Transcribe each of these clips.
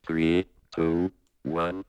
3, 2, 1.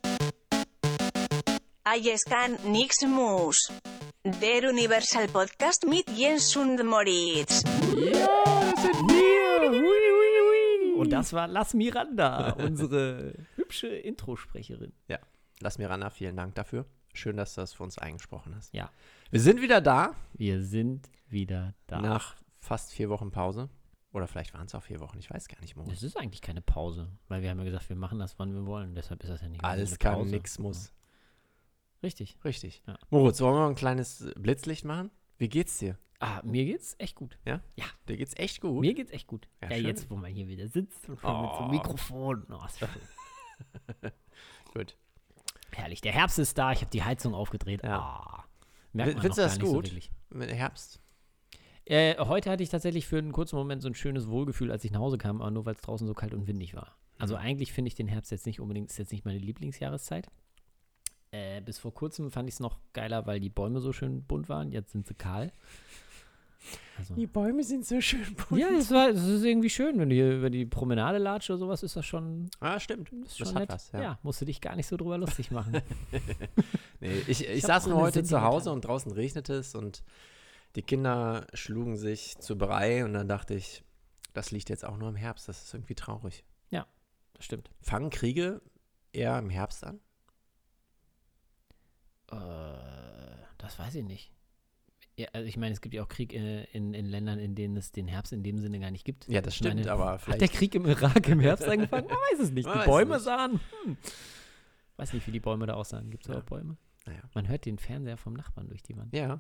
Allescan nix mus. Der Universal Podcast mit Jens und Moritz. Ja, das sind wir! Hui, hui, hui. Und das war Lass Miranda, unsere hübsche Introsprecherin. Ja, Lass Miranda, vielen Dank dafür. Schön, dass du das für uns eingesprochen hast. Ja. Wir sind wieder da. Wir sind wieder da. Nach fast 4 Wochen Pause. Oder vielleicht waren es auch 4 Wochen, ich weiß gar nicht, Moritz. Das ist eigentlich keine Pause, weil wir haben ja gesagt, wir machen das, wann wir wollen. Deshalb ist das ja nicht Alles eine kann, Pause. nix muss. Richtig. Richtig. Ja. Moritz, wollen wir ein kleines Blitzlicht machen? Wie geht's dir? Mir geht's echt gut. Ja? Ja. Dir geht's echt gut? Mir geht's echt gut. Ja, Ja, schön. jetzt, wo man hier wieder sitzt und mit so einem Mikrofon. Oh, ist doch Gut. herrlich. Der Herbst ist da, ich habe die Heizung aufgedreht. Ja. Merkt man Findest du noch das gar nicht gut? So wirklich. Mit Herbst? Heute hatte ich tatsächlich für einen kurzen Moment so ein schönes Wohlgefühl, als ich nach Hause kam, aber nur weil es draußen so kalt und windig war. Also eigentlich finde ich den Herbst jetzt nicht unbedingt, ist jetzt nicht meine Lieblingsjahreszeit. Bis vor kurzem fand ich es noch geiler, weil die Bäume so schön bunt waren. Jetzt sind sie kahl. Also, Die Bäume sind so schön bunt. ja, es ist irgendwie schön, wenn du hier über die Promenade latscht oder sowas, ist das schon, Ah, stimmt. ist Das schon hat nett. was, ja. Musst du dich gar nicht so drüber lustig machen. Nee, ich hab saß auch nur eine heute zu Hause sentimentale- und draußen regnete es und die Kinder schlugen sich zu Brei und dann dachte ich, das liegt jetzt auch nur im Herbst, das ist irgendwie traurig. Das stimmt. Fangen Kriege eher im Herbst an? Das weiß ich nicht. Ja, also ich meine, es gibt ja auch Krieg in Ländern, in denen es den Herbst in dem Sinne gar nicht gibt. Ja, das Ich stimmt, meine, aber Hat vielleicht. der Krieg im Irak im Herbst angefangen? Man weiß es nicht. Man Die weiß Bäume nicht. sahen. Weiß nicht, wie die Bäume da aussahen. Gibt es Ja. auch Bäume? Naja. Man hört den Fernseher vom Nachbarn durch die Wand. Ja.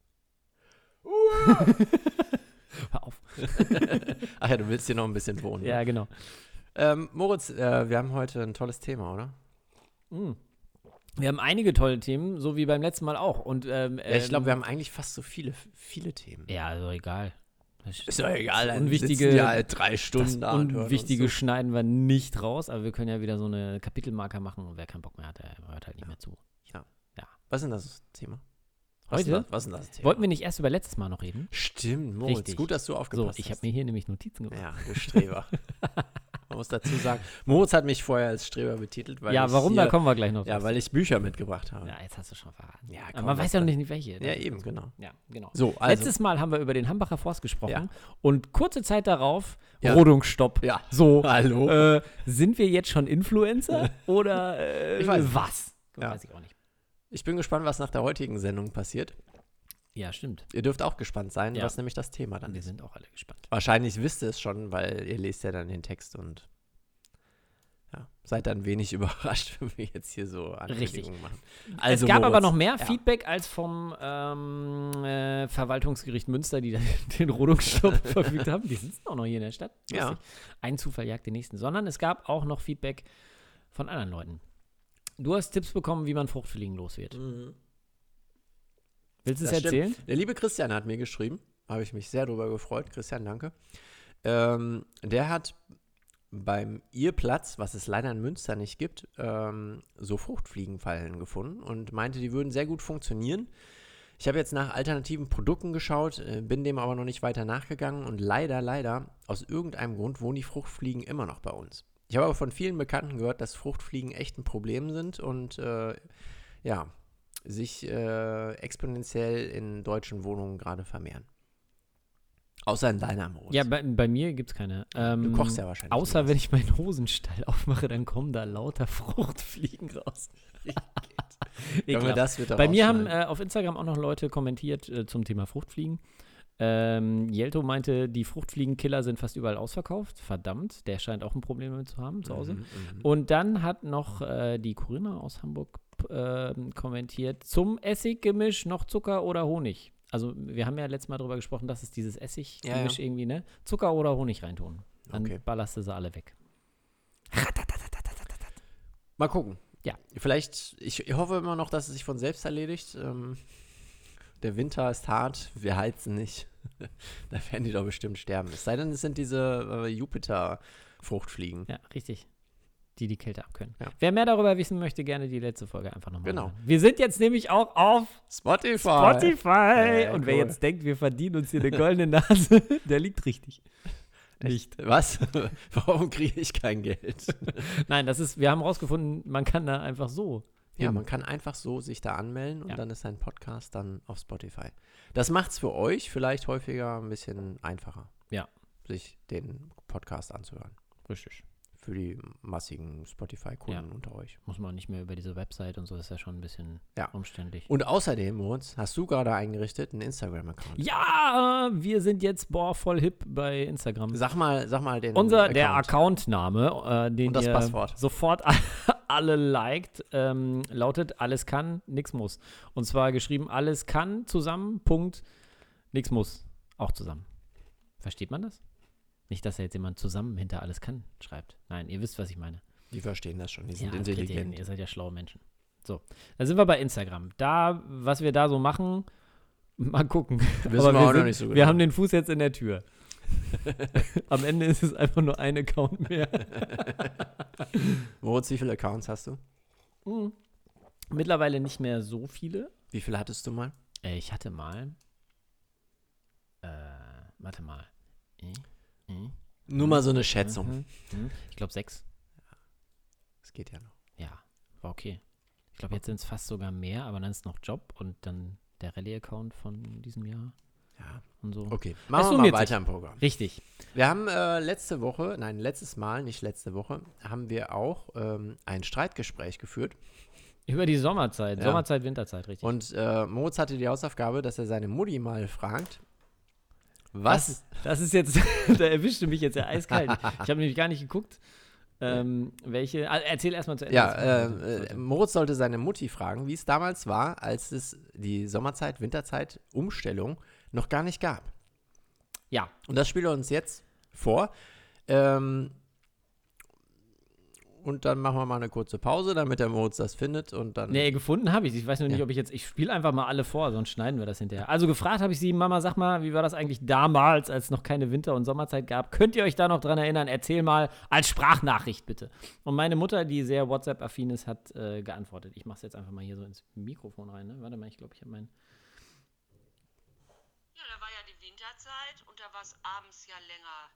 Hör auf. Ach ja, du willst hier noch ein bisschen wohnen. Ja, ne? genau. Moritz, wir haben heute ein tolles Thema, oder? Wir haben einige tolle Themen, so wie beim letzten Mal auch. Und, Ja, ich glaube, wir haben eigentlich fast so viele Themen. Ja, also egal. Ist doch egal, das dann Unwichtige, sitzen die halt 3 das Stunden da und hören Unwichtige uns schneiden wir nicht raus, aber wir können ja wieder so eine Kapitelmarker machen und wer keinen Bock mehr hat, der hört halt nicht mehr zu. zu. Was ist denn das Thema? Heute? Was ist denn das Thema? Wollten wir nicht erst über letztes Mal noch reden? Stimmt, Moritz, Richtig. gut, dass du So, aufgepasst ich hast. habe mir hier nämlich Notizen gemacht. Ja, du Streber. Man muss dazu sagen, Moritz hat mich vorher als Streber betitelt, weil Ja, ich warum? hier, Da kommen wir gleich noch Ja, drauf. weil ich Bücher mitgebracht habe. Ja, jetzt hast du schon verraten. Ja, Aber komm, man was weiß ja noch denn? nicht, welche. Ja, eben, genau. Ja, genau. So, also. Letztes Mal haben wir über den Hambacher Forst gesprochen Ja. und kurze Zeit darauf Ja. Rodungsstopp. Ja. So, Hallo? sind wir jetzt schon Influencer oder Ich weiß nicht. was? Ja. Weiß ich auch nicht. Ich bin gespannt, was nach der heutigen Sendung passiert. Ja, stimmt. Ihr dürft auch gespannt sein, Ja. was nämlich das Thema dann Wir ist. sind auch alle gespannt. Wahrscheinlich wisst ihr es schon, weil ihr lest ja dann den Text und ja, seid dann wenig überrascht, wenn wir jetzt hier so Ankündigungen machen. Also, es gab aber Moritz, noch mehr ja. Feedback als vom Verwaltungsgericht Münster, die da den Rodungsstopp verfügt haben. Die sitzen auch noch hier in der Stadt. Ja. Lustig. Ein Zufall jagt den nächsten. Sondern es gab auch noch Feedback von anderen Leuten. Du hast Tipps bekommen, wie man Fruchtfliegen los wird. Willst du es Das stimmt. erzählen? Der liebe Christian hat mir geschrieben, habe ich mich sehr darüber gefreut. Christian, danke. Der hat beim Irrplatz, was es leider in Münster nicht gibt, so Fruchtfliegenfallen gefunden und meinte, die würden sehr gut funktionieren. Ich habe jetzt nach alternativen Produkten geschaut, bin dem aber noch nicht weiter nachgegangen und leider, aus irgendeinem Grund wohnen die Fruchtfliegen immer noch bei uns. Ich habe aber von vielen Bekannten gehört, dass Fruchtfliegen echt ein Problem sind und sich exponentiell in deutschen Wohnungen gerade vermehren. Außer in deiner, Moritz. Ja, bei mir gibt es keine. Du kochst ja wahrscheinlich. Außer nie wenn ich meinen Hosenstall aufmache, dann kommen da lauter Fruchtfliegen raus. was. Können wir Ekelhaft. das wieder Bei mir haben rausschneiden? auf Instagram auch noch Leute kommentiert zum Thema Fruchtfliegen. Jelto meinte, die Fruchtfliegenkiller sind fast überall ausverkauft. Verdammt, der scheint auch ein Problem damit zu haben zu Hause. Und dann hat noch die Corinna aus Hamburg kommentiert, zum Essiggemisch noch Zucker oder Honig. Also wir haben ja letztes Mal darüber gesprochen, dass es dieses Essiggemisch irgendwie, ne? Zucker oder Honig reintun. Dann Okay. ballerst du sie alle weg. Mal gucken. Ja. Vielleicht, ich hoffe immer noch, dass es sich von selbst erledigt. Der Winter ist hart, wir heizen nicht. Da werden die doch bestimmt sterben. Es sei denn, es sind diese Jupiter-Fruchtfliegen. Ja, richtig. Die Kälte abkönnen. Ja. Wer mehr darüber wissen möchte, gerne die letzte Folge einfach nochmal Genau. hören. Wir sind jetzt nämlich auch auf Spotify. Spotify. Ja, Und wer cool. jetzt denkt, wir verdienen uns hier eine goldene Nase, der liegt richtig. Nicht. Was? Warum kriege ich kein Geld? Nein, wir haben rausgefunden, man kann da einfach so. Ja, man kann einfach so sich da anmelden und Ja. dann ist sein Podcast dann auf Spotify. Das macht es für euch vielleicht häufiger ein bisschen einfacher, Ja. sich den Podcast anzuhören. Richtig. Für die massigen Spotify-Kunden unter euch. Muss man nicht mehr über diese Website und so, ist ja schon ein bisschen umständlich. Und außerdem, Moritz, hast du gerade eingerichtet einen Instagram-Account. Ja, wir sind jetzt voll hip bei Instagram. Sag mal den Der Accountname, den Und das ihr Passwort. sofort alle liked, lautet alles kann, nix muss. Und zwar geschrieben alles kann zusammen, Punkt, nix muss. Auch zusammen. Versteht man das? Nicht, dass da jetzt jemand zusammen hinter alles kann schreibt. Nein, ihr wisst, was ich meine. Die verstehen das schon, die sind Ja, das kriegt ihr hin. intelligent. Ihr seid ja schlaue Menschen. So, da sind wir bei Instagram. Was wir da so machen, mal gucken. Wissen wir auch noch nicht so genau. Wir haben den Fuß jetzt in der Tür. Am Ende ist es einfach nur ein Account mehr. Moritz, wie viele Accounts hast du? Mittlerweile nicht mehr so viele. Wie viele hattest du mal? Ich hatte mal. Warte mal. Nur mal so eine Schätzung. Ich glaube 6. Das geht ja noch. Ja, war okay. Ich glaube, jetzt sind es fast sogar mehr, aber dann ist noch Job und dann der Rallye-Account von diesem Jahr Ja, und so. okay. Es Machen wir mal summiert weiter sich. im Programm. Richtig. Wir haben letztes Mal, nicht letzte Woche, haben wir auch ein Streitgespräch geführt. Über die Sommerzeit. Ja. Sommerzeit, Winterzeit, richtig. Und Moritz hatte die Hausaufgabe, dass er seine Mutti mal fragt, was? Das ist jetzt, da erwischte mich jetzt ja eiskalt. Ich habe nämlich gar nicht geguckt, welche. Also erzähl erstmal zu Ende. Ja, Moritz sollte seine Mutti fragen, wie es damals war, als es die Sommerzeit, Winterzeit, Umstellung noch gar nicht gab. Ja. Und das spielt er uns jetzt vor. Und dann machen wir mal eine kurze Pause, damit der Moritz das findet und dann. Nee, gefunden habe ich. Ich weiß nur nicht, Ja. ob ich spiele einfach mal alle vor, sonst schneiden wir das hinterher. Also gefragt habe ich sie, Mama, sag mal, wie war das eigentlich damals, als es noch keine Winter- und Sommerzeit gab? Könnt ihr euch da noch dran erinnern? Erzähl mal als Sprachnachricht bitte. Und meine Mutter, die sehr WhatsApp-affin ist, hat geantwortet. Ich mache es jetzt einfach mal hier so ins Mikrofon rein. Ne? Warte mal, ich glaube, ich habe meinen. Ja, da war ja die Winterzeit und da war es abends ja länger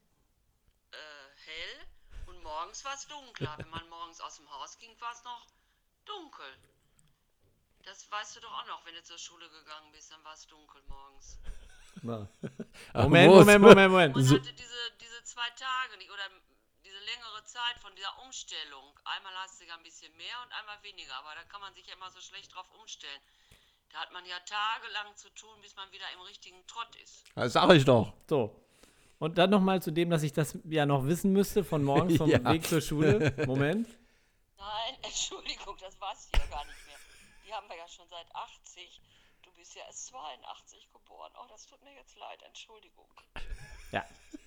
hell und morgens war es dunkler. Wenn man morgens aus dem Haus ging, war es noch dunkel. Das weißt du doch auch noch, wenn du zur Schule gegangen bist, dann war es dunkel morgens. Ach, Moment. Man hatte diese 2 Tage nicht, oder diese längere Zeit von dieser Umstellung. Einmal hast du ja ein bisschen mehr und einmal weniger, aber da kann man sich ja immer so schlecht drauf umstellen. Da hat man ja tagelang zu tun, bis man wieder im richtigen Trott ist. Das sag ich doch. So. Und dann nochmal zu dem, dass ich das ja noch wissen müsste von morgens vom Ja. Weg zur Schule. Moment. Nein, Entschuldigung, das war's hier gar nicht mehr. Die haben wir ja schon seit 80. Du bist ja erst 82 geboren. Oh, das tut mir jetzt leid, Entschuldigung. Ja.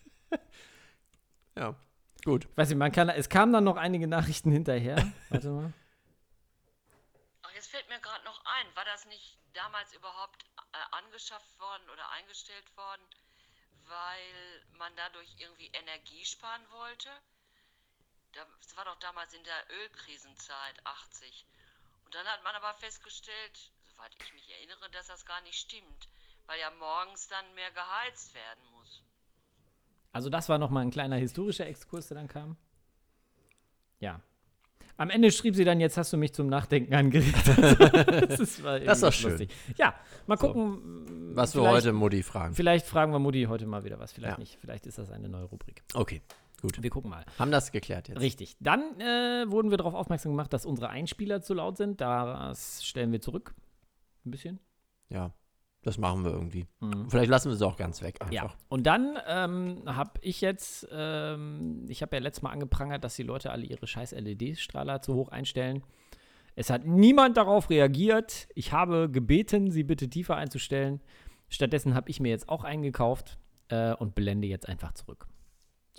Ja, gut. Weiß ich, es kamen dann noch einige Nachrichten hinterher. Warte mal. Ach, jetzt fällt mir gerade noch ein, war das nicht damals überhaupt angeschafft worden oder eingestellt worden, weil man dadurch irgendwie Energie sparen wollte? Das war doch damals in der Ölkrisenzeit, 80. Und dann hat man aber festgestellt, soweit ich mich erinnere, dass das gar nicht stimmt, weil ja morgens dann mehr geheizt werden muss. Also das war nochmal ein kleiner historischer Exkurs, der dann kam. Ja. Am Ende schrieb sie dann, jetzt hast du mich zum Nachdenken angeregt. Das ist doch schön. lustig. Ja, mal gucken. Was wir vielleicht- heute Mutti fragen. Vielleicht fragen wir Mutti heute mal wieder was, vielleicht Ja. nicht. Vielleicht ist das eine neue Rubrik. Okay, gut. Wir gucken mal. Haben das geklärt jetzt. Richtig. Dann wurden wir darauf aufmerksam gemacht, dass unsere Einspieler zu laut sind. Das stellen wir zurück. Ein bisschen. Ja, das machen wir irgendwie. Mhm. Vielleicht lassen wir es auch ganz weg einfach. Ja, und dann habe ich jetzt, ich habe ja letztes Mal angeprangert, dass die Leute alle ihre scheiß LED-Strahler zu hoch einstellen. Es hat niemand darauf reagiert. Ich habe gebeten, sie bitte tiefer einzustellen. Stattdessen habe ich mir jetzt auch eingekauft und blende jetzt einfach zurück. So.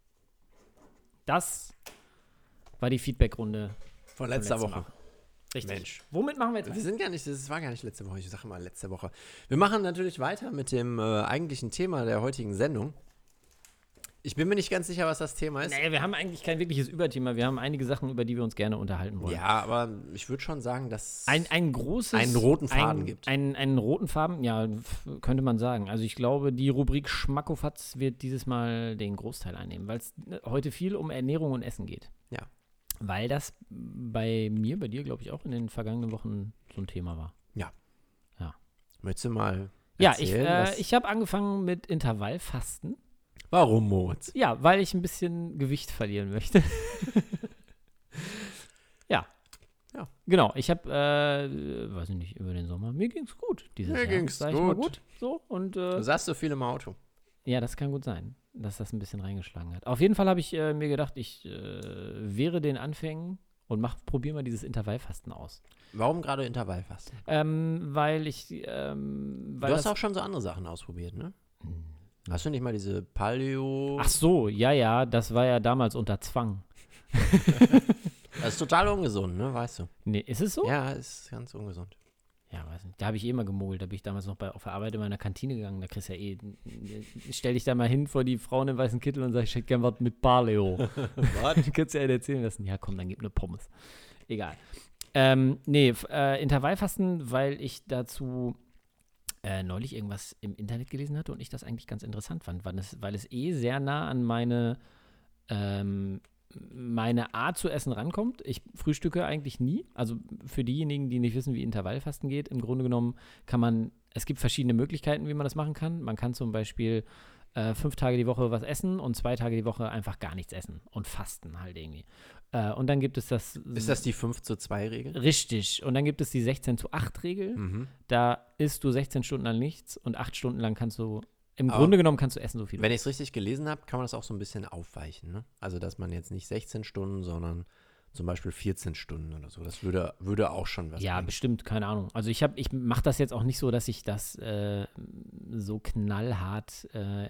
Das war die Feedback-Runde Von letzter letzten Woche. Mal. Richtig. Mensch. Womit machen wir jetzt Wir weiter? sind gar nicht, das war gar nicht letzte Woche, ich sage mal letzte Woche. Wir machen natürlich weiter mit dem eigentlichen Thema der heutigen Sendung. Ich bin mir nicht ganz sicher, was das Thema ist. Naja, wir haben eigentlich kein wirkliches Überthema. Wir haben einige Sachen, über die wir uns gerne unterhalten wollen. Ja, aber ich würde schon sagen, dass Ein großes... einen roten Faden gibt. Einen roten Faden, ja, könnte man sagen. Also ich glaube, die Rubrik Schmackofatz wird dieses Mal den Großteil einnehmen, weil es heute viel um Ernährung und Essen geht. Ja. Weil das bei dir, glaube ich, auch in den vergangenen Wochen so ein Thema war. Möchtest du mal Ja, erzählen, ich habe angefangen mit Intervallfasten. Warum, Moritz? Ja, weil ich ein bisschen Gewicht verlieren möchte. Ja. Genau, ich habe, weiß ich nicht, über den Sommer, mir ging's gut dieses Mir Jahr. ging's Sag ich mal gut. gut. So, und, Du saßt so viel im Auto. ja, das kann gut sein, dass das ein bisschen reingeschlagen hat. Auf jeden Fall habe ich mir gedacht, ich wehre den Anfängen und probiere mal dieses Intervallfasten aus. Warum gerade Intervallfasten? Weil ich, Du weil hast das, auch schon so andere Sachen ausprobiert, ne? Hast du nicht mal diese Paleo... ach so, ja, das war ja damals unter Zwang. Das ist total ungesund, ne? Weißt du? Nee, ist es so? Ja, ist ganz ungesund. Ja, weiß nicht. Da habe ich eh mal gemogelt. Da bin ich damals noch auf der Arbeit in meiner Kantine gegangen. Da kriegst du ja stell dich da mal hin vor die Frauen im weißen Kittel und sag, ich hätte gern was mit Paleo. Was? Du kannst ja erzählen lassen. Ja, komm, dann gib eine Pommes. Egal. Intervallfasten, weil ich dazu neulich irgendwas im Internet gelesen hatte und ich das eigentlich ganz interessant fand, weil es sehr nah an meine Art zu essen rankommt. Ich frühstücke eigentlich nie. Also für diejenigen, die nicht wissen, wie Intervallfasten geht, im Grunde genommen es gibt verschiedene Möglichkeiten, wie man das machen kann. Man kann zum Beispiel 5 Tage die Woche was essen und 2 Tage die Woche einfach gar nichts essen und fasten halt irgendwie. Und dann gibt es das... Ist das die 5:2-Regel? Richtig. Und dann gibt es die 16:8-Regel. Mhm. Da isst du 16 Stunden lang nichts und 8 Stunden lang kannst du... Im Aber Grunde genommen kannst du essen, so viel du Wenn ich es richtig gelesen habe, kann man das auch so ein bisschen aufweichen, ne? Also, dass man jetzt nicht 16 Stunden, sondern zum Beispiel 14 Stunden oder so. Das würde auch schon was Ja, bringen. bestimmt, keine Ahnung. Also ich mache das jetzt auch nicht so, dass ich das so knallhart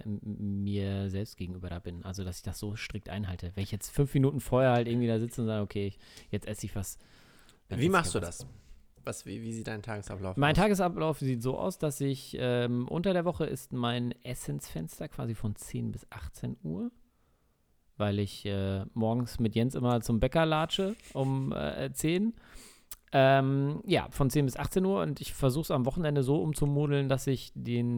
mir selbst gegenüber da bin. Also dass ich das so strikt einhalte. Wenn ich jetzt 5 Minuten vorher halt irgendwie da sitze und sage, okay, jetzt esse ich was. Wie machst du das? Wie sieht dein Tagesablauf Mein aus? Tagesablauf sieht so aus, dass ich unter der Woche ist mein Essensfenster quasi von 10 bis 18 Uhr, weil ich morgens mit Jens immer zum Bäcker latsche um 10. Ja, von 10 bis 18 Uhr und ich versuche es am Wochenende so umzumodeln, dass ich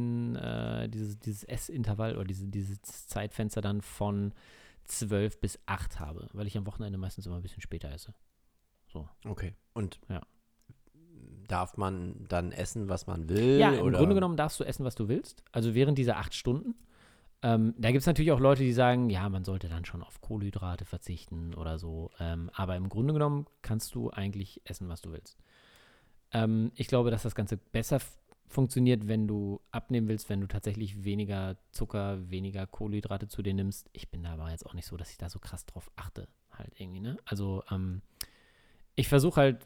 dieses Essintervall oder dieses Zeitfenster dann von 12 bis 8 habe, weil ich am Wochenende meistens immer ein bisschen später esse. So. Okay. Und Ja. darf man dann essen, was man will? Ja, im oder? Grunde genommen darfst du essen, was du willst. Also während dieser 8 Stunden. Da gibt es natürlich auch Leute, die sagen, ja, man sollte dann schon auf Kohlenhydrate verzichten oder so. Aber im Grunde genommen kannst du eigentlich essen, was du willst. Ich glaube, dass das Ganze besser funktioniert, wenn du abnehmen willst, wenn du tatsächlich weniger Zucker, weniger Kohlenhydrate zu dir nimmst. Ich bin da aber jetzt auch nicht so, dass ich da so krass drauf achte, halt irgendwie, ne? Also, ich versuche halt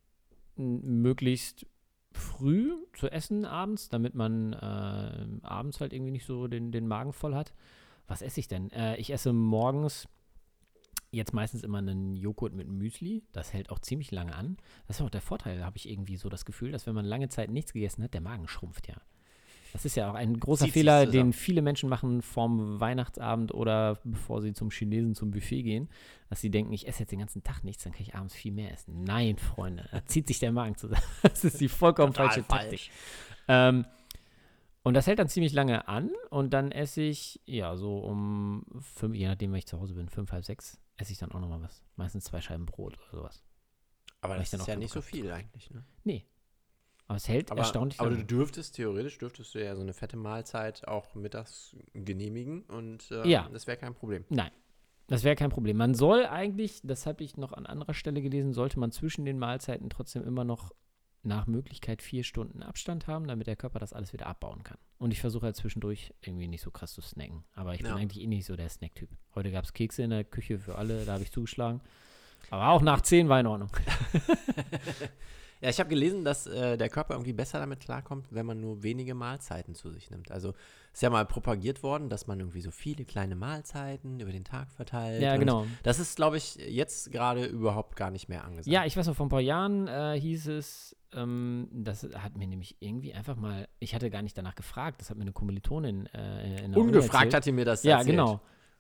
möglichst früh zu essen abends, damit man abends halt irgendwie nicht so den Magen voll hat. Was esse ich denn? Ich esse morgens jetzt meistens immer einen Joghurt mit Müsli. Das hält auch ziemlich lange an. Das ist auch der Vorteil, habe ich irgendwie so das Gefühl, dass wenn man lange Zeit nichts gegessen hat, der Magen schrumpft ja. Das ist ja auch ein großer Zieht sich Fehler, zusammen. den viele Menschen machen vorm Weihnachtsabend oder bevor sie zum Chinesen zum Buffet gehen, dass sie denken, ich esse jetzt den ganzen Tag nichts, dann kann ich abends viel mehr essen. Nein, Freunde, da zieht sich der Magen zusammen. Das ist die vollkommen falsche Taktik. Und das hält dann ziemlich lange an und dann esse ich, ja, so um 5, je nachdem, wenn ich zu Hause bin, 5, halb 6, esse ich dann auch nochmal was. Meistens 2 Scheiben Brot oder sowas. Aber Weil das ich dann ist auch ja keinen nicht so Bock hab. viel eigentlich, ne? Nee. Aber es hält erstaunlich aber lange. theoretisch dürftest du ja so eine fette Mahlzeit auch mittags genehmigen und Ja. das wäre kein Problem. Nein, das wäre kein Problem. Man soll eigentlich, das habe ich noch an anderer Stelle gelesen, sollte man zwischen den Mahlzeiten trotzdem immer noch nach Möglichkeit 4 Stunden Abstand haben, damit der Körper das alles wieder abbauen kann. Und ich versuche halt zwischendurch irgendwie nicht so krass zu snacken. Aber ich bin eigentlich eh nicht so der Snacktyp. Heute gab es Kekse in der Küche für alle, da habe ich zugeschlagen. Aber auch nach 10 war in Ordnung. Ja, ich habe gelesen, dass der Körper irgendwie besser damit klarkommt, wenn man nur wenige Mahlzeiten zu sich nimmt. Also ist ja mal propagiert worden, dass man irgendwie so viele kleine Mahlzeiten über den Tag verteilt. Ja, und genau. Das ist, glaube ich, jetzt gerade überhaupt gar nicht mehr angesagt. Ja, ich weiß noch, vor ein paar Jahren hieß es, das hat mir nämlich irgendwie einfach mal, ich hatte gar nicht danach gefragt, das hat mir eine Kommilitonin in der Uni Ungefragt erzählt. hat die mir das Ja, erzählt. genau.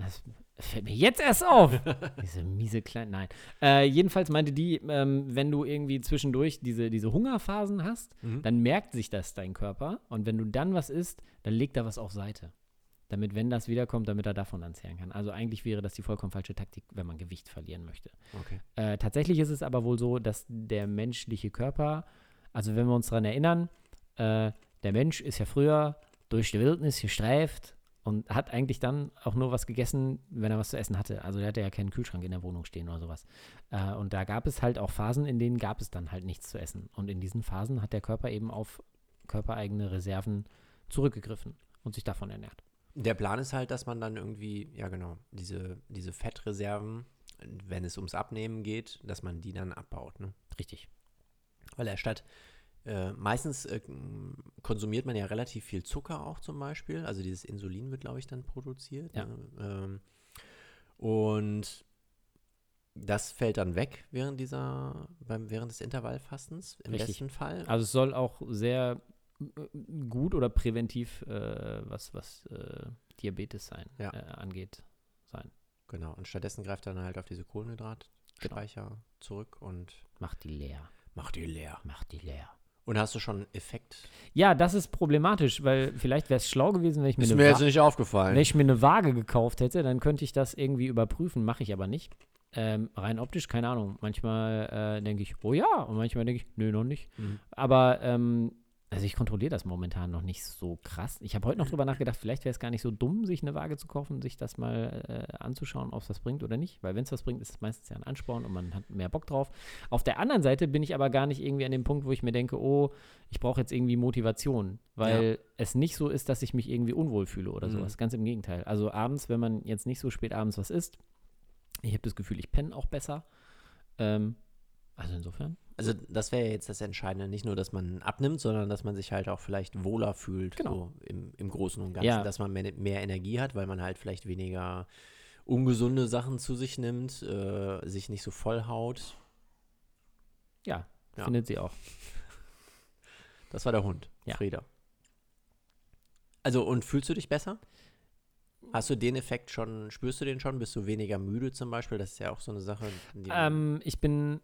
Das fällt mir jetzt erst auf. Diese miese kleine, nein. Jedenfalls meinte die, wenn du irgendwie zwischendurch diese Hungerphasen hast, dann merkt sich das dein Körper. Und wenn du dann was isst, dann legt er was auf Seite. Damit, wenn das wiederkommt, damit er davon dann zehren kann. Also eigentlich wäre das die vollkommen falsche Taktik, wenn man Gewicht verlieren möchte. Okay. Tatsächlich ist es aber wohl so, dass der menschliche Körper, also wenn wir uns daran erinnern, der Mensch ist ja früher durch die Wildnis gestreift und hat eigentlich dann auch nur was gegessen, wenn er was zu essen hatte. Also der hatte ja keinen Kühlschrank in der Wohnung stehen oder sowas. Und da gab es halt auch Phasen, in denen gab es dann halt nichts zu essen. Und in diesen Phasen hat der Körper eben auf körpereigene Reserven zurückgegriffen und sich davon ernährt. Der Plan ist halt, dass man dann irgendwie, ja genau, diese Fettreserven, wenn es ums Abnehmen geht, dass man die dann abbaut, ne? Richtig. Weil meistens konsumiert man ja relativ viel Zucker auch zum Beispiel. Also dieses Insulin wird, glaube ich, dann produziert. Ja. Ne? Und das fällt dann weg während des Intervallfastens, im Richtig. besten Fall. Also es soll auch sehr gut oder präventiv, was Diabetes angeht, sein. Genau. Und stattdessen greift er dann halt auf diese Kohlenhydratspeicher zurück und Macht die leer. macht die leer. Macht die leer. Und hast du schon einen Effekt? Ja, das ist problematisch, weil vielleicht wäre es schlau gewesen, wenn ich Ist mir jetzt nicht aufgefallen. wenn ich mir eine Waage gekauft hätte, dann könnte ich das irgendwie überprüfen, mache ich aber nicht. Rein optisch, keine Ahnung. Manchmal denke ich, oh ja, und manchmal denke ich, nö, noch nicht. Aber also ich kontrolliere das momentan noch nicht so krass. Ich habe heute noch drüber nachgedacht, vielleicht wäre es gar nicht so dumm, sich eine Waage zu kaufen, sich das mal anzuschauen, ob es was bringt oder nicht. Weil wenn es was bringt, ist es meistens ja ein Ansporn und man hat mehr Bock drauf. Auf der anderen Seite bin ich aber gar nicht irgendwie an dem Punkt, wo ich mir denke, oh, ich brauche jetzt irgendwie Motivation. Weil es nicht so ist, dass ich mich irgendwie unwohl fühle oder sowas. Ganz im Gegenteil. Also abends, wenn man jetzt nicht so spät abends was isst, ich habe das Gefühl, ich penne auch besser. Also insofern. Also das wäre ja jetzt das Entscheidende, nicht nur, dass man abnimmt, sondern dass man sich halt auch vielleicht wohler fühlt, Genau. so im Großen und Ganzen, Ja. dass man mehr Energie hat, weil man halt vielleicht weniger ungesunde Sachen zu sich nimmt, sich nicht so vollhaut. Ja, Ja. findet sie auch. Das war der Hund, Ja. Frieda. Also und fühlst du dich besser? Hast du den Effekt schon, spürst du den schon? Bist du weniger müde zum Beispiel? Das ist ja auch so eine Sache, die Ich bin,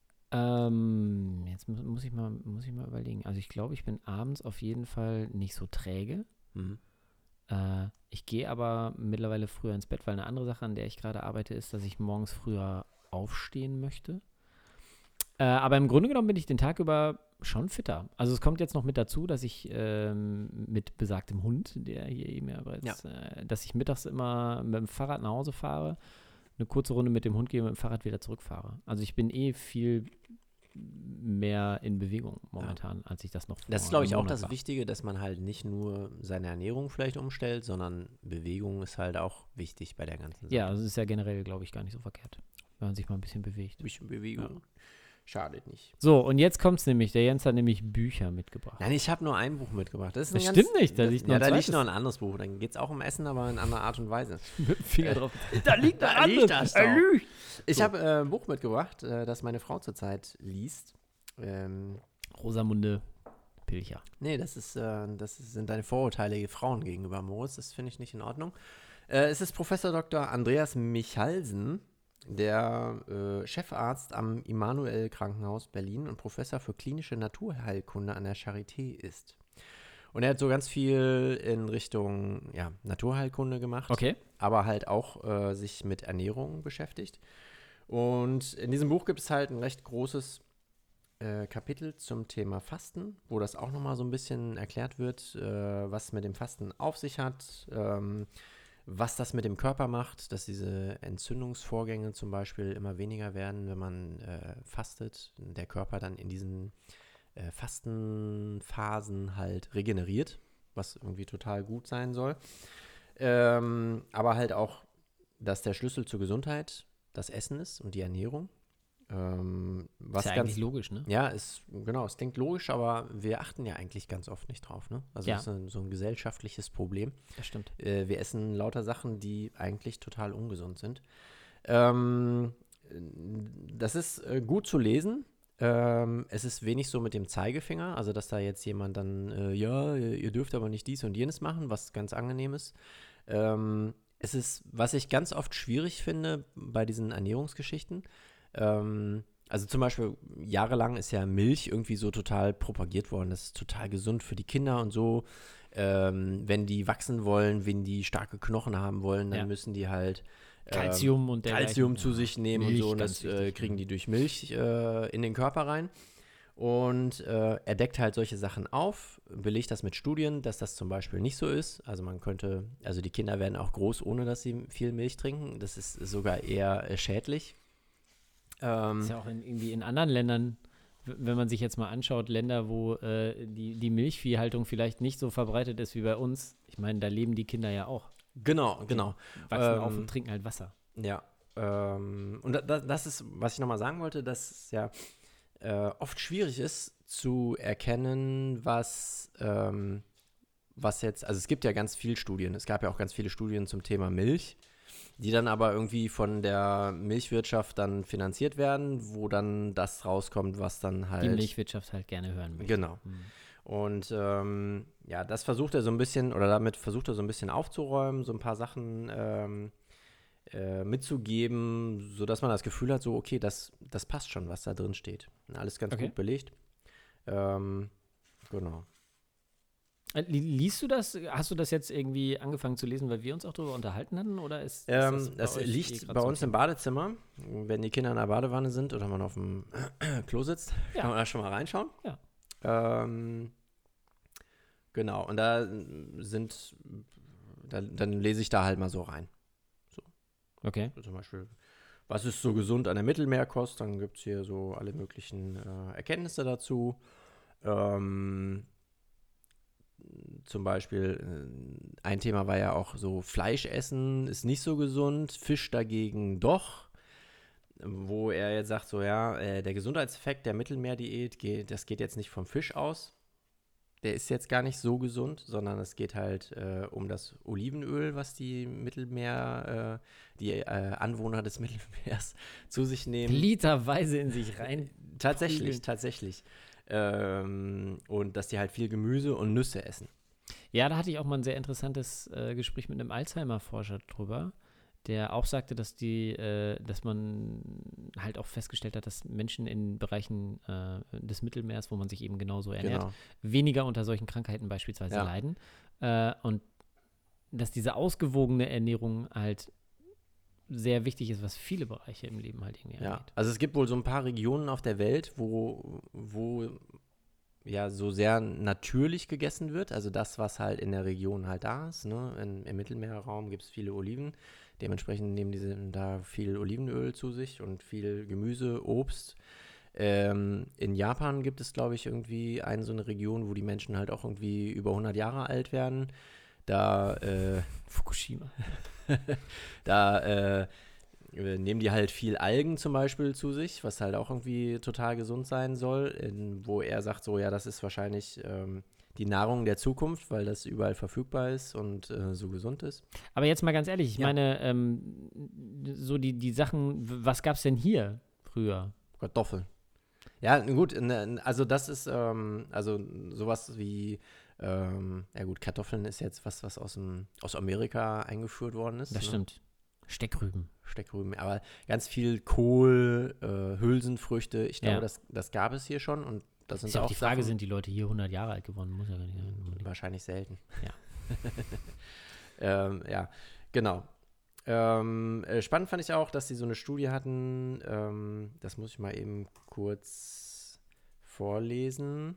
jetzt muss ich mal überlegen. Also ich glaube, ich bin abends auf jeden Fall nicht so träge. Mhm. Ich gehe aber mittlerweile früher ins Bett, weil eine andere Sache, an der ich gerade arbeite, ist, dass ich morgens früher aufstehen möchte. Aber im Grunde genommen bin ich den Tag über schon fitter. Also es kommt jetzt noch mit dazu, dass ich mit besagtem Hund, der hier eben ja bereits, dass ich mittags immer mit dem Fahrrad nach Hause fahre, eine kurze Runde mit dem Hund gehe und mit dem Fahrrad wieder zurückfahre. Also ich bin viel mehr in Bewegung momentan, als ich das noch vor Das ist, glaube ich, einem auch Monat das war. Wichtige, dass man halt nicht nur seine Ernährung vielleicht umstellt, sondern Bewegung ist halt auch wichtig bei der ganzen Sache. Ja, also es ist ja generell, glaube ich, gar nicht so verkehrt, wenn man sich mal ein bisschen bewegt. Ein bisschen Bewegung schadet nicht. So, und jetzt kommt's nämlich. Der Jens hat nämlich Bücher mitgebracht. Nein, ich habe nur ein Buch mitgebracht. Das, ist Das ein stimmt nicht, da liegt noch ja, ein da liegt zweites. noch ein anderes Buch. Dann geht es auch um Essen, aber in anderer Art und Weise. Mit dem Finger drauf. Da liegt Da liegt das doch. lügt. Ich habe ein Buch mitgebracht, das meine Frau zurzeit liest. Rosamunde Pilcher. Nee, sind deine Vorurteile Frauen gegenüber, Moritz. Das finde ich nicht in Ordnung. Es ist Professor Dr. Andreas Michalsen, der Chefarzt am Immanuel-Krankenhaus Berlin und Professor für klinische Naturheilkunde an der Charité ist. Und er hat so ganz viel in Richtung Naturheilkunde gemacht, Okay. aber halt auch sich mit Ernährung beschäftigt. Und in diesem Buch gibt es halt ein recht großes Kapitel zum Thema Fasten, wo das auch nochmal so ein bisschen erklärt wird, was mit dem Fasten auf sich hat, was das mit dem Körper macht, dass diese Entzündungsvorgänge zum Beispiel immer weniger werden, wenn man fastet, der Körper dann in diesen Fastenphasen halt regeneriert, was irgendwie total gut sein soll. Aber halt auch, dass der Schlüssel zur Gesundheit das Essen ist und die Ernährung. Was Ist ja ganz eigentlich logisch, ne? ja, es klingt logisch, aber wir achten ja eigentlich ganz oft nicht drauf, ne? Also Ja. das ist so ein gesellschaftliches Problem. Das stimmt. Wir essen lauter Sachen, die eigentlich total ungesund sind. Das ist gut zu lesen. Es ist wenig so mit dem Zeigefinger, also dass da jetzt jemand dann, ihr dürft aber nicht dies und jenes machen, was ganz angenehm ist. es ist, was ich ganz oft schwierig finde bei diesen Ernährungsgeschichten, also zum Beispiel jahrelang ist ja Milch irgendwie so total propagiert worden. Das ist total gesund für die Kinder und so. Wenn die wachsen wollen, wenn die starke Knochen haben wollen, dann müssen die halt Calcium und Calcium zu sich nehmen Milch, und so. Und ganz das wichtig, kriegen die durch Milch in den Körper rein. Und er deckt halt solche Sachen auf, belegt das mit Studien, dass das zum Beispiel nicht so ist. Also also die Kinder werden auch groß, ohne dass sie viel Milch trinken. Das ist sogar eher schädlich. Ist ja auch irgendwie in anderen Ländern, wenn man sich jetzt mal anschaut, Länder, wo die Milchviehhaltung vielleicht nicht so verbreitet ist wie bei uns. Ich meine, da leben die Kinder ja auch. Genau. Wachsen auf und trinken halt Wasser. Ja. Und das ist, was ich nochmal sagen wollte, dass es ja oft schwierig ist zu erkennen, was jetzt, also es gibt ja ganz viele Studien, es gab ja auch ganz viele Studien zum Thema Milch, die dann aber irgendwie von der Milchwirtschaft dann finanziert werden, wo dann das rauskommt, was dann halt Die Milchwirtschaft halt gerne hören möchte. Genau. Und das versucht er so ein bisschen, oder damit versucht er so ein bisschen aufzuräumen, so ein paar Sachen mitzugeben, sodass man das Gefühl hat, so, okay, das passt schon, was da drin steht. Alles ganz gut belegt. Genau. Liest du das? Hast du das jetzt irgendwie angefangen zu lesen, weil wir uns auch darüber unterhalten hatten? Oder ist das liegt bei uns im Badezimmer, wenn die Kinder in der Badewanne sind oder man auf dem Klo sitzt, kann man da schon mal reinschauen. Ja. Genau, und dann lese ich da halt mal so rein. So. Okay. Zum Beispiel, was ist so gesund an der Mittelmeerkost? Dann gibt es hier so alle möglichen Erkenntnisse dazu. Zum Beispiel, ein Thema war ja auch so, Fleisch essen ist nicht so gesund, Fisch dagegen doch. Wo er jetzt sagt, so der Gesundheitseffekt der Mittelmeerdiät, das geht jetzt nicht vom Fisch aus. Der ist jetzt gar nicht so gesund, sondern es geht halt um das Olivenöl, was die Anwohner des Mittelmeers zu sich nehmen. Literweise in sich rein. Tatsächlich. Und dass die halt viel Gemüse und Nüsse essen. Ja, da hatte ich auch mal ein sehr interessantes Gespräch mit einem Alzheimer-Forscher drüber, der auch sagte, dass man halt auch festgestellt hat, dass Menschen in Bereichen des Mittelmeers, wo man sich eben genauso ernährt, weniger unter solchen Krankheiten beispielsweise leiden. Und dass diese ausgewogene Ernährung halt sehr wichtig ist, was viele Bereiche im Leben halt irgendwie angeht. Also es gibt wohl so ein paar Regionen auf der Welt, wo ja so sehr natürlich gegessen wird. Also das, was halt in der Region halt da ist. Ne? Im Mittelmeerraum gibt es viele Oliven. Dementsprechend nehmen diese da viel Olivenöl zu sich und viel Gemüse, Obst. In Japan gibt es, glaube ich, irgendwie so eine Region, wo die Menschen halt auch irgendwie über 100 Jahre alt werden. Da Fukushima. Da nehmen die halt viel Algen zum Beispiel zu sich, was halt auch irgendwie total gesund sein soll, wo er sagt so, ja, das ist wahrscheinlich die Nahrung der Zukunft, weil das überall verfügbar ist und so gesund ist. Aber jetzt mal ganz ehrlich, ich meine, so die Sachen, was gab es denn hier früher? Kartoffeln. Ja, gut, also das ist, also sowas wie, Kartoffeln ist jetzt was aus Amerika eingeführt worden ist. Das stimmt. Steckrüben, aber ganz viel Kohl, Hülsenfrüchte, ich glaube, das gab es hier schon und das sind ist auch die Frage, Sachen, sind die Leute hier 100 Jahre alt geworden? Muss ja gar nicht sein. Wahrscheinlich selten. Ja. Ja, genau. Spannend fand ich auch, dass sie so eine Studie hatten, das muss ich mal eben kurz vorlesen,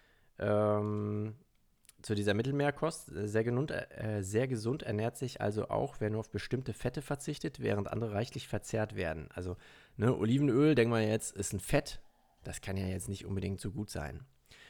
zu dieser Mittelmeerkost. Sehr gesund ernährt sich also auch, wer nur auf bestimmte Fette verzichtet, während andere reichlich verzehrt werden. Also Olivenöl, denkt man jetzt, ist ein Fett. Das kann ja jetzt nicht unbedingt so gut sein.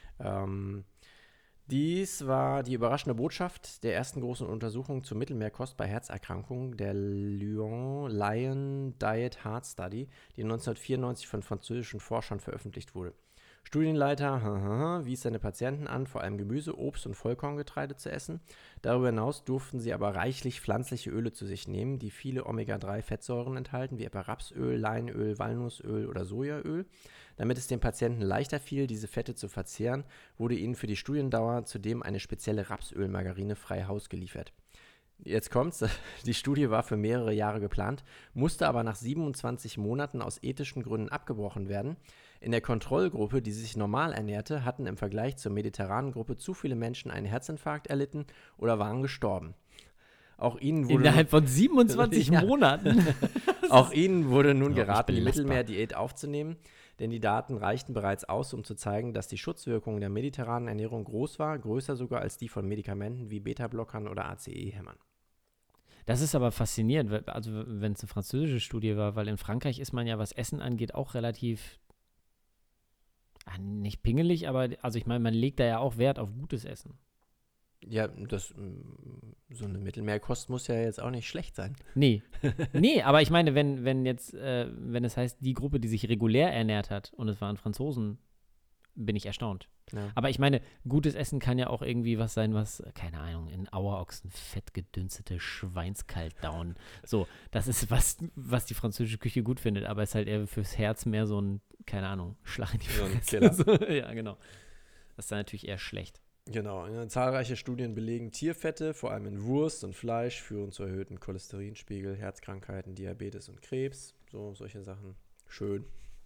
Dies war die überraschende Botschaft der ersten großen Untersuchung zur Mittelmeerkost bei Herzerkrankungen, der Lion Diet Heart Study, die 1994 von französischen Forschern veröffentlicht wurde. Studienleiter wies seine Patienten an, vor allem Gemüse, Obst und Vollkorngetreide zu essen. Darüber hinaus durften sie aber reichlich pflanzliche Öle zu sich nehmen, die viele Omega-3-Fettsäuren enthalten, wie etwa Rapsöl, Leinöl, Walnussöl oder Sojaöl. Damit es den Patienten leichter fiel, diese Fette zu verzehren, wurde ihnen für die Studiendauer zudem eine spezielle Rapsöl-Margarine frei Haus geliefert. Jetzt kommt's. Die Studie war für mehrere Jahre geplant, musste aber nach 27 Monaten aus ethischen Gründen abgebrochen werden. In der Kontrollgruppe, die sich normal ernährte, hatten im Vergleich zur mediterranen Gruppe zu viele Menschen einen Herzinfarkt erlitten oder waren gestorben. Auch ihnen wurde Innerhalb von 27 Ja. Monaten. Auch ihnen wurde nun Ja, geraten, die nicht belastbar. Mittelmeerdiät aufzunehmen, denn die Daten reichten bereits aus, um zu zeigen, dass die Schutzwirkung der mediterranen Ernährung groß war, größer sogar als die von Medikamenten wie Beta-Blockern oder ACE-Hämmern. Das ist aber faszinierend, also wenn es eine französische Studie war, weil in Frankreich ist man ja, was Essen angeht, auch relativ, nicht pingelig, aber also ich meine, man legt da ja auch Wert auf gutes Essen. Ja, so eine Mittelmeerkost muss ja jetzt auch nicht schlecht sein. Nee, aber ich meine, wenn es heißt, die Gruppe, die sich regulär ernährt hat, und es waren Franzosen, bin ich erstaunt. Ja. Aber ich meine, gutes Essen kann ja auch irgendwie was sein, was, keine Ahnung, in Auerochsenfett gedünstete Schweinskaltdown. So, das ist was die französische Küche gut findet, aber ist halt eher fürs Herz mehr so ein, keine Ahnung, Schlag in die So ein Fresse. Killer. So, ja, genau. Das ist dann natürlich eher schlecht. Genau, zahlreiche Studien belegen, Tierfette, vor allem in Wurst und Fleisch, führen zu erhöhten Cholesterinspiegel, Herzkrankheiten, Diabetes und Krebs. So, solche Sachen. Schön.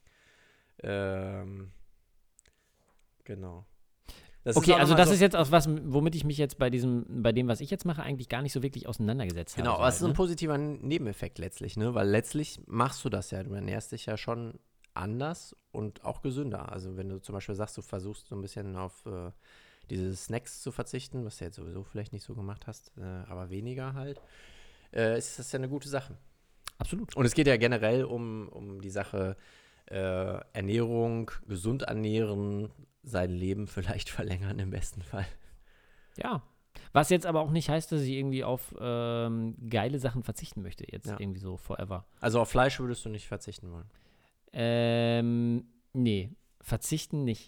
Genau. Okay, also das ist jetzt auch was, womit ich mich jetzt bei dem, was ich jetzt mache, eigentlich gar nicht so wirklich auseinandergesetzt Genau, habe. aber es ist so ein halt, ne? positiver Nebeneffekt letztlich, ne? Weil letztlich machst du das ja. Du ernährst dich ja schon anders und auch gesünder. Also wenn du zum Beispiel sagst, du versuchst so ein bisschen auf diese Snacks zu verzichten, was du jetzt sowieso vielleicht nicht so gemacht hast, aber weniger halt, ist das ja eine gute Sache. Absolut. Und es geht ja generell um die Sache Ernährung, gesund ernähren, sein Leben vielleicht verlängern im besten Fall. Ja. Was jetzt aber auch nicht heißt, dass ich irgendwie auf geile Sachen verzichten möchte, jetzt Ja. irgendwie so forever. Also auf Fleisch würdest du nicht verzichten wollen. Nee, verzichten nicht.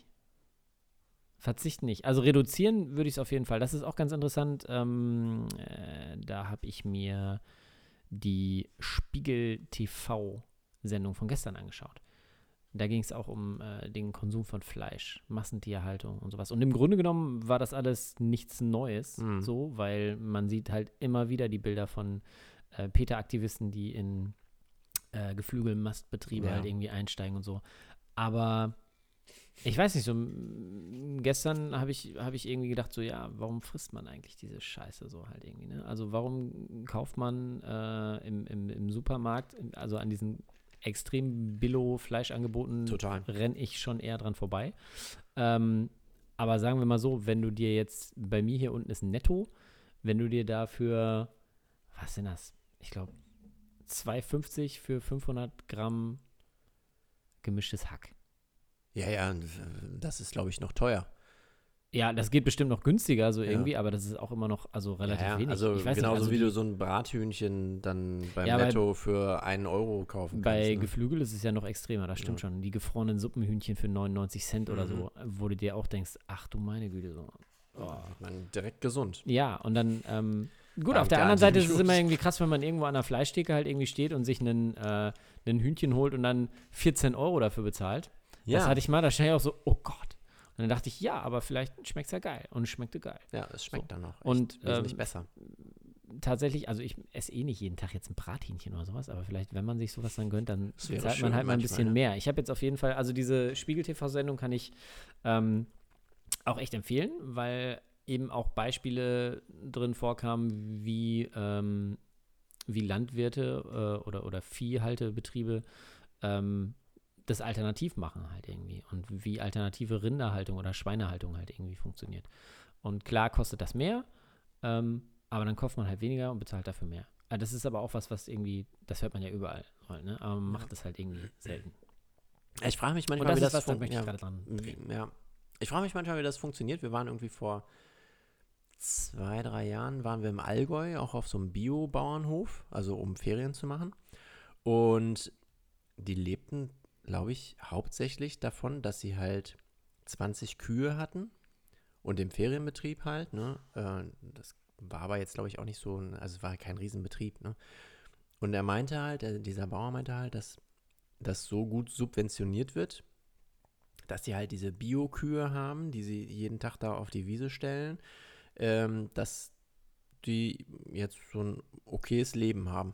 Also reduzieren würde ich es auf jeden Fall. Das ist auch ganz interessant. Da habe ich mir die Spiegel-TV-Sendung von gestern angeschaut. Da ging es auch um den Konsum von Fleisch, Massentierhaltung und sowas. Und im Grunde genommen war das alles nichts Neues, so, weil man sieht halt immer wieder die Bilder von PETA-Aktivisten, die in Geflügelmastbetriebe halt irgendwie einsteigen und so. Aber ich weiß nicht, so gestern habe ich irgendwie gedacht, so ja, warum frisst man eigentlich diese Scheiße so halt irgendwie, ne? Also warum kauft man im Supermarkt, also an diesen extrem Billo-Fleischangeboten, Total. renne ich schon eher dran vorbei. Aber sagen wir mal so, wenn du dir jetzt, bei mir hier unten ist ein Netto, wenn du dir dafür, was sind das? Ich glaube 2,50 für 500 Gramm gemischtes Hack. Ja, das ist, glaube ich, noch teuer. Ja, das geht bestimmt noch günstiger, so irgendwie, aber das ist auch immer noch, also relativ wenig. Also Ich weiß genauso nicht, also wie du so ein Brathühnchen dann beim Ja, Netto für 1 Euro kaufen bei kannst. Ne? Geflügel ist es ja noch extremer, das stimmt schon. Die gefrorenen Suppenhühnchen für 99 Cent oder so, wo du dir auch denkst, ach du meine Güte, so. Oh. Ich meine, direkt gesund. Ja, und dann, gut, Danke auf der an anderen die Seite ist es News. immer irgendwie krass, wenn man irgendwo an der Fleischtheke halt irgendwie steht und sich einen Hühnchen holt und dann 14 Euro dafür bezahlt. Das hatte ich mal, da stand ich auch so, oh Gott. Und dann dachte ich, ja, aber vielleicht schmeckt es ja geil. Und es schmeckte geil. Ja, es schmeckt dann noch. Echt Und, wesentlich besser. Tatsächlich, also ich esse eh nicht jeden Tag jetzt ein Brathähnchen oder sowas, aber vielleicht, wenn man sich sowas dann gönnt, dann Das wäre zahlt schön man halt mal ein manchmal, bisschen ne? mehr. Ich habe jetzt auf jeden Fall, also diese Spiegel-TV-Sendung kann ich auch echt empfehlen, weil eben auch Beispiele drin vorkamen, wie Landwirte oder Viehhaltebetriebe das alternativ machen halt irgendwie und wie alternative Rinderhaltung oder Schweinehaltung halt irgendwie funktioniert. Und klar kostet das mehr, aber dann kauft man halt weniger und bezahlt dafür mehr. Das ist aber auch was irgendwie, das hört man ja überall, ne? Aber man macht das halt irgendwie selten. Ich frage mich Und manchmal, das wie ist das was, da möchte ich funktioniert. gerade dran drehen. Ja. Ich frage mich manchmal, wie das funktioniert. Wir waren irgendwie vor 2, 3 Jahren waren wir im Allgäu, auch auf so einem Bio-Bauernhof, also um Ferien zu machen. Und die lebten, glaube ich, hauptsächlich davon, dass sie halt 20 Kühe hatten und im Ferienbetrieb halt, ne? Das war aber jetzt, glaube ich, auch nicht so, also es war kein Riesenbetrieb, ne? Und er meinte halt, dieser Bauer meinte halt, dass das so gut subventioniert wird, dass sie halt diese Bio-Kühe haben, die sie jeden Tag da auf die Wiese stellen, dass die jetzt so ein okayes Leben haben.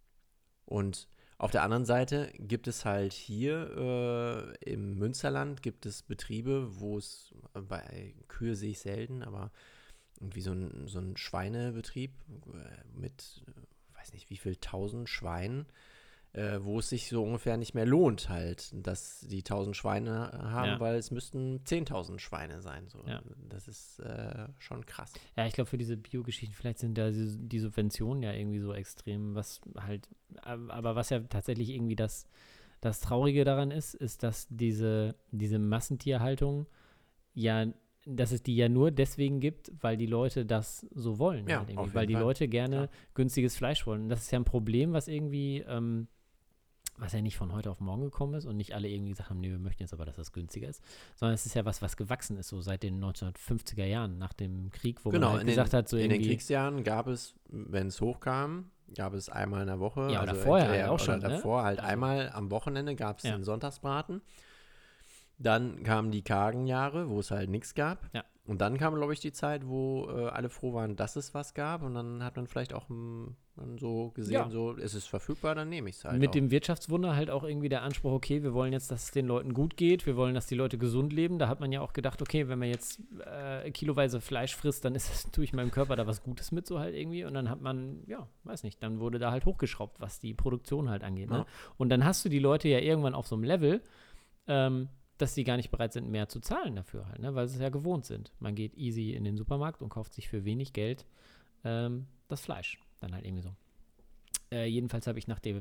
Und auf der anderen Seite gibt es halt hier im Münsterland gibt es Betriebe, wo es, bei Kühe sehe ich selten, aber irgendwie so ein Schweinebetrieb mit, weiß nicht wie viel, 1000 Schweinen, wo es sich so ungefähr nicht mehr lohnt halt, dass die 1000 Schweine haben, Ja. weil es müssten 10.000 Schweine sein. So. Ja. Das ist schon krass. Ja, ich glaube, für diese Biogeschichten, vielleicht sind da die Subventionen ja irgendwie so extrem, was halt, aber was ja tatsächlich irgendwie das Traurige daran ist, dass diese Massentierhaltung ja, dass es die ja nur deswegen gibt, weil die Leute das so wollen. Ja, halt irgendwie, auf jeden weil die Fall. Leute gerne Klar. günstiges Fleisch wollen. Und das ist ja ein Problem, was irgendwie, was ja nicht von heute auf morgen gekommen ist und nicht alle irgendwie gesagt haben, nee, wir möchten jetzt aber, dass das günstiger ist, sondern es ist ja was gewachsen ist, so seit den 1950er Jahren, nach dem Krieg, wo man halt gesagt hat, so in den irgendwie, Kriegsjahren gab es, wenn es hochkam, gab es einmal in der Woche. Ja, oder vorher halt auch oder schon, ne? davor halt Also- einmal am Wochenende gab es Ja. den Sonntagsbraten. Dann kamen die kargen Jahre, wo es halt nichts gab. Ja. Und dann kam, glaube ich, die Zeit, wo alle froh waren, dass es was gab. Und dann hat man vielleicht auch dann so gesehen, Ja. so, ist es verfügbar, dann nehme ich es halt mit auch. dem Wirtschaftswunder halt auch irgendwie der Anspruch, okay, wir wollen jetzt, dass es den Leuten gut geht, wir wollen, dass die Leute gesund leben. Da hat man ja auch gedacht, okay, wenn man jetzt kiloweise Fleisch frisst, dann tue ich meinem Körper da was Gutes mit, so halt irgendwie. Und dann hat man, ja, weiß nicht, dann wurde da halt hochgeschraubt, was die Produktion halt angeht. Ne? Ja. Und dann hast du die Leute ja irgendwann auf so einem Level, dass die gar nicht bereit sind, mehr zu zahlen dafür halt, ne? Weil sie es ja gewohnt sind. Man geht easy in den Supermarkt und kauft sich für wenig Geld das Fleisch. Dann halt irgendwie so. Jedenfalls habe ich nachdem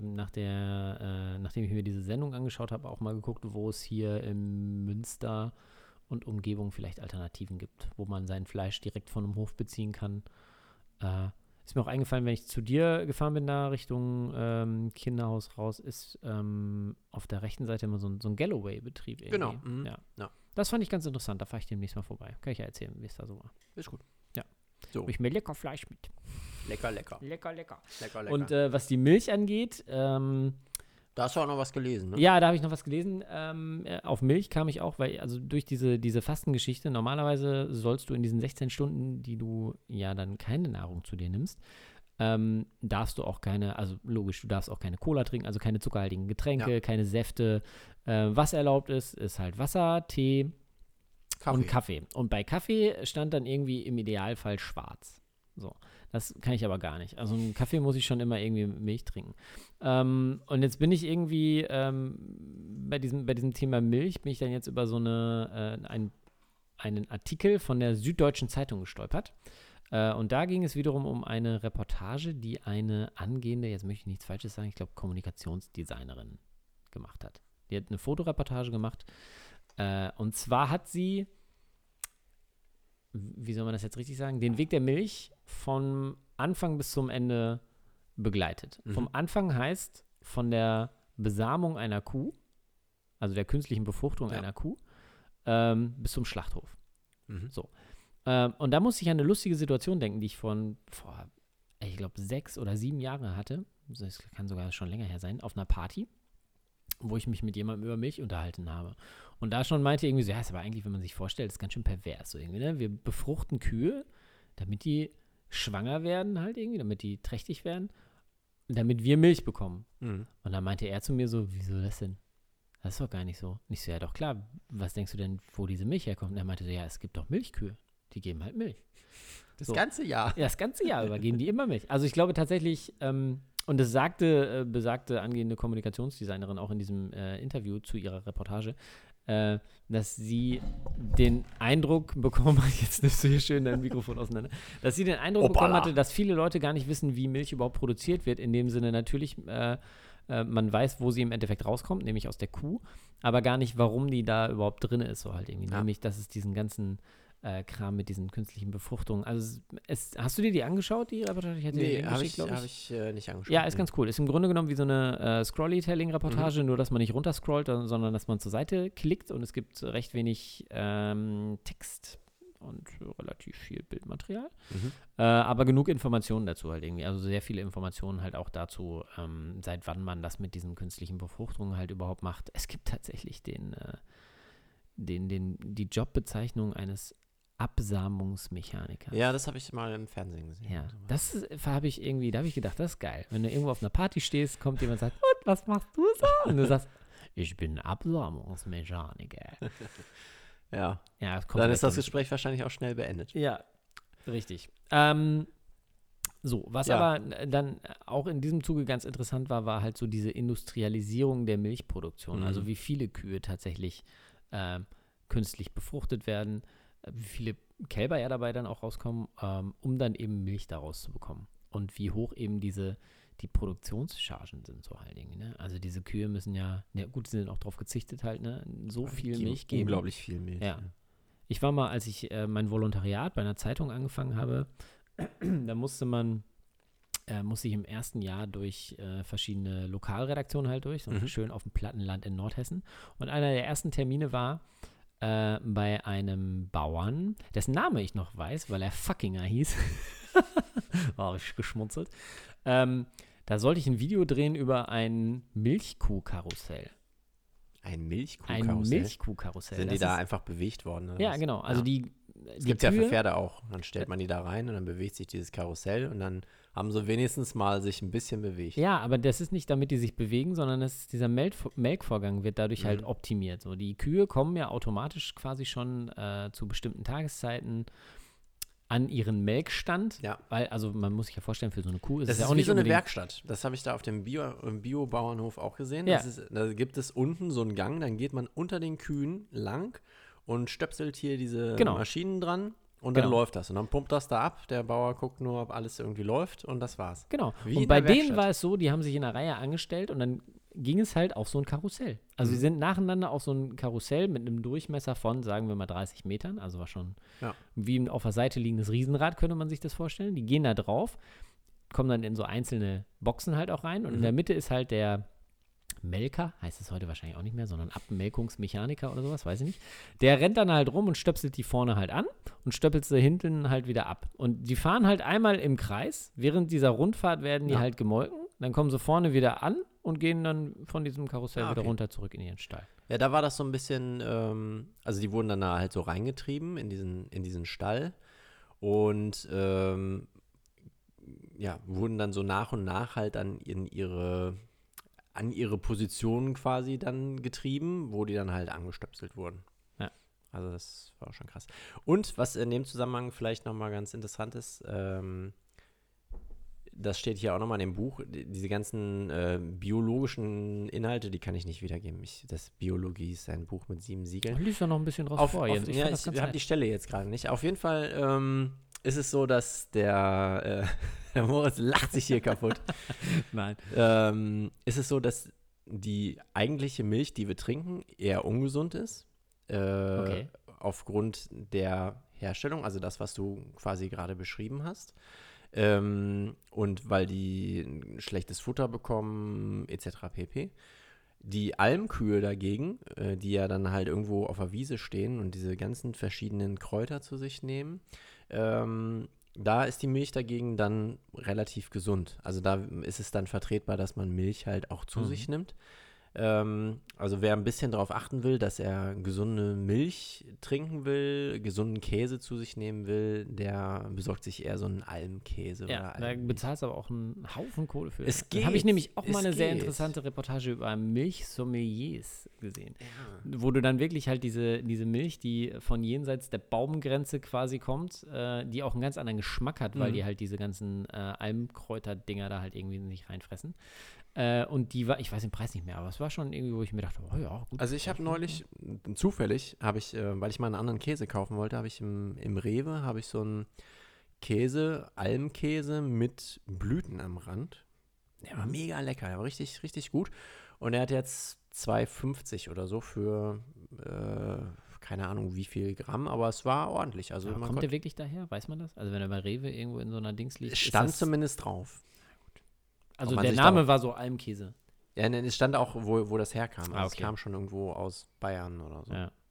ich mir diese Sendung angeschaut habe, auch mal geguckt, wo es hier in Münster und Umgebung vielleicht Alternativen gibt, wo man sein Fleisch direkt von einem Hof beziehen kann. Ist mir auch eingefallen, wenn ich zu dir gefahren bin, da Richtung Kinderhaus raus, ist auf der rechten Seite immer so ein Galloway-Betrieb irgendwie. Genau. Mhm. Ja. Ja. Das fand ich ganz interessant, da fahre ich demnächst mal vorbei. Kann ich ja erzählen, wie es da so war. Ist gut. Ja. So, Hab ich mir lecker Fleisch mit. lecker, lecker. Lecker, lecker. Lecker, lecker. Und was die Milch angeht, da hast du auch noch was gelesen, ne? ja, da habe ich noch was gelesen. Auf Milch kam ich auch, weil, also durch diese Fastengeschichte, normalerweise sollst du in diesen 16 Stunden, die du ja dann keine Nahrung zu dir nimmst, darfst du auch keine, also logisch, du darfst auch keine Cola trinken, also keine zuckerhaltigen Getränke, Ja. keine Säfte. Was erlaubt ist halt Wasser, Tee und Kaffee. Und bei Kaffee stand dann irgendwie im Idealfall schwarz. So, das kann ich aber gar nicht. Also einen Kaffee muss ich schon immer irgendwie mit Milch trinken. Und jetzt bin ich irgendwie bei diesem Thema Milch, bin ich dann jetzt über so einen Artikel von der Süddeutschen Zeitung gestolpert. Und da ging es wiederum um eine Reportage, die eine angehende, jetzt möchte ich nichts Falsches sagen, ich glaube Kommunikationsdesignerin gemacht hat. Die hat eine Fotoreportage gemacht. Und zwar hat sie, wie soll man das jetzt richtig sagen, den Weg der Milch vom Anfang bis zum Ende begleitet. Mhm. Vom Anfang heißt von der Besamung einer Kuh, also der künstlichen Befruchtung Ja. einer Kuh, bis zum Schlachthof. Mhm. So. Und da muss ich an eine lustige Situation denken, die ich vor ich glaube, 6 oder 7 Jahren hatte. Das kann sogar schon länger her sein, auf einer Party, wo ich mich mit jemandem über Milch unterhalten habe. Und da schon meinte irgendwie so, ja, ist aber eigentlich, wenn man sich vorstellt, ist ganz schön pervers so irgendwie, ne? Wir befruchten Kühe, damit die schwanger werden halt irgendwie, damit die trächtig werden, damit wir Milch bekommen. Mhm. Und dann meinte er zu mir so, wieso das denn? Das ist doch gar nicht so. Und ich so, ja doch klar, was denkst du denn, wo diese Milch herkommt? Und er meinte so, ja, es gibt doch Milchkühe, die geben halt Milch. Das So. ganze Jahr. Ja, das ganze Jahr über geben die immer Milch. Also ich glaube tatsächlich, und das besagte angehende Kommunikationsdesignerin auch in diesem Interview zu ihrer Reportage, dass sie den Eindruck bekommen hat, jetzt nimmst du hier schön dein Mikrofon auseinander, dass sie den Eindruck bekommen hatte, dass viele Leute gar nicht wissen, wie Milch überhaupt produziert wird. In dem Sinne natürlich, man weiß, wo sie im Endeffekt rauskommt, nämlich aus der Kuh, aber gar nicht, warum die da überhaupt drin ist, so halt irgendwie. Ja. Nämlich, dass es diesen ganzen Kram mit diesen künstlichen Befruchtungen. Also hast du dir die angeschaut, die Reportage? Ich hatte dir Nee, die habe geschickt, ich, glaub hab ich nicht angeschaut. Ja, ist ganz cool. Ist im Grunde genommen wie so eine Scrollytelling-Reportage, nur dass man nicht runterscrollt, sondern dass man zur Seite klickt und es gibt recht wenig Text und relativ viel Bildmaterial. Mhm. Aber genug Informationen dazu halt irgendwie. Also sehr viele Informationen halt auch dazu, seit wann man das mit diesen künstlichen Befruchtungen halt überhaupt macht. Es gibt tatsächlich die Jobbezeichnung eines Absamungsmechaniker. Ja, das habe ich mal im Fernsehen gesehen. Ja, und so. das habe ich irgendwie, da habe ich gedacht, das ist geil. Wenn du irgendwo auf einer Party stehst, kommt jemand und sagt, und, was machst du so? Und du sagst, ich bin Absamungsmechaniker. Ja, Ja, das kommt dann ist das vielleicht Gespräch wahrscheinlich auch schnell beendet. Ja, richtig. Was Ja. aber dann auch in diesem Zuge ganz interessant war, war halt so diese Industrialisierung der Milchproduktion. Mhm. Also wie viele Kühe tatsächlich künstlich befruchtet werden, wie viele Kälber ja dabei dann auch rauskommen, um dann eben Milch daraus zu bekommen. Und wie hoch eben die Produktionschargen sind so halt irgendwie, ne? Also diese Kühe müssen ja gut, sie sind auch drauf gezüchtet halt, ne? So viel Milch geben. Unglaublich viel Milch. Ja. Ich war mal, als ich mein Volontariat bei einer Zeitung angefangen habe, da musste ich im ersten Jahr durch verschiedene Lokalredaktionen halt durch, so schön auf dem Plattenland in Nordhessen. Und einer der ersten Termine war bei einem Bauern, dessen Name ich noch weiß, weil er Fuckinger hieß. War ich geschmunzelt. Da sollte ich ein Video drehen über ein Milchkuhkarussell. Ein Milchkuhkarussell? Ein Milchkuhkarussell. Sind die Das da ist- einfach bewegt worden? Oder Ja, was? genau. Also Ja. die Das gibt es ja für Kühe- Pferde auch. Dann stellt man die da rein und dann bewegt sich dieses Karussell und dann haben sie wenigstens mal sich ein bisschen bewegt. Ja, aber das ist nicht, damit die sich bewegen, sondern dieser Melkvorgang wird dadurch halt optimiert. So, die Kühe kommen ja automatisch quasi schon zu bestimmten Tageszeiten an ihren Melkstand. Ja. Weil, also man muss sich ja vorstellen, für so eine Kuh ist Das es ja ist auch wie nicht so eine unbedingt. Werkstatt. Das habe ich da auf dem Bio-Bauernhof auch gesehen. Ja. Da gibt es unten so einen Gang, dann geht man unter den Kühen lang und stöpselt hier diese Genau. Maschinen dran und dann Genau. läuft das. Und dann pumpt das da ab. Der Bauer guckt nur, ob alles irgendwie läuft und das war's. Genau. Wie Und in bei der denen Werkstatt. war es so, die haben sich in einer Reihe angestellt und dann ging es halt auf so ein Karussell. Also sie sind nacheinander auf so ein Karussell mit einem Durchmesser von, sagen wir mal, 30 Metern. Also war schon Ja. wie ein auf der Seite liegendes Riesenrad, könnte man sich das vorstellen. Die gehen da drauf, kommen dann in so einzelne Boxen halt auch rein und in der Mitte ist halt der Melker, heißt es heute wahrscheinlich auch nicht mehr, sondern Abmelkungsmechaniker oder sowas, weiß ich nicht. Der rennt dann halt rum und stöpselt die vorne halt an und stöpselt sie hinten halt wieder ab. Und die fahren halt einmal im Kreis. Während dieser Rundfahrt werden die Ja. halt gemolken. Dann kommen sie vorne wieder an und gehen dann von diesem Karussell Ah, wieder okay. runter zurück in ihren Stall. Ja, da war das so ein bisschen, also die wurden dann da halt so reingetrieben in diesen Stall und ja, wurden dann so nach und nach halt dann an ihre Positionen quasi dann getrieben, wo die dann halt angestöpselt wurden. Ja. Also das war auch schon krass. Und was in dem Zusammenhang vielleicht nochmal ganz interessant ist, das steht hier auch nochmal in dem Buch, diese ganzen biologischen Inhalte, die kann ich nicht wiedergeben. Das Biologie ist ein Buch mit 7 Siegeln. Lies doch noch ein bisschen draus vor, Jens. Ja, fand das ich ganz habe die nett. Stelle jetzt gerade nicht. Auf jeden Fall ist es so, dass der Moritz lacht sich hier kaputt. Nein. Ist es so, dass die eigentliche Milch, die wir trinken, eher ungesund ist. Okay. Aufgrund der Herstellung, also das, was du quasi gerade beschrieben hast. Und weil die ein schlechtes Futter bekommen, etc. pp. Die Almkühe dagegen, die ja dann halt irgendwo auf der Wiese stehen und diese ganzen verschiedenen Kräuter zu sich nehmen, da ist die Milch dagegen dann relativ gesund. Also da ist es dann vertretbar, dass man Milch halt auch zu sich nimmt. Also wer ein bisschen darauf achten will, dass er gesunde Milch trinken will, gesunden Käse zu sich nehmen will, der besorgt sich eher so einen Almkäse Ja, oder da Almmilch. bezahlst du aber auch einen Haufen Kohle für. Es Da habe ich geht, nämlich auch mal es eine sehr geht. interessante Reportage über Milchsommeliers gesehen. Wo du dann wirklich halt diese Milch, die von jenseits der Baumgrenze quasi kommt, die auch einen ganz anderen Geschmack hat, weil die halt diese ganzen Almkräuter-Dinger da halt irgendwie in sich reinfressen. Und die war, ich weiß den Preis nicht mehr, aber es war schon irgendwie, wo ich mir dachte, oh ja, gut. Also ich habe neulich, zufällig, weil ich mal einen anderen Käse kaufen wollte, habe ich im Rewe, habe ich so einen Käse, Almkäse mit Blüten am Rand. Der war mega lecker, der war richtig, richtig gut. Und er hat jetzt 2,50 oder so für, keine Ahnung wie viel Gramm, aber es war ordentlich. Also Aber man kommt konnte, der wirklich daher? Weiß man das? Also wenn er bei Rewe irgendwo in so einer Dings liegt, es ist stand das, zumindest drauf. also ob man der sich Name darauf- war so Almkäse. Ja, ne, es stand auch, wo das herkam. Also Ah, es okay. kam schon irgendwo aus Bayern oder so. Ja.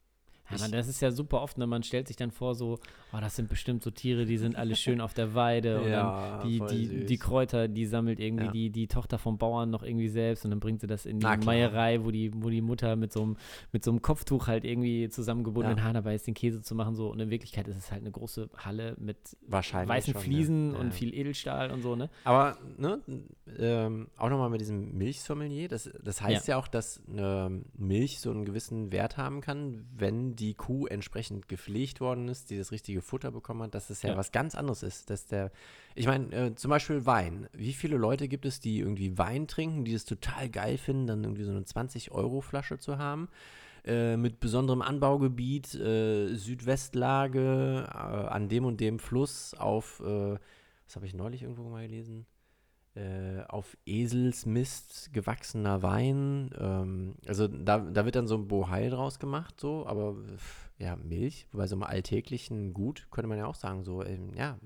Ja, man, das ist ja super oft, ne? Man stellt sich dann vor, so, oh, das sind bestimmt so Tiere, die sind alle schön auf der Weide und Ja, dann voll die süß. Kräuter, die sammelt irgendwie Ja. die Tochter vom Bauern noch irgendwie selbst und dann bringt sie das in die Na klar. Meierei, wo die Mutter mit so einem Kopftuch halt irgendwie zusammengebundenen Ja. Haaren dabei ist, den Käse zu machen, so. Und in Wirklichkeit ist es halt eine große Halle mit Wahrscheinlich weißen schon, Fliesen ja. und Ja. viel Edelstahl und so, ne? Aber, ne, auch nochmal mit diesem Milchsommelier, das heißt ja auch, dass eine Milch so einen gewissen Wert haben kann, wenn die Kuh entsprechend gepflegt worden ist, die das richtige Futter bekommen hat, dass es ja was ganz anderes ist. Ich meine, zum Beispiel Wein. Wie viele Leute gibt es, die irgendwie Wein trinken, die es total geil finden, dann irgendwie so eine 20-Euro-Flasche zu haben? Mit besonderem Anbaugebiet, Südwestlage, an dem und dem Fluss auf, was habe ich neulich irgendwo mal gelesen? Auf Eselsmist gewachsener Wein. Also da wird dann so ein Bohai draus gemacht, so, aber ja, Milch, bei so einem alltäglichen Gut, könnte man ja auch sagen, so, ja,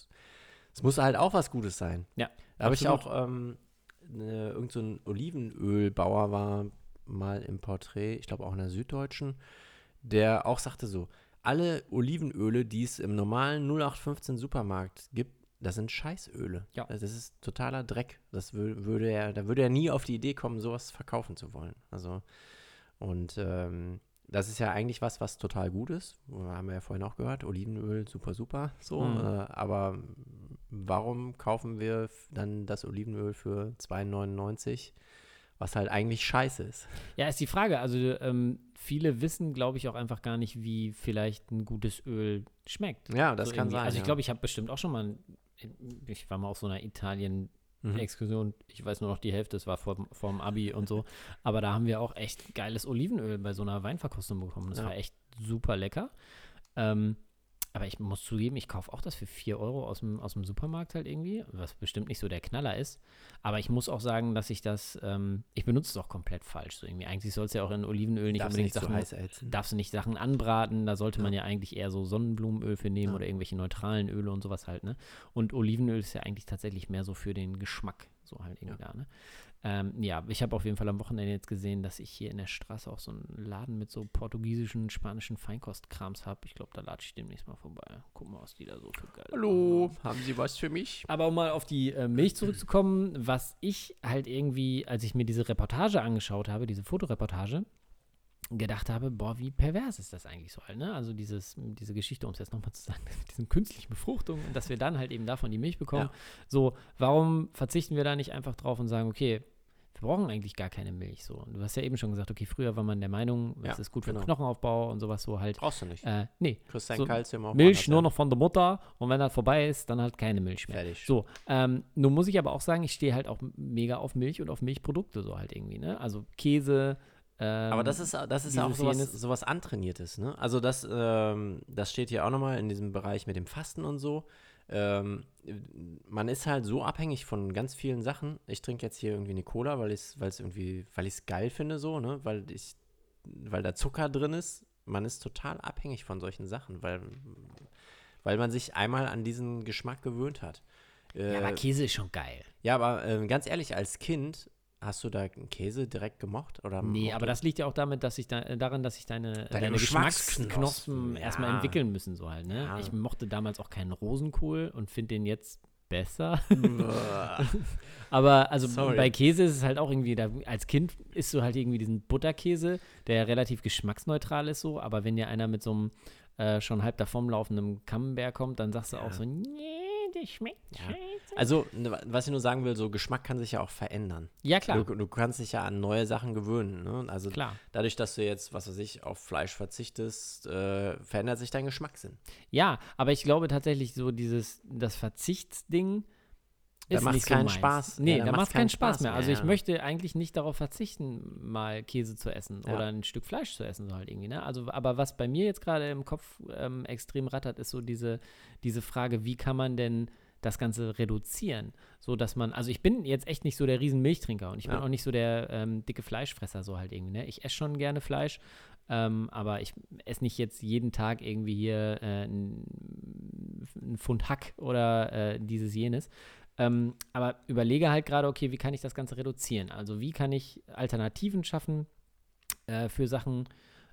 es muss halt auch was Gutes sein. Ja, Da habe ich absolut. auch, irgend so ein Olivenölbauer war mal im Porträt, ich glaube auch in der Süddeutschen, der auch sagte so, alle Olivenöle, die es im normalen 0815 Supermarkt gibt, das sind Scheißöle. Ja. Das ist totaler Dreck. Da würde er nie auf die Idee kommen, sowas verkaufen zu wollen. Also, und das ist ja eigentlich was total gut ist. Haben wir ja vorhin auch gehört. Olivenöl, super, super. So. Aber warum kaufen wir dann das Olivenöl für 2,99, was halt eigentlich scheiße ist? Ja, ist die Frage. Also viele wissen, glaube ich, auch einfach gar nicht, wie vielleicht ein gutes Öl schmeckt. Ja, das So kann irgendwie. sein. Also ich ja. glaube, ich habe bestimmt auch schon mal, ich war mal auf so einer Italien-Exkursion, ich weiß nur noch die Hälfte, es war vorm Abi und so, aber da haben wir auch echt geiles Olivenöl bei so einer Weinverkostung bekommen. Das Ja. war echt super lecker. Aber ich muss zugeben, ich kaufe auch das für 4 Euro aus dem Supermarkt halt irgendwie, was bestimmt nicht so der Knaller ist. Aber ich muss auch sagen, dass ich ich benutze es auch komplett falsch. So irgendwie. Eigentlich soll es ja auch in Olivenöl nicht Darfst unbedingt nicht zu Sachen, heiß erhitzen. darfst du nicht Sachen anbraten. Da sollte man Ja. ja eigentlich eher so Sonnenblumenöl für nehmen Ja. oder irgendwelche neutralen Öle und sowas halt, ne? Und Olivenöl ist ja eigentlich tatsächlich mehr so für den Geschmack, so halt irgendwie da, ne? Ja, ich habe auf jeden Fall am Wochenende jetzt gesehen, dass ich hier in der Straße auch so einen Laden mit so portugiesischen, spanischen Feinkostkrams habe. Ich glaube, da latsche ich demnächst mal vorbei. Guck mal, was die da so für geil Hallo, haben Sie was für mich? aber um mal auf die Milch zurückzukommen, was ich halt irgendwie, als ich mir diese Reportage angeschaut habe, diese Fotoreportage, gedacht habe, boah, wie pervers ist das eigentlich so halt, ne? Also diese Geschichte, um es jetzt nochmal zu sagen, mit diesen künstlichen Befruchtungen und dass wir dann halt eben davon die Milch bekommen. Ja. So, warum verzichten wir da nicht einfach drauf und sagen, okay, wir brauchen eigentlich gar keine Milch, so. Und du hast ja eben schon gesagt, okay, früher war man der Meinung, das Ja, ist gut für genau. den Knochenaufbau und sowas so halt. Brauchst du nicht. Nee, Kriegst dein so Kalzium auch Milch woanders nur her. noch von der Mutter und wenn das vorbei ist, dann halt keine Milch mehr. Fertig. So, nun muss ich aber auch sagen, ich stehe halt auch mega auf Milch und auf Milchprodukte so halt irgendwie, ne? Also Käse. Aber das ist auch dieses, jenes. sowas Antrainiertes, ne? Also das steht hier auch nochmal in diesem Bereich mit dem Fasten und so. Man ist halt so abhängig von ganz vielen Sachen. Ich trinke jetzt hier irgendwie eine Cola, weil ich es geil finde, so, ne? Weil da Zucker drin ist. Man ist total abhängig von solchen Sachen, weil man sich einmal an diesen Geschmack gewöhnt hat. Ja, aber Käse ist schon geil. Ja, aber ganz ehrlich, als Kind hast du da Käse direkt gemocht? Oder Nee, aber das liegt ja auch damit, dass daran, dass sich deine Geschmacksknospen, Geschmacksknospen erstmal ja. entwickeln müssen, so halt, ne? Ja. Ich mochte damals auch keinen Rosenkohl und finde den jetzt besser. Aber also Sorry. bei Käse ist es halt auch irgendwie, als Kind isst du halt irgendwie diesen Butterkäse, der relativ geschmacksneutral ist so, aber wenn dir einer mit so einem schon halb davonlaufenden Camembert kommt, dann sagst du auch so, nee, der schmeckt scheiße. Also, was ich nur sagen will, so Geschmack kann sich ja auch verändern. Ja, klar. Du kannst dich ja an neue Sachen gewöhnen. Ne? Also Klar. dadurch, dass du jetzt, was weiß ich, auf Fleisch verzichtest, verändert sich dein Geschmackssinn. Ja, aber ich glaube tatsächlich so das Verzichtsding Da ist macht's nicht so keinen meins. Spaß. Nee, Ja, da macht es keinen Spaß mehr. Also ich ja. möchte eigentlich nicht darauf verzichten, mal Käse zu essen Ja. oder ein Stück Fleisch zu essen, so halt irgendwie, ne? Also, aber was bei mir jetzt gerade im Kopf extrem rattert, ist so diese Frage, wie kann man denn das Ganze reduzieren, so dass man, also ich bin jetzt echt nicht so der riesen Milchtrinker und ich bin Ja. auch nicht so der dicke Fleischfresser, so halt irgendwie, ne? Ich esse schon gerne Fleisch, aber ich esse nicht jetzt jeden Tag irgendwie hier ein Pfund Hack oder dieses, jenes. Aber überlege halt gerade, okay, wie kann ich das Ganze reduzieren? Also wie kann ich Alternativen schaffen für Sachen,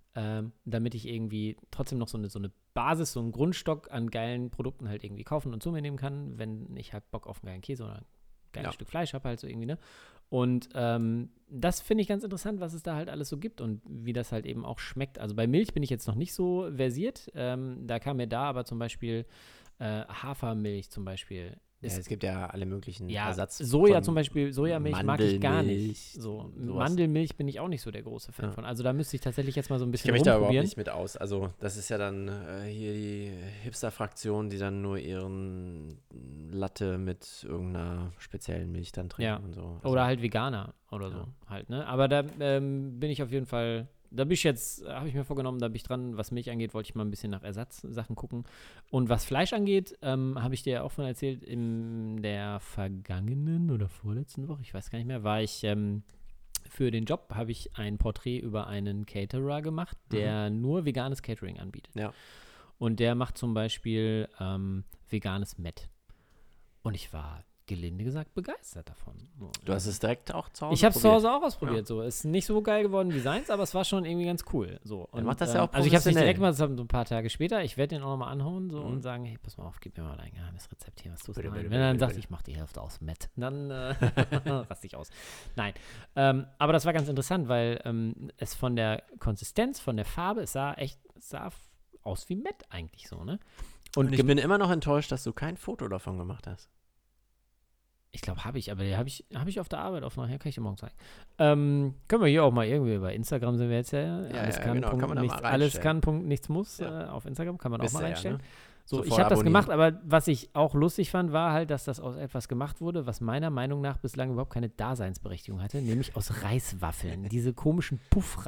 damit ich irgendwie trotzdem noch so eine Basis, so einen Grundstock an geilen Produkten halt irgendwie kaufen und zu mir nehmen kann, wenn ich halt Bock auf einen geilen Käse oder ein geiles Stück Fleisch habe halt so irgendwie, ne? Und das finde ich ganz interessant, was es da halt alles so gibt und wie das halt eben auch schmeckt. Also bei Milch bin ich jetzt noch nicht so versiert. Da kam mir da aber zum Beispiel Hafermilch zum Beispiel. Es gibt ja alle möglichen Ersatz. Soja zum Beispiel, Sojamilch mag ich gar nicht. sowas. Mandelmilch bin ich auch nicht so der große Fan von. Also da müsste ich tatsächlich jetzt mal so ein Ich bisschen kenne mich da überhaupt rumprobieren. nicht mit aus. Also das ist ja dann hier die Hipster-Fraktion, die dann nur ihren Latte mit irgendeiner speziellen Milch dann trinken und so. Also, Oder halt Veganer oder so halt, ne? Aber da bin ich auf jeden Fall, habe ich mir vorgenommen, da bin ich dran, was Milch angeht, wollte ich mal ein bisschen nach Ersatzsachen gucken. Und was Fleisch angeht, habe ich dir ja auch von erzählt, in der vergangenen oder vorletzten Woche, ich weiß gar nicht mehr, war ich für den Job, habe ich ein Porträt über einen Caterer gemacht, der nur veganes Catering anbietet. Ja. Und der macht zum Beispiel veganes Mett. Und ich war gelinde gesagt begeistert davon. Du hast es direkt auch zu Hause Ich habe es zu probiert. Hause auch ausprobiert. So. Ist nicht so geil geworden wie seins, aber es war schon irgendwie ganz cool. So. Und, macht das ja auch also ich habe es nicht professionell. direkt gemacht, das haben so ein paar Tage später. Ich werde den auch nochmal anhauen so, und sagen, hey, pass mal auf, gib mir mal dein geheimes Rezept hier, was tust du Bitte, rein? bitte, Wenn er dann bitte, sagt, bitte. ich mache die Hälfte aus Mett, dann raste ich aus. Nein, aber das war ganz interessant, weil es von der Konsistenz, von der Farbe, es sah aus wie Mett eigentlich so, ne? Und ich bin immer noch enttäuscht, dass du kein Foto davon gemacht hast. Ich glaube, habe ich, aber die habe ich auf der Arbeit aufgenommen. Kann ich dir morgen zeigen. Können wir hier auch mal irgendwie bei Instagram sind wir jetzt ja. Alles kann, genau, Punkt, kann man da nichts, mal alles reinstellen. kann, Punkt, nichts muss. Ja. Auf Instagram kann man auch Wisst mal ihr ja, reinstellen. ne? So, Sofort ich habe das abonnieren. gemacht, aber was ich auch lustig fand, war halt, dass das aus etwas gemacht wurde, was meiner Meinung nach bislang überhaupt keine Daseinsberechtigung hatte, nämlich aus Reiswaffeln. Diese komischen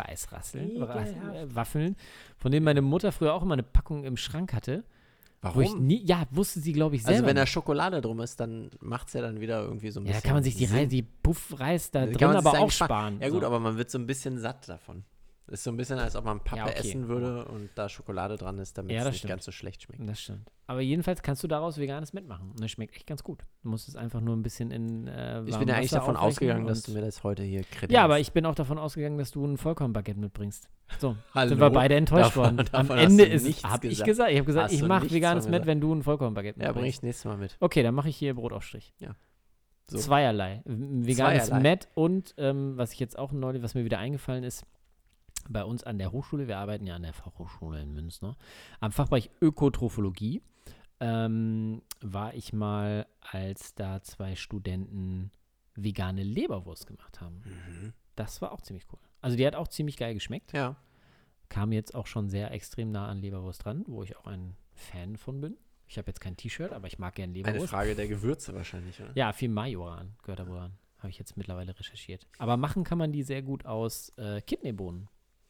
Waffeln, von denen meine Mutter früher auch immer eine Packung im Schrank hatte. Wo ich Warum? wusste sie, glaube ich, selber. Also wenn da nicht. Schokolade drum ist, dann macht es ja dann wieder irgendwie so ein Ja, bisschen da kann man sich Sinn. die Puffreis da Kann drin man sich aber auch eigentlich sparen. Ja gut, so. aber man wird so ein bisschen satt davon. Ist so ein bisschen, als ob man Pappe Ja, okay. essen würde und da Schokolade dran ist, damit Ja, es das nicht stimmt. ganz so schlecht schmeckt. Das stimmt. Aber jedenfalls kannst du daraus veganes Mett machen. Und das schmeckt echt ganz gut. Du musst es einfach nur ein bisschen in Ich bin ja eigentlich davon ausgegangen, dass du mir das heute hier kreditierst. Ja, aber ich bin auch davon ausgegangen, dass du ein Vollkornbaguette mitbringst. So, Hallo? sind wir beide enttäuscht Davon- worden. Am davon hast Ende du ist es, nichts habe ich gesagt. gesagt. Ich habe gesagt, Hast ich du mache nichts veganes von Mett, gesagt. wenn du ein Vollkornbaguette Ja, bring mitbringst. ich nächstes Mal mit. Okay, dann mache ich hier Brotaufstrich. So. Zweierlei. Veganes Zweierlei. Mett und was ich jetzt auch neulich, was mir wieder eingefallen ist, bei uns an der Hochschule, wir arbeiten ja an der Fachhochschule in Münster, am Fachbereich Ökotrophologie, war ich mal, als da 2 Studenten vegane Leberwurst gemacht haben. Das war auch ziemlich cool. Also die hat auch ziemlich geil geschmeckt. Ja. Kam jetzt auch schon sehr extrem nah an Leberwurst dran, wo ich auch ein Fan von bin. Ich habe jetzt kein T-Shirt, aber ich mag gern Eine Leberwurst. Frage der Gewürze wahrscheinlich, oder? Ja, viel Majoran gehört da wohl an. Habe ich jetzt mittlerweile recherchiert. Aber machen kann man die sehr gut aus Kidneybohnen.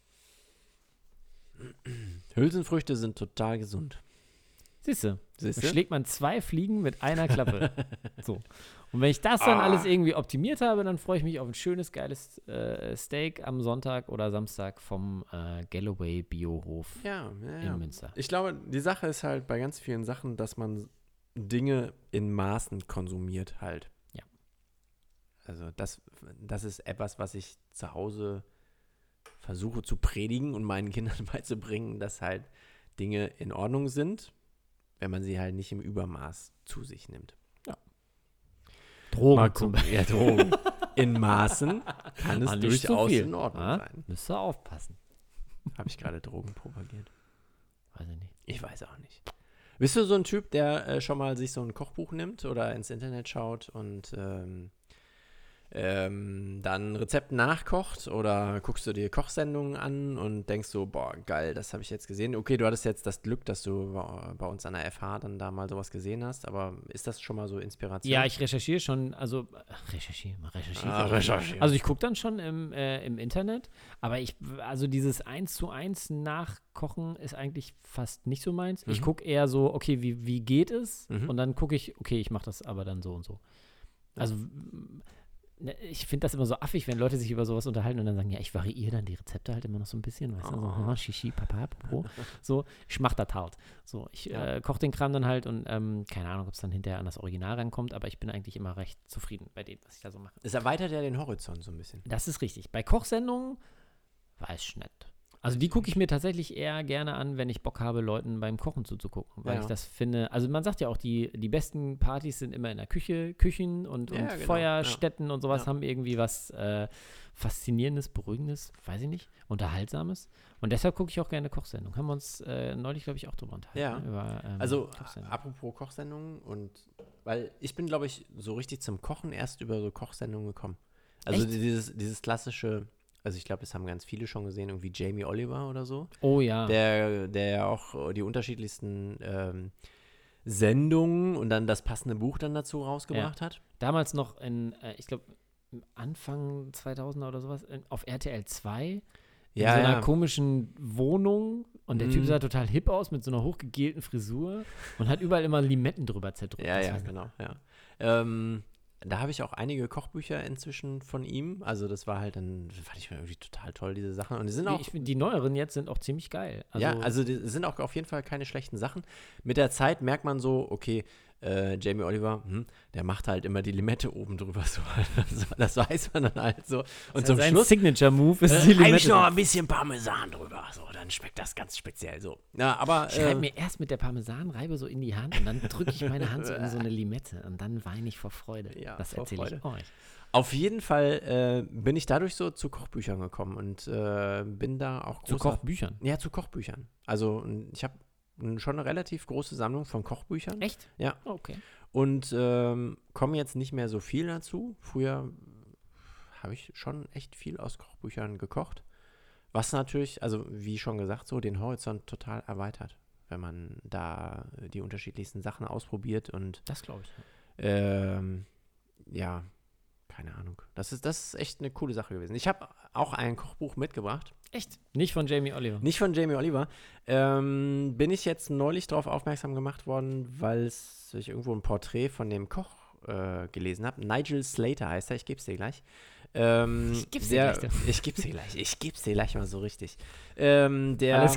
Hülsenfrüchte sind total gesund. Siehste, da Siehste? schlägt man 2 Fliegen mit einer Klappe. So. Und wenn ich das dann alles irgendwie optimiert habe, dann freue ich mich auf ein schönes, geiles Steak am Sonntag oder Samstag vom Galloway Biohof Ja. in Münster. Ich glaube, die Sache ist halt bei ganz vielen Sachen, dass man Dinge in Maßen konsumiert halt. Ja. Also das ist etwas, was ich zu Hause versuche zu predigen und meinen Kindern beizubringen, dass halt Dinge in Ordnung sind, wenn man sie halt nicht im Übermaß zu sich nimmt. Drogen gucken. Ja, Drogen. In Maßen kann es Ah, nicht so durchaus viel. in Ordnung Ah, sein. müsst ihr aufpassen. Habe ich gerade Drogen propagiert? Weiß ich nicht. Ich weiß auch nicht. Bist du so ein Typ, der schon mal sich so ein Kochbuch nimmt oder ins Internet schaut und dann Rezept nachkocht oder guckst du dir Kochsendungen an und denkst so, boah, geil, das habe ich jetzt gesehen. Okay, du hattest jetzt das Glück, dass du bei uns an der FH dann da mal sowas gesehen hast, aber ist das schon mal so Inspiration? Ja, ich recherchiere schon, also recherchiere. recherchiere. Also ich gucke dann schon im Internet, aber also dieses 1:1 Nachkochen ist eigentlich fast nicht so meins. Ich gucke eher so, okay, wie geht es? Und dann gucke ich, okay, ich mache das aber dann so und so. Also ich finde das immer so affig, wenn Leute sich über sowas unterhalten und dann sagen, ja, ich variiere dann die Rezepte halt immer noch so ein bisschen, weißt du, so, Shishi, Papa, Popo, so, ich mach das halt. So, ich koche den Kram dann halt und keine Ahnung, ob es dann hinterher an das Original rankommt, aber ich bin eigentlich immer recht zufrieden bei dem, was ich da so mache. Es erweitert ja den Horizont so ein bisschen. Das ist richtig. Bei Kochsendungen weiß ich nicht. Also die gucke ich mir tatsächlich eher gerne an, wenn ich Bock habe, Leuten beim Kochen zuzugucken, weil Ja. ich das finde, also man sagt ja auch, die besten Partys sind immer in der Küche, Küchen und Ja, genau, Feuerstätten und sowas Ja. haben irgendwie was Faszinierendes, Beruhigendes, weiß ich nicht, Unterhaltsames. Und deshalb gucke ich auch gerne Kochsendungen. Haben wir uns neulich, glaube ich, auch drüber unterhalten. Ja. Ne? Über, Also, Kochsendungen. apropos Kochsendungen weil ich bin, glaube ich, so richtig zum Kochen erst über so Kochsendungen gekommen. Also Echt? dieses klassische, also ich glaube, das haben ganz viele schon gesehen, irgendwie Jamie Oliver oder so, Oh ja. der ja auch die unterschiedlichsten Sendungen und dann das passende Buch dann dazu rausgebracht hat. Damals noch ich glaube, Anfang 2000er oder sowas, auf RTL 2 in Ja, so einer ja. komischen Wohnung und der Typ Mhm. sah total hip aus mit so einer hochgegelten Frisur und hat überall immer Limetten drüber zerdrückt. Ja, Das ja, weiß ich. genau, ja. Da habe ich auch einige Kochbücher inzwischen von ihm. Also das war halt dann, fand ich irgendwie total toll, diese Sachen. Und die sind auch, Ich find, die neueren jetzt sind auch ziemlich geil. also die sind auch auf jeden Fall keine schlechten Sachen. Mit der Zeit merkt man so, okay, Jamie Oliver, der macht halt immer die Limette oben drüber. So. Das weiß man dann halt so. Und zum sein Schluss Signature-Move ist die reibe ich Limette. noch ein bisschen Parmesan drüber. So, dann schmeckt das ganz speziell so. Ja, aber Ich reibe mir erst mit der Parmesanreibe so in die Hand und dann drücke ich meine Hand so in so eine Limette und dann weine ich vor Freude. Ja, das vor erzähle ich Freude. euch. auf jeden Fall bin ich dadurch so zu Kochbüchern gekommen und bin da auch Zu großer- Kochbüchern. Ja, zu Kochbüchern. Also ich habe schon eine relativ große Sammlung von Kochbüchern. Echt? Ja. Oh, okay. Und komme jetzt nicht mehr so viel dazu. Früher habe ich schon echt viel aus Kochbüchern gekocht. Was natürlich, also wie schon gesagt, so den Horizont total erweitert, wenn man da die unterschiedlichsten Sachen ausprobiert und Das glaube ich. ja, keine Ahnung. Das ist echt eine coole Sache gewesen. Ich habe auch ein Kochbuch mitgebracht. Echt? Nicht von Jamie Oliver. Nicht von Jamie Oliver. Bin ich jetzt neulich darauf aufmerksam gemacht worden, weil ich irgendwo ein Porträt von dem Koch gelesen habe. Nigel Slater heißt er, ich gebe es dir gleich. Ich geb's dir gleich. Ich gebe es dir gleich. Ich gebe es dir gleich mal so richtig. Alles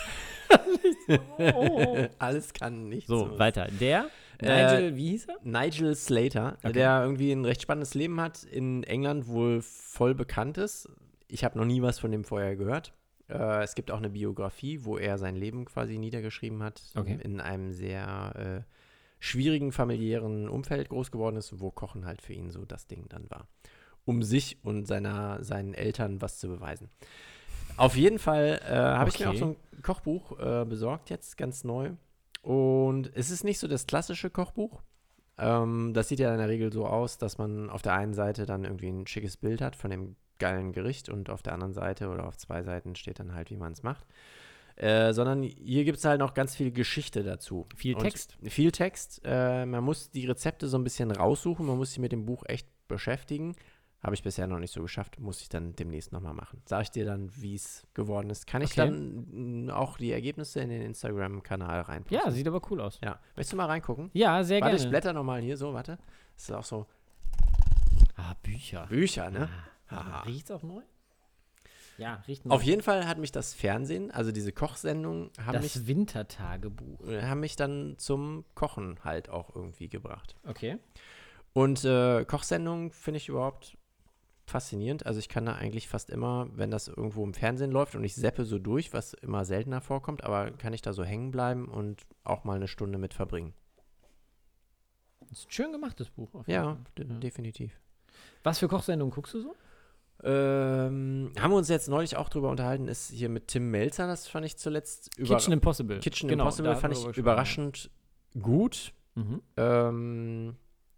Alles kann nicht. So, weiter. Der? Äh, Nigel, wie hieß er? Nigel Slater, Okay. der irgendwie ein recht spannendes Leben hat, in England wohl voll bekannt ist. Ich habe noch nie was von dem vorher gehört. Es gibt auch eine Biografie, wo er sein Leben quasi niedergeschrieben hat, Okay. in einem sehr schwierigen familiären Umfeld groß geworden ist, wo Kochen halt für ihn so das Ding dann war, um sich und seinen Eltern was zu beweisen. Auf jeden Fall habe ich mir auch Okay. so ein Kochbuch besorgt jetzt, ganz neu. Und es ist nicht so das klassische Kochbuch. Das sieht ja in der Regel so aus, dass man auf der einen Seite dann irgendwie ein schickes Bild hat von dem geilen Gericht und auf der anderen Seite oder auf zwei Seiten steht dann halt, wie man es macht. Sondern hier gibt es halt noch ganz viel Geschichte dazu. Viel Und Text. Viel Text. Man muss die Rezepte so ein bisschen raussuchen. Man muss sich mit dem Buch echt beschäftigen. Habe ich bisher noch nicht so geschafft. Muss ich dann demnächst nochmal machen. Sage ich dir dann, wie es geworden ist. Kann ich Okay. dann auch die Ergebnisse in den Instagram-Kanal reinposten? Ja, sieht aber cool aus. Ja. Möchtest du mal reingucken? Ja, sehr Warte, ich gerne. blätter nochmal hier so, warte. Das ist auch so Bücher. Bücher, ne? Ah, riecht's auch neu? Ja, riecht neu. Auf jeden Fall hat mich das Fernsehen, also diese Kochsendungen, haben Das Wintertagebuch. mich dann zum Kochen halt auch irgendwie gebracht. Okay. Und Kochsendungen finde ich überhaupt faszinierend. Also ich kann da eigentlich fast immer, wenn das irgendwo im Fernsehen läuft und ich seppe so durch, was immer seltener vorkommt, aber kann ich da so hängen bleiben und auch mal eine Stunde mit verbringen. Das ist ein schön gemachtes Buch. Auf jeden Ja, Fall. definitiv. Was für Kochsendungen guckst du so? Haben wir uns jetzt neulich auch drüber unterhalten, ist hier mit Tim Melzer, das fand ich zuletzt Kitchen Impossible. Kitchen Genau, Impossible da fand hatten wir ich schon überraschend gut. mal. Mhm.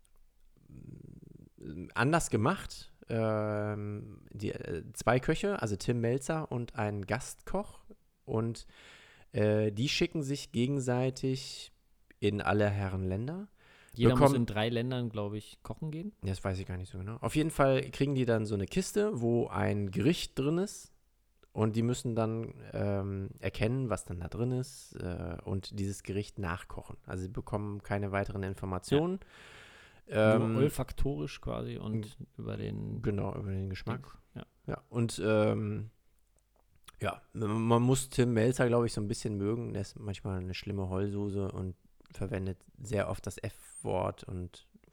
Anders gemacht. Zwei Köche, also Tim Melzer und ein Gastkoch. Und die schicken sich gegenseitig in alle Herren Länder. Jeder muss bekommen- in 3 Ländern, glaube ich, kochen gehen. Das weiß ich gar nicht so genau. Auf jeden Fall kriegen die dann so eine Kiste, wo ein Gericht drin ist. Und die müssen dann erkennen, was dann da drin ist und dieses Gericht nachkochen. Also sie bekommen keine weiteren Informationen. Nur olfaktorisch quasi und über den Genau, über den Geschmack. Ja. Ja, und ja, man muss Tim Melzer, glaube ich, so ein bisschen mögen. Der ist manchmal eine schlimme Heulsuse und verwendet sehr oft das F-Wort und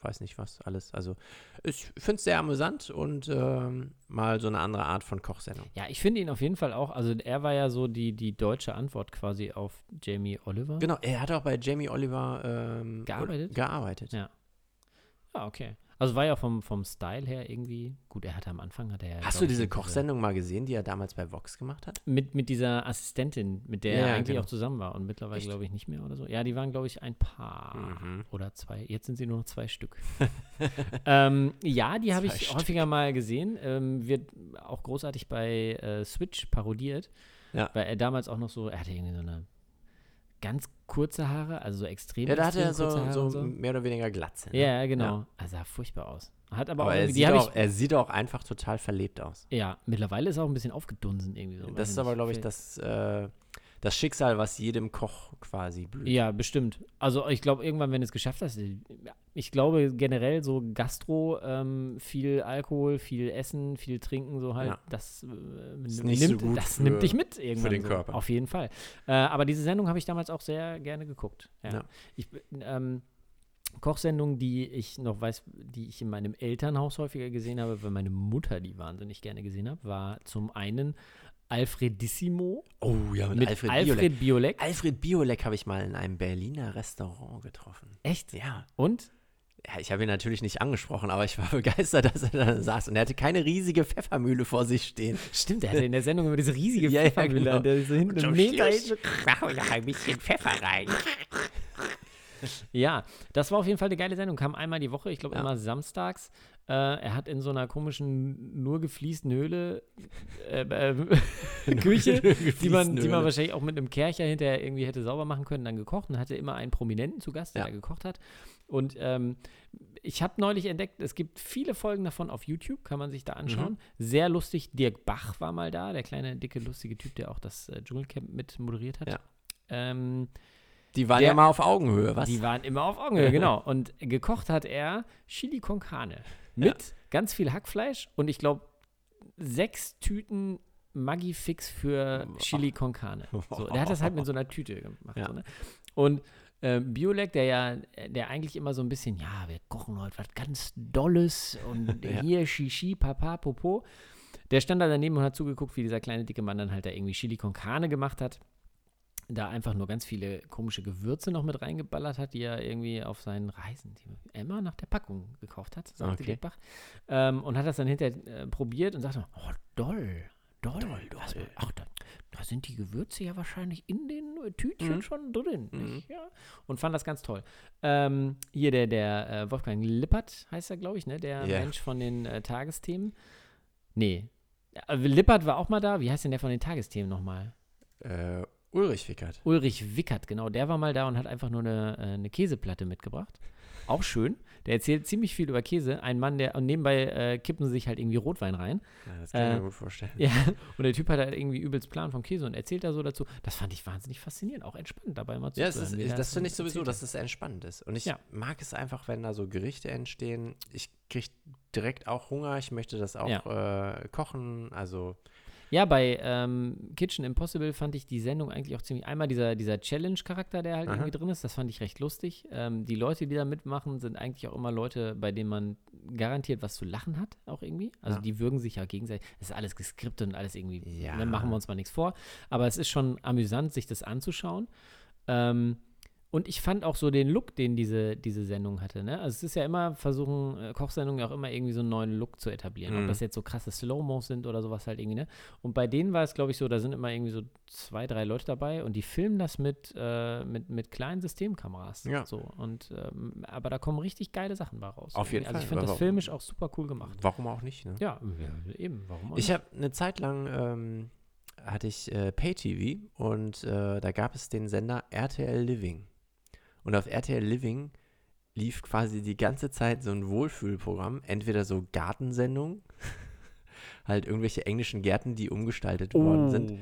weiß nicht was alles. Also ich finde es sehr amüsant und mal so eine andere Art von Kochsendung. Ja, ich finde ihn auf jeden Fall auch, also er war ja so die deutsche Antwort quasi auf Jamie Oliver. Genau, er hat auch bei Jamie Oliver gearbeitet. Ja. Ja, okay. Also war ja vom Style her irgendwie, gut, am Anfang hat er ja. Hast du diese Kochsendung mal gesehen, die er damals bei Vox gemacht hat? Mit dieser Assistentin, mit der Ja, er eigentlich genau. auch zusammen war und mittlerweile Echt? glaube ich nicht mehr oder so. Ja, die waren glaube ich ein Paar oder 2. Jetzt sind sie nur noch 2 Stück. Ja, die habe 2 ich Stück. häufiger mal gesehen. Wird auch großartig bei Switch parodiert. Ja. Weil er damals auch noch so, er hatte irgendwie so eine ganz kurze Haare, also so extrem Ja, da hatte extrem er kurze Haare so und mehr oder weniger Glatze. Ne? Ja, genau. Ja. Er sah furchtbar aus. Hat aber auch Aber irgendwie, die habe ich. er sieht auch einfach total verlebt aus. Ja, mittlerweile ist er auch ein bisschen aufgedunsen irgendwie so. Das weiß ist ich aber, nicht. glaube ich, das Schicksal, was jedem Koch quasi blüht. Ja, bestimmt. Also ich glaube, irgendwann, wenn du es geschafft hast, ich glaube generell so Gastro, viel Alkohol, viel Essen, viel Trinken, so halt, Ja. das, Ist nicht so gut das für- nimmt dich mit irgendwann. den so. Körper. Auf jeden Fall. Aber diese Sendung habe ich damals auch sehr gerne geguckt. Ja. Ja. Ich, Kochsendungen, die ich noch weiß, die ich in meinem Elternhaus häufiger gesehen habe, weil meine Mutter die wahnsinnig gerne gesehen hat, war zum einen Alfredissimo Oh ja, mit Alfred Biolek. Alfred Biolek. Alfred Biolek habe ich mal in einem Berliner Restaurant getroffen. Echt? Ja. Und? Ja, ich habe ihn natürlich nicht angesprochen, aber ich war begeistert, dass er da saß. Und er hatte keine riesige Pfeffermühle vor sich stehen. Stimmt, er hatte in der Sendung immer diese riesige Ja, ja, Pfeffermühle, genau. der so hinten Und im zum Meter Schluss machen wir noch ein bisschen Pfeffer rein. Ja, das war auf jeden Fall eine geile Sendung. Kam einmal die Woche, ich glaube Ja. immer samstags. Er hat in so einer komischen, nur gefliesten Höhle Küche, die man Höhle. wahrscheinlich auch mit einem Kercher hinterher irgendwie hätte sauber machen können, dann gekocht und hatte immer einen Prominenten zu Gast, der Ja. da gekocht hat. Und ich habe neulich entdeckt, es gibt viele Folgen davon auf YouTube, kann man sich da anschauen. Sehr lustig. Dirk Bach war mal da, der kleine, dicke, lustige Typ, der auch das Dschungelcamp mit moderiert hat. Ja. Ähm, Die waren Der- ja mal auf Augenhöhe, was? Die waren immer auf Augenhöhe, genau. Und gekocht hat er Chili con Carne mit ganz viel Hackfleisch und ich glaube 6 Tüten Maggi Fix für Chili con Carne. So, der hat das halt mit so einer Tüte gemacht. Ja. So, ne? Und Biolek, der eigentlich immer so ein bisschen, ja, wir kochen heute was ganz Dolles und Ja. hier Shishi, Papa, Popo. Der stand da daneben und hat zugeguckt, wie dieser kleine dicke Mann dann halt da irgendwie Chili con Carne gemacht hat. Da einfach nur ganz viele komische Gewürze noch mit reingeballert hat, die er irgendwie auf seinen Reisen, die er immer nach der Packung gekauft hat, sagte Okay. Dirk Bach. Und hat das dann hinterher probiert und sagte, oh, doll. Ach, da sind die Gewürze ja wahrscheinlich in den Tütchen schon drin. Nicht? Ja. Und fand das ganz toll. Hier der Wolfgang Lippert heißt er, glaube ich, ne? Der Ja. Mensch von den Tagesthemen. Nee. Lippert war auch mal da. Wie heißt denn der von den Tagesthemen nochmal? Ulrich Wickert. Ulrich Wickert, genau. Der war mal da und hat einfach nur eine Käseplatte mitgebracht. Auch schön. Der erzählt ziemlich viel über Käse. Ein Mann, und nebenbei kippen sie sich halt irgendwie Rotwein rein. Ja, das kann ich mir gut vorstellen. Ja, und der Typ hat halt irgendwie übelst Plan vom Käse und erzählt da so dazu. Das fand ich wahnsinnig faszinierend, auch entspannt dabei mal Ja, zuzuhören, wie der das so finde ich sowieso, erzählt dass es entspannt ist. Und ich Ja. mag es einfach, wenn da so Gerichte entstehen. Ich kriege direkt auch Hunger. Ich möchte das auch kochen. Also, Ja, bei Kitchen Impossible fand ich die Sendung eigentlich auch ziemlich. Einmal dieser Challenge-Charakter, der halt irgendwie drin ist, das fand ich recht lustig. Die Leute, die da mitmachen, sind eigentlich auch immer Leute, bei denen man garantiert was zu lachen hat, auch irgendwie. Also Ja. die würgen sich ja gegenseitig. Das ist alles geskriptet und alles irgendwie. Ja. Ne, machen wir uns mal nichts vor. Aber es ist schon amüsant, sich das anzuschauen. Und ich fand auch so den Look, den diese Sendung hatte. Ne? Also es ist ja immer, versuchen Kochsendungen ja auch immer irgendwie so einen neuen Look zu etablieren. Ob das jetzt so krasse Slow-Mos sind oder sowas halt irgendwie, ne? Und bei denen war es, glaube ich, so, da sind immer irgendwie so 2, 3 Leute dabei und die filmen das mit kleinen Systemkameras. Ja. So. Und, aber da kommen richtig geile Sachen bei raus. Auf jeden Also ich Fall. finde das Warum- filmisch auch super cool gemacht. warum auch nicht, ne? Ja, eben, warum auch Ich nicht? habe eine Zeit lang hatte ich Pay-TV und da gab es den Sender RTL Living. Und auf RTL Living lief quasi die ganze Zeit so ein Wohlfühlprogramm, entweder so Gartensendungen, halt irgendwelche englischen Gärten, die umgestaltet worden sind,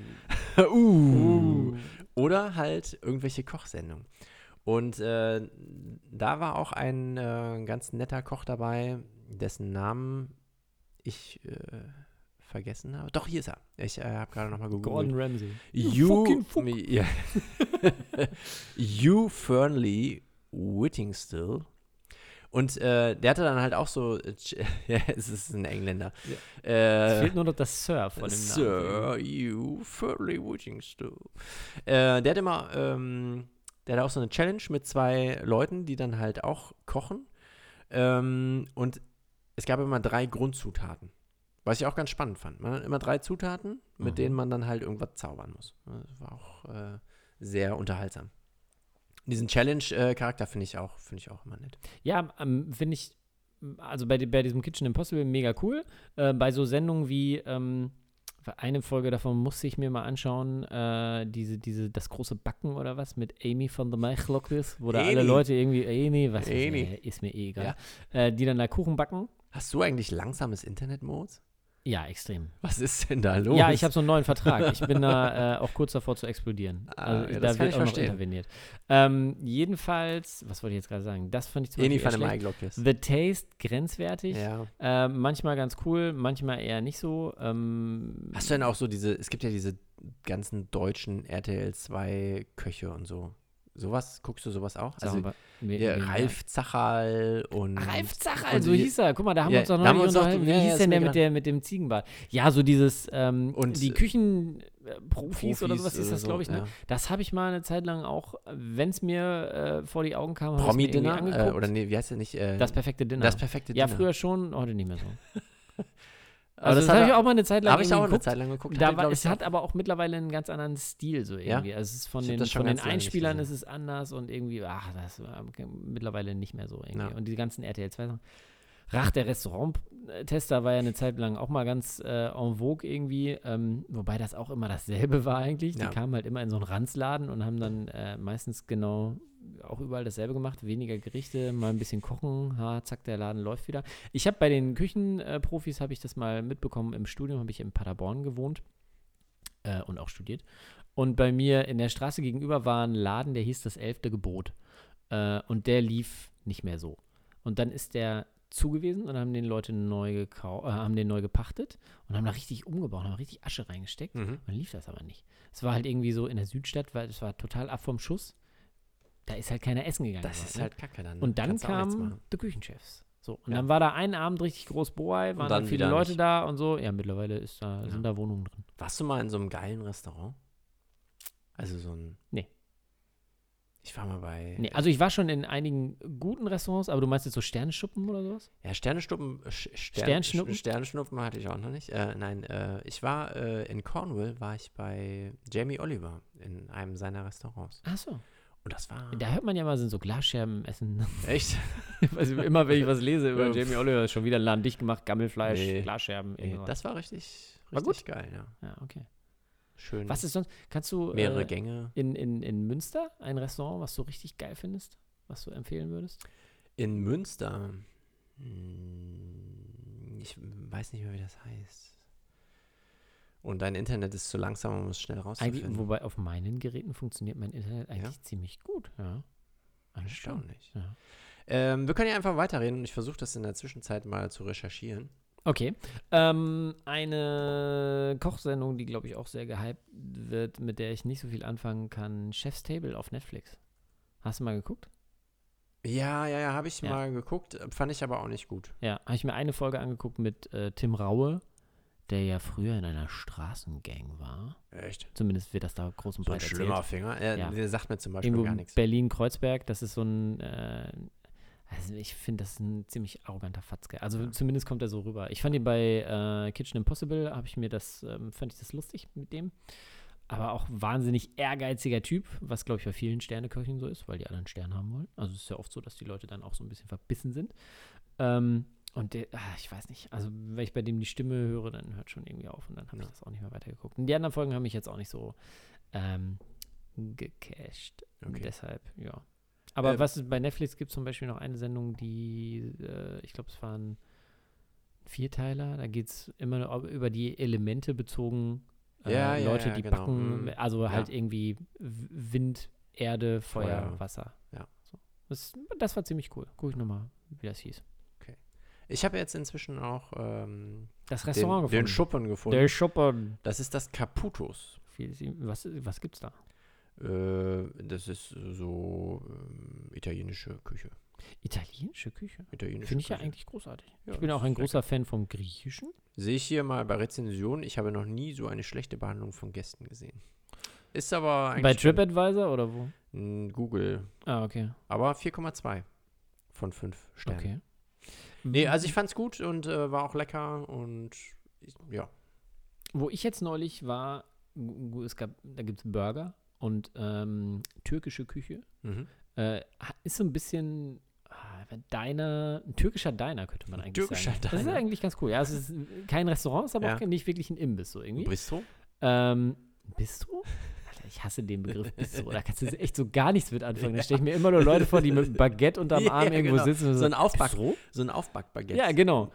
oder halt irgendwelche Kochsendungen. Und da war auch ein ganz netter Koch dabei, dessen Namen ich vergessen habe. Doch, hier ist er. Ich habe gerade nochmal gegoogelt. Gordon Ramsay. Ja. Hugh Fernley Whittingstill. Und der hatte dann halt auch so, ja, es ist ein Engländer. Es fehlt nur noch das Sir von dem Sir, Namen. you fairly wishing to. Der hat immer, der hat auch so eine Challenge mit 2 Leuten, die dann halt auch kochen. Und es gab immer 3 Grundzutaten. Was ich auch ganz spannend fand. Man hat immer 3 Zutaten, mit denen man dann halt irgendwas zaubern muss. Das war auch sehr unterhaltsam. Diesen Challenge-Charakter finde ich auch immer nett. Ja, finde ich, also bei diesem Kitchen Impossible mega cool. Bei so Sendungen wie, eine Folge davon musste ich mir mal anschauen, das große Backen oder was mit Amy von The Maichlockers, wo da alle Amy. Leute irgendwie, Amy. ist mir egal, die dann da Kuchen backen. Hast du eigentlich langsames Internet-Modes? Ja, extrem. Was ist denn da los? Ja, ich habe so einen neuen Vertrag. Ich bin da auch kurz davor zu explodieren. Also ja, da das kann wird ich auch noch verstehen. interveniert. Jedenfalls, was wollte ich jetzt gerade sagen? Das fand ich zum Eni Beispiel van eher der schlecht. Maiglocke. The Taste, grenzwertig. Ja. Manchmal ganz cool, manchmal eher nicht so. Hast du denn auch so es gibt ja diese ganzen deutschen RTL 2 Köche und so. Guckst du sowas auch? Also Ralf Zacherl und Ralf Zacherl, und so die- hieß er. Guck mal, da haben Ja, wir uns doch da noch haben nicht wir uns doch- unterhalten. Wie ja, ja, hieß ist denn mir der gerade- mit dem Ziegenbart? Ja, so dieses, Und, die Küchenprofis oder sowas ist oder das, so, glaube ich, ne? ja. Das habe ich mal eine Zeit lang auch, wenn es mir vor die Augen kam, habe ich mir irgendwie Promi-Dinner? angeguckt. Oder nee, wie heißt der nicht? Das perfekte Dinner. Das perfekte Ja, Dinner. früher schon, heute nicht mehr so. Aber Also das hat habe ich er- auch mal eine Zeit lang Habe ich auch irgendwie eine geguckt. Zeit lang geguckt. Da Hatte, war, glaub es ich, hat aber auch mittlerweile einen ganz anderen Stil so Ja? irgendwie. Also es ist von Ich hab den, das schon von den ganz lange nicht Einspielern ist gesehen. es anders und irgendwie, das mittlerweile nicht mehr so irgendwie. Ja. Und die ganzen RTL 2 Sachen. Rach, der Restaurant-Tester, war ja eine Zeit lang auch mal ganz en vogue irgendwie, wobei das auch immer dasselbe war eigentlich. Ja. Die kamen halt immer in so einen Ranzladen und haben dann meistens genau auch überall dasselbe gemacht, weniger Gerichte, mal ein bisschen kochen, zack, der Laden läuft wieder. Ich habe bei den Küchenprofis, habe ich das mal mitbekommen, im Studium habe ich in Paderborn gewohnt und auch studiert. Und bei mir in der Straße gegenüber war ein Laden, der hieß das 11. Gebot. Und der lief nicht mehr so. Und dann ist der zu gewesen und haben den Leute haben den neu gepachtet und haben da richtig umgebaut, haben richtig Asche reingesteckt. Mhm. Dann lief das aber nicht. Es war halt irgendwie so in der Südstadt, weil es war total ab vom Schuss. Da ist halt keiner essen gegangen. Das dort, ist ne? halt kacke dann. Und dann Kannst du auch nichts kamen machen. die Küchenchefs. So, und Ja. dann war da einen Abend richtig groß Boai, waren dann dann viele wieder Leute nicht. da und so. Ja, mittlerweile sind da Wohnungen drin. Warst du mal in so einem geilen Restaurant? Also so ein. Nee. Ich war mal bei. Nee, also ich war schon in einigen guten Restaurants, aber du meinst jetzt so Sternenschuppen oder sowas? Ja, Sternschnuppen hatte ich auch noch nicht. Nein, ich war in Cornwall, war ich bei Jamie Oliver in einem seiner Restaurants. Ach so. Und das war Da hört man ja mal, sind so Glasscherben essen. echt. Also immer, wenn ich was lese über Ja. Jamie Oliver, ist schon wieder ein Laden dicht gemacht, Gammelfleisch, Nee. Glasscherben. Nee, irgendwas. das war richtig War gut? geil, ja. Ja, okay. Schön. Was ist sonst, kannst du mehrere Gänge. in Münster ein Restaurant, was du richtig geil findest, was du empfehlen würdest? In Münster. Ich weiß nicht mehr, wie das heißt. Und dein Internet ist zu langsam, um es schnell rauszufinden. Eigentlich, wobei auf meinen Geräten funktioniert mein Internet eigentlich ziemlich gut, ja. Eigentlich schon. Erstaunlich. Ja. Wir können ja einfach weiterreden und ich versuche das in der Zwischenzeit mal zu recherchieren. Okay. Eine Kochsendung, die, glaube ich, auch sehr gehypt wird, mit der ich nicht so viel anfangen kann, Chef's Table auf Netflix. Hast du mal geguckt? Ja, habe ich Ja. mal geguckt, fand ich aber auch nicht gut. Ja, habe ich mir eine Folge angeguckt mit Tim Raue, der ja früher in einer Straßengang war. Echt? Zumindest wird das da groß und So ein breit schlimmer erzählt. Finger. Ja. Der sagt mir zum Beispiel Irgendwo gar nichts. Berlin-Kreuzberg, das ist so ein, also ich finde, das ist ein ziemlich arroganter Fatzke. Also zumindest kommt er so rüber. Ich fand ihn bei Kitchen Impossible, fand ich das lustig mit dem. Aber auch wahnsinnig ehrgeiziger Typ, was, glaube ich, bei vielen Sterneköchen so ist, weil die alle einen Stern haben wollen. Also es ist ja oft so, dass die Leute dann auch so ein bisschen verbissen sind. Und ich weiß nicht, also wenn ich bei dem die Stimme höre, dann hört schon irgendwie auf und dann habe ich das auch nicht mehr weitergeguckt. Und die anderen Folgen haben mich jetzt auch nicht so gecasht. Okay. Deshalb, ja. Aber bei Netflix gibt es zum Beispiel noch eine Sendung, die, ich glaube, es waren 4-Teiler, da geht es immer über die Elemente bezogen, Leute, die genau. backen, also halt Ja. irgendwie Wind, Erde, Feuer, Feuer. Wasser. Ja. So. Das war ziemlich cool. Guck ich nochmal, wie das hieß. Ich habe jetzt inzwischen auch Das Restaurant den gefunden. Schuppen gefunden. Der Schuppen. Das ist das Caputos. Was gibt's da? Das ist so italienische Küche. Italienische Küche? Italienische Finde ich ja Küche. eigentlich großartig. Ja, Ich bin das auch ein ist großer Fan vom Griechischen. Sehe ich hier mal bei Rezensionen, ich habe noch nie so eine schlechte Behandlung von Gästen gesehen. Ist aber eigentlich Bei TripAdvisor oder wo? Google. Ah, okay. Aber 4,2 von 5 Sternen. Okay. Nee, also ich fand's gut und war auch lecker und ja. Wo ich jetzt neulich war, da gibt es Burger und türkische Küche. Mhm. Ist so ein bisschen ein türkischer Diner, könnte man eigentlich Türkischer sagen. Das ist Diner. eigentlich ganz cool. Ja, es ist kein Restaurant, ist aber Ja. auch nicht wirklich ein Imbiss so irgendwie. Bistro? Bistro? Alter, ich hasse den Begriff Bistro. Da kannst du echt so gar nichts mit anfangen. Da stelle ich mir immer nur Leute vor, die mit einem Baguette unterm Ja, Arm irgendwo genau. sitzen. Und So ein Aufback- Bistro? So ein Aufbackbaguette. Ja, genau.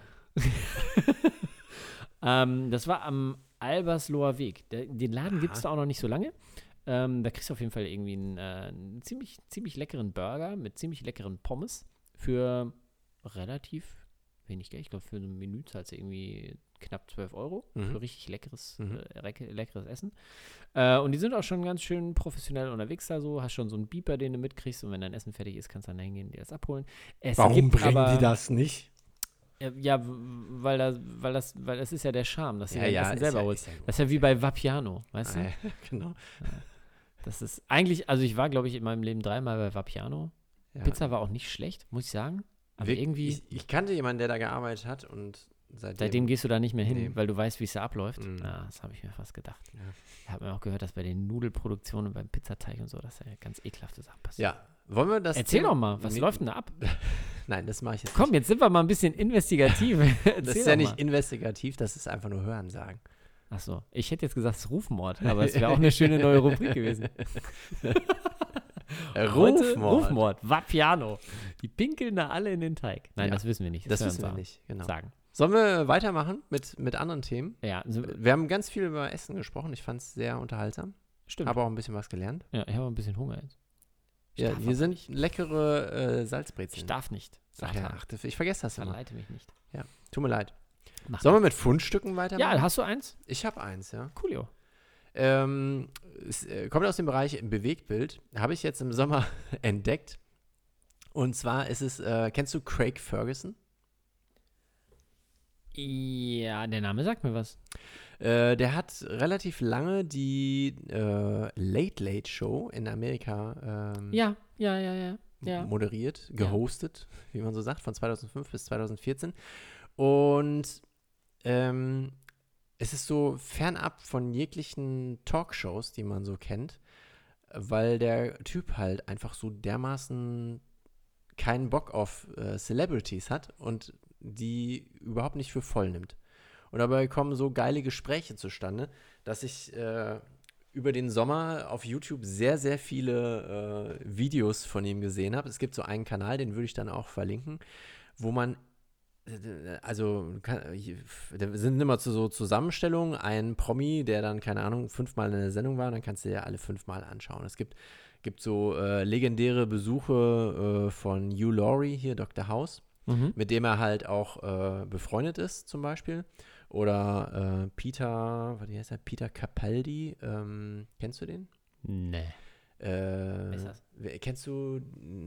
Das war am Albersloher Weg. Den Laden gibt es da auch noch nicht so lange. Da kriegst du auf jeden Fall irgendwie einen ziemlich leckeren Burger mit ziemlich leckeren Pommes für relativ wenig Geld. Ich glaube, für ein Menü zahlst du irgendwie knapp 12 Euro für richtig leckeres Essen. Und die sind auch schon ganz schön professionell unterwegs da so. Hast schon so einen Beeper, den du mitkriegst. Und wenn dein Essen fertig ist, kannst du dann hingehen und dir das abholen. Es gibt aber, das nicht? Ja, weil das ist ja der Charme, dass du dein Essen ist selber ja- holst. ist ja gut. Das ist ja wie bei Vapiano, weißt du? Ah, ja, genau. Das ist eigentlich, also ich war, glaube ich, in meinem Leben 3-mal bei Vapiano. Ja. Pizza war auch nicht schlecht, muss ich sagen. Aber Wir- irgendwie, Ich kannte jemanden, der da gearbeitet hat und seitdem gehst du da nicht mehr hin, Nee. weil du weißt, wie es da abläuft. Mhm. Ja, das habe ich mir fast gedacht. Ja. Ich habe mir auch gehört, dass bei den Nudelproduktionen und beim Pizzateig und so, dass da ganz ekelhafte Sachen passieren. Ja, wollen wir das Erzähl Thema- doch mal, was Nee, läuft denn da ab? Nein, das mache ich jetzt Komm, jetzt sind wir mal ein bisschen investigativ. nicht. Das Erzähl ist ja doch nicht mal. investigativ, das ist einfach nur Hörensagen. Achso, ich hätte jetzt gesagt, es ist Rufmord, aber es wäre auch eine schöne neue Rubrik gewesen. Heute Rufmord, Vapiano. Die pinkeln da alle in den Teig. Nein, Ja, das wissen wir nicht. Das hören wissen sie wir auch nicht, genau. Sagen. Sollen wir weitermachen mit anderen Themen? Ja, Wir haben ganz viel über Essen gesprochen. Ich fand es sehr unterhaltsam. stimmt. Habe auch ein bisschen was gelernt. Ja, ich habe ein bisschen Hunger jetzt. Ich Ja, darf hier aber sind nicht. leckere Salzbrezeln. Ich darf nicht. Ach ja, ich vergesse das immer. Verleite mich nicht. Tut mir leid. Mach Sollen wir das. mit Fundstücken weitermachen? Ja, hast du eins? Ich habe eins, ja. Coolio. Es kommt aus dem Bereich Bewegtbild. Habe ich jetzt im Sommer entdeckt. Und zwar ist es, kennst du Craig Ferguson? Ja, der Name sagt mir was. Der hat relativ lange die Late Late Show in Amerika Ja. moderiert, gehostet, wie man so sagt, von 2005 bis 2014. Und es ist so fernab von jeglichen Talkshows, die man so kennt, weil der Typ halt einfach so dermaßen keinen Bock auf Celebrities hat und die überhaupt nicht für voll nimmt. Und dabei kommen so geile Gespräche zustande, dass ich über den Sommer auf YouTube sehr, sehr viele Videos von ihm gesehen habe. Es gibt so einen Kanal, den würde ich dann auch verlinken, wo man, da sind immer so Zusammenstellungen, ein Promi, der dann, keine Ahnung, 5-mal in der Sendung war, dann kannst du dir alle 5-mal anschauen. Es gibt so legendäre Besuche von Hugh Laurie, hier Dr. House, mit dem er halt auch befreundet ist, zum Beispiel. Oder wie heißt er? Peter Capaldi. Kennst du den? Nee. Ist das? Kennst du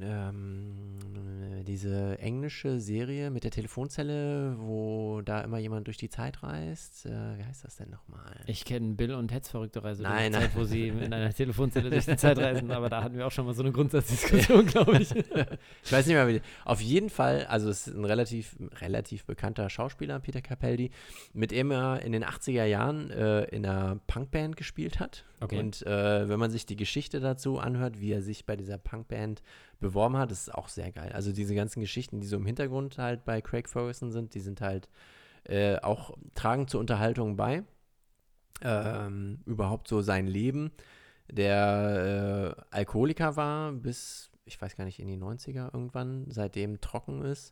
diese englische Serie mit der Telefonzelle, wo da immer jemand durch die Zeit reist? Wie heißt das denn nochmal? Ich kenne Bill und Ted's verrückte Reise durch Nein, die Zeit, nein. wo sie in einer Telefonzelle durch die Zeit reisen, aber da hatten wir auch schon mal so eine Grundsatzdiskussion, glaube ich. Ich weiß nicht mehr, wie. Auf jeden Fall, also es ist ein relativ bekannter Schauspieler, Peter Capaldi, mit dem er in den 80er Jahren in einer Punkband gespielt hat. Okay. Und wenn man sich die Geschichte dazu anhört, wie er sich bei dieser Punkband beworben hat, ist auch sehr geil. Also diese ganzen Geschichten, die so im Hintergrund halt bei Craig Ferguson sind, die sind halt auch tragen zur Unterhaltung bei. Überhaupt so sein Leben, der Alkoholiker war bis, ich weiß gar nicht, in die 90er irgendwann, seitdem trocken ist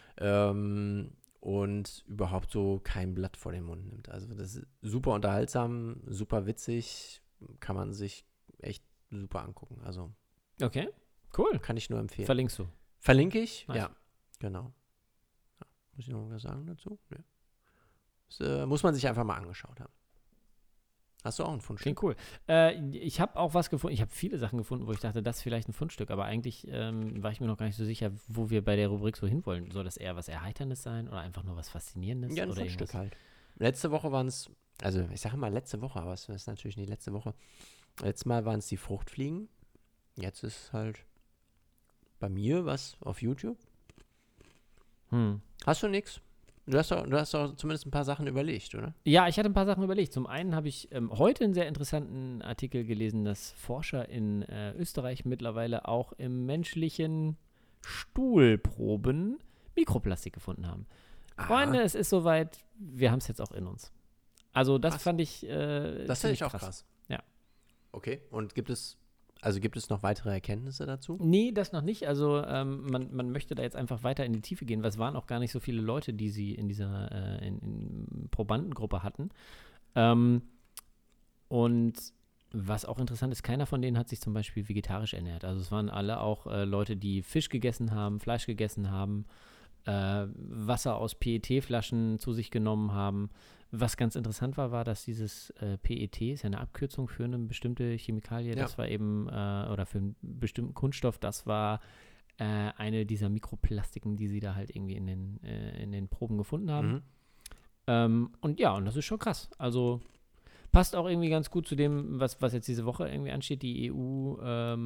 und überhaupt so kein Blatt vor den Mund nimmt. Also das ist super unterhaltsam, super witzig, kann man sich echt super angucken. Also Okay, cool. kann ich nur empfehlen. Verlinkst du. Verlinke ich? Nice. Ja, genau. Ja. Muss ich noch was sagen dazu? Nee. Das, muss man sich einfach mal angeschaut haben. Hast du auch ein Fundstück? Klingt cool. Ich habe auch was gefunden. Ich habe viele Sachen gefunden, wo ich dachte, das ist vielleicht ein Fundstück. Aber eigentlich war ich mir noch gar nicht so sicher, wo wir bei der Rubrik so hinwollen. Soll das eher was Erheiterndes sein oder einfach nur was Faszinierendes? Ja, ein oder Fundstück irgendwas? halt. Letzte Woche waren es, also ich sage mal letzte Woche, aber es ist natürlich nicht letzte Woche. Letztes Mal waren es die Fruchtfliegen. Jetzt ist halt bei mir was auf YouTube. Hast du nichts? Du hast doch zumindest ein paar Sachen überlegt, oder? Ja, ich hatte ein paar Sachen überlegt. Zum einen habe ich heute einen sehr interessanten Artikel gelesen, dass Forscher in Österreich mittlerweile auch im menschlichen Stuhlproben Mikroplastik gefunden haben. Freunde, es ist soweit, wir haben es jetzt auch in uns. Also das Krass. fand ich Das finde ich auch krass. Ja. Okay, und gibt es noch weitere Erkenntnisse dazu? Nee, das noch nicht. Also man möchte da jetzt einfach weiter in die Tiefe gehen, weil es waren auch gar nicht so viele Leute, die sie in dieser in Probandengruppe hatten. Und was auch interessant ist, keiner von denen hat sich zum Beispiel vegetarisch ernährt. Also es waren alle auch Leute, die Fisch gegessen haben, Fleisch gegessen haben, Wasser aus PET-Flaschen zu sich genommen haben. Was ganz interessant war, dass dieses PET, ist ja eine Abkürzung für eine bestimmte Chemikalie, Ja. das war eben, oder für einen bestimmten Kunststoff, das war eine dieser Mikroplastiken, die sie da halt irgendwie in den Proben gefunden haben. Und ja, und das ist schon krass. Also passt auch irgendwie ganz gut zu dem, was jetzt diese Woche irgendwie ansteht. Die EU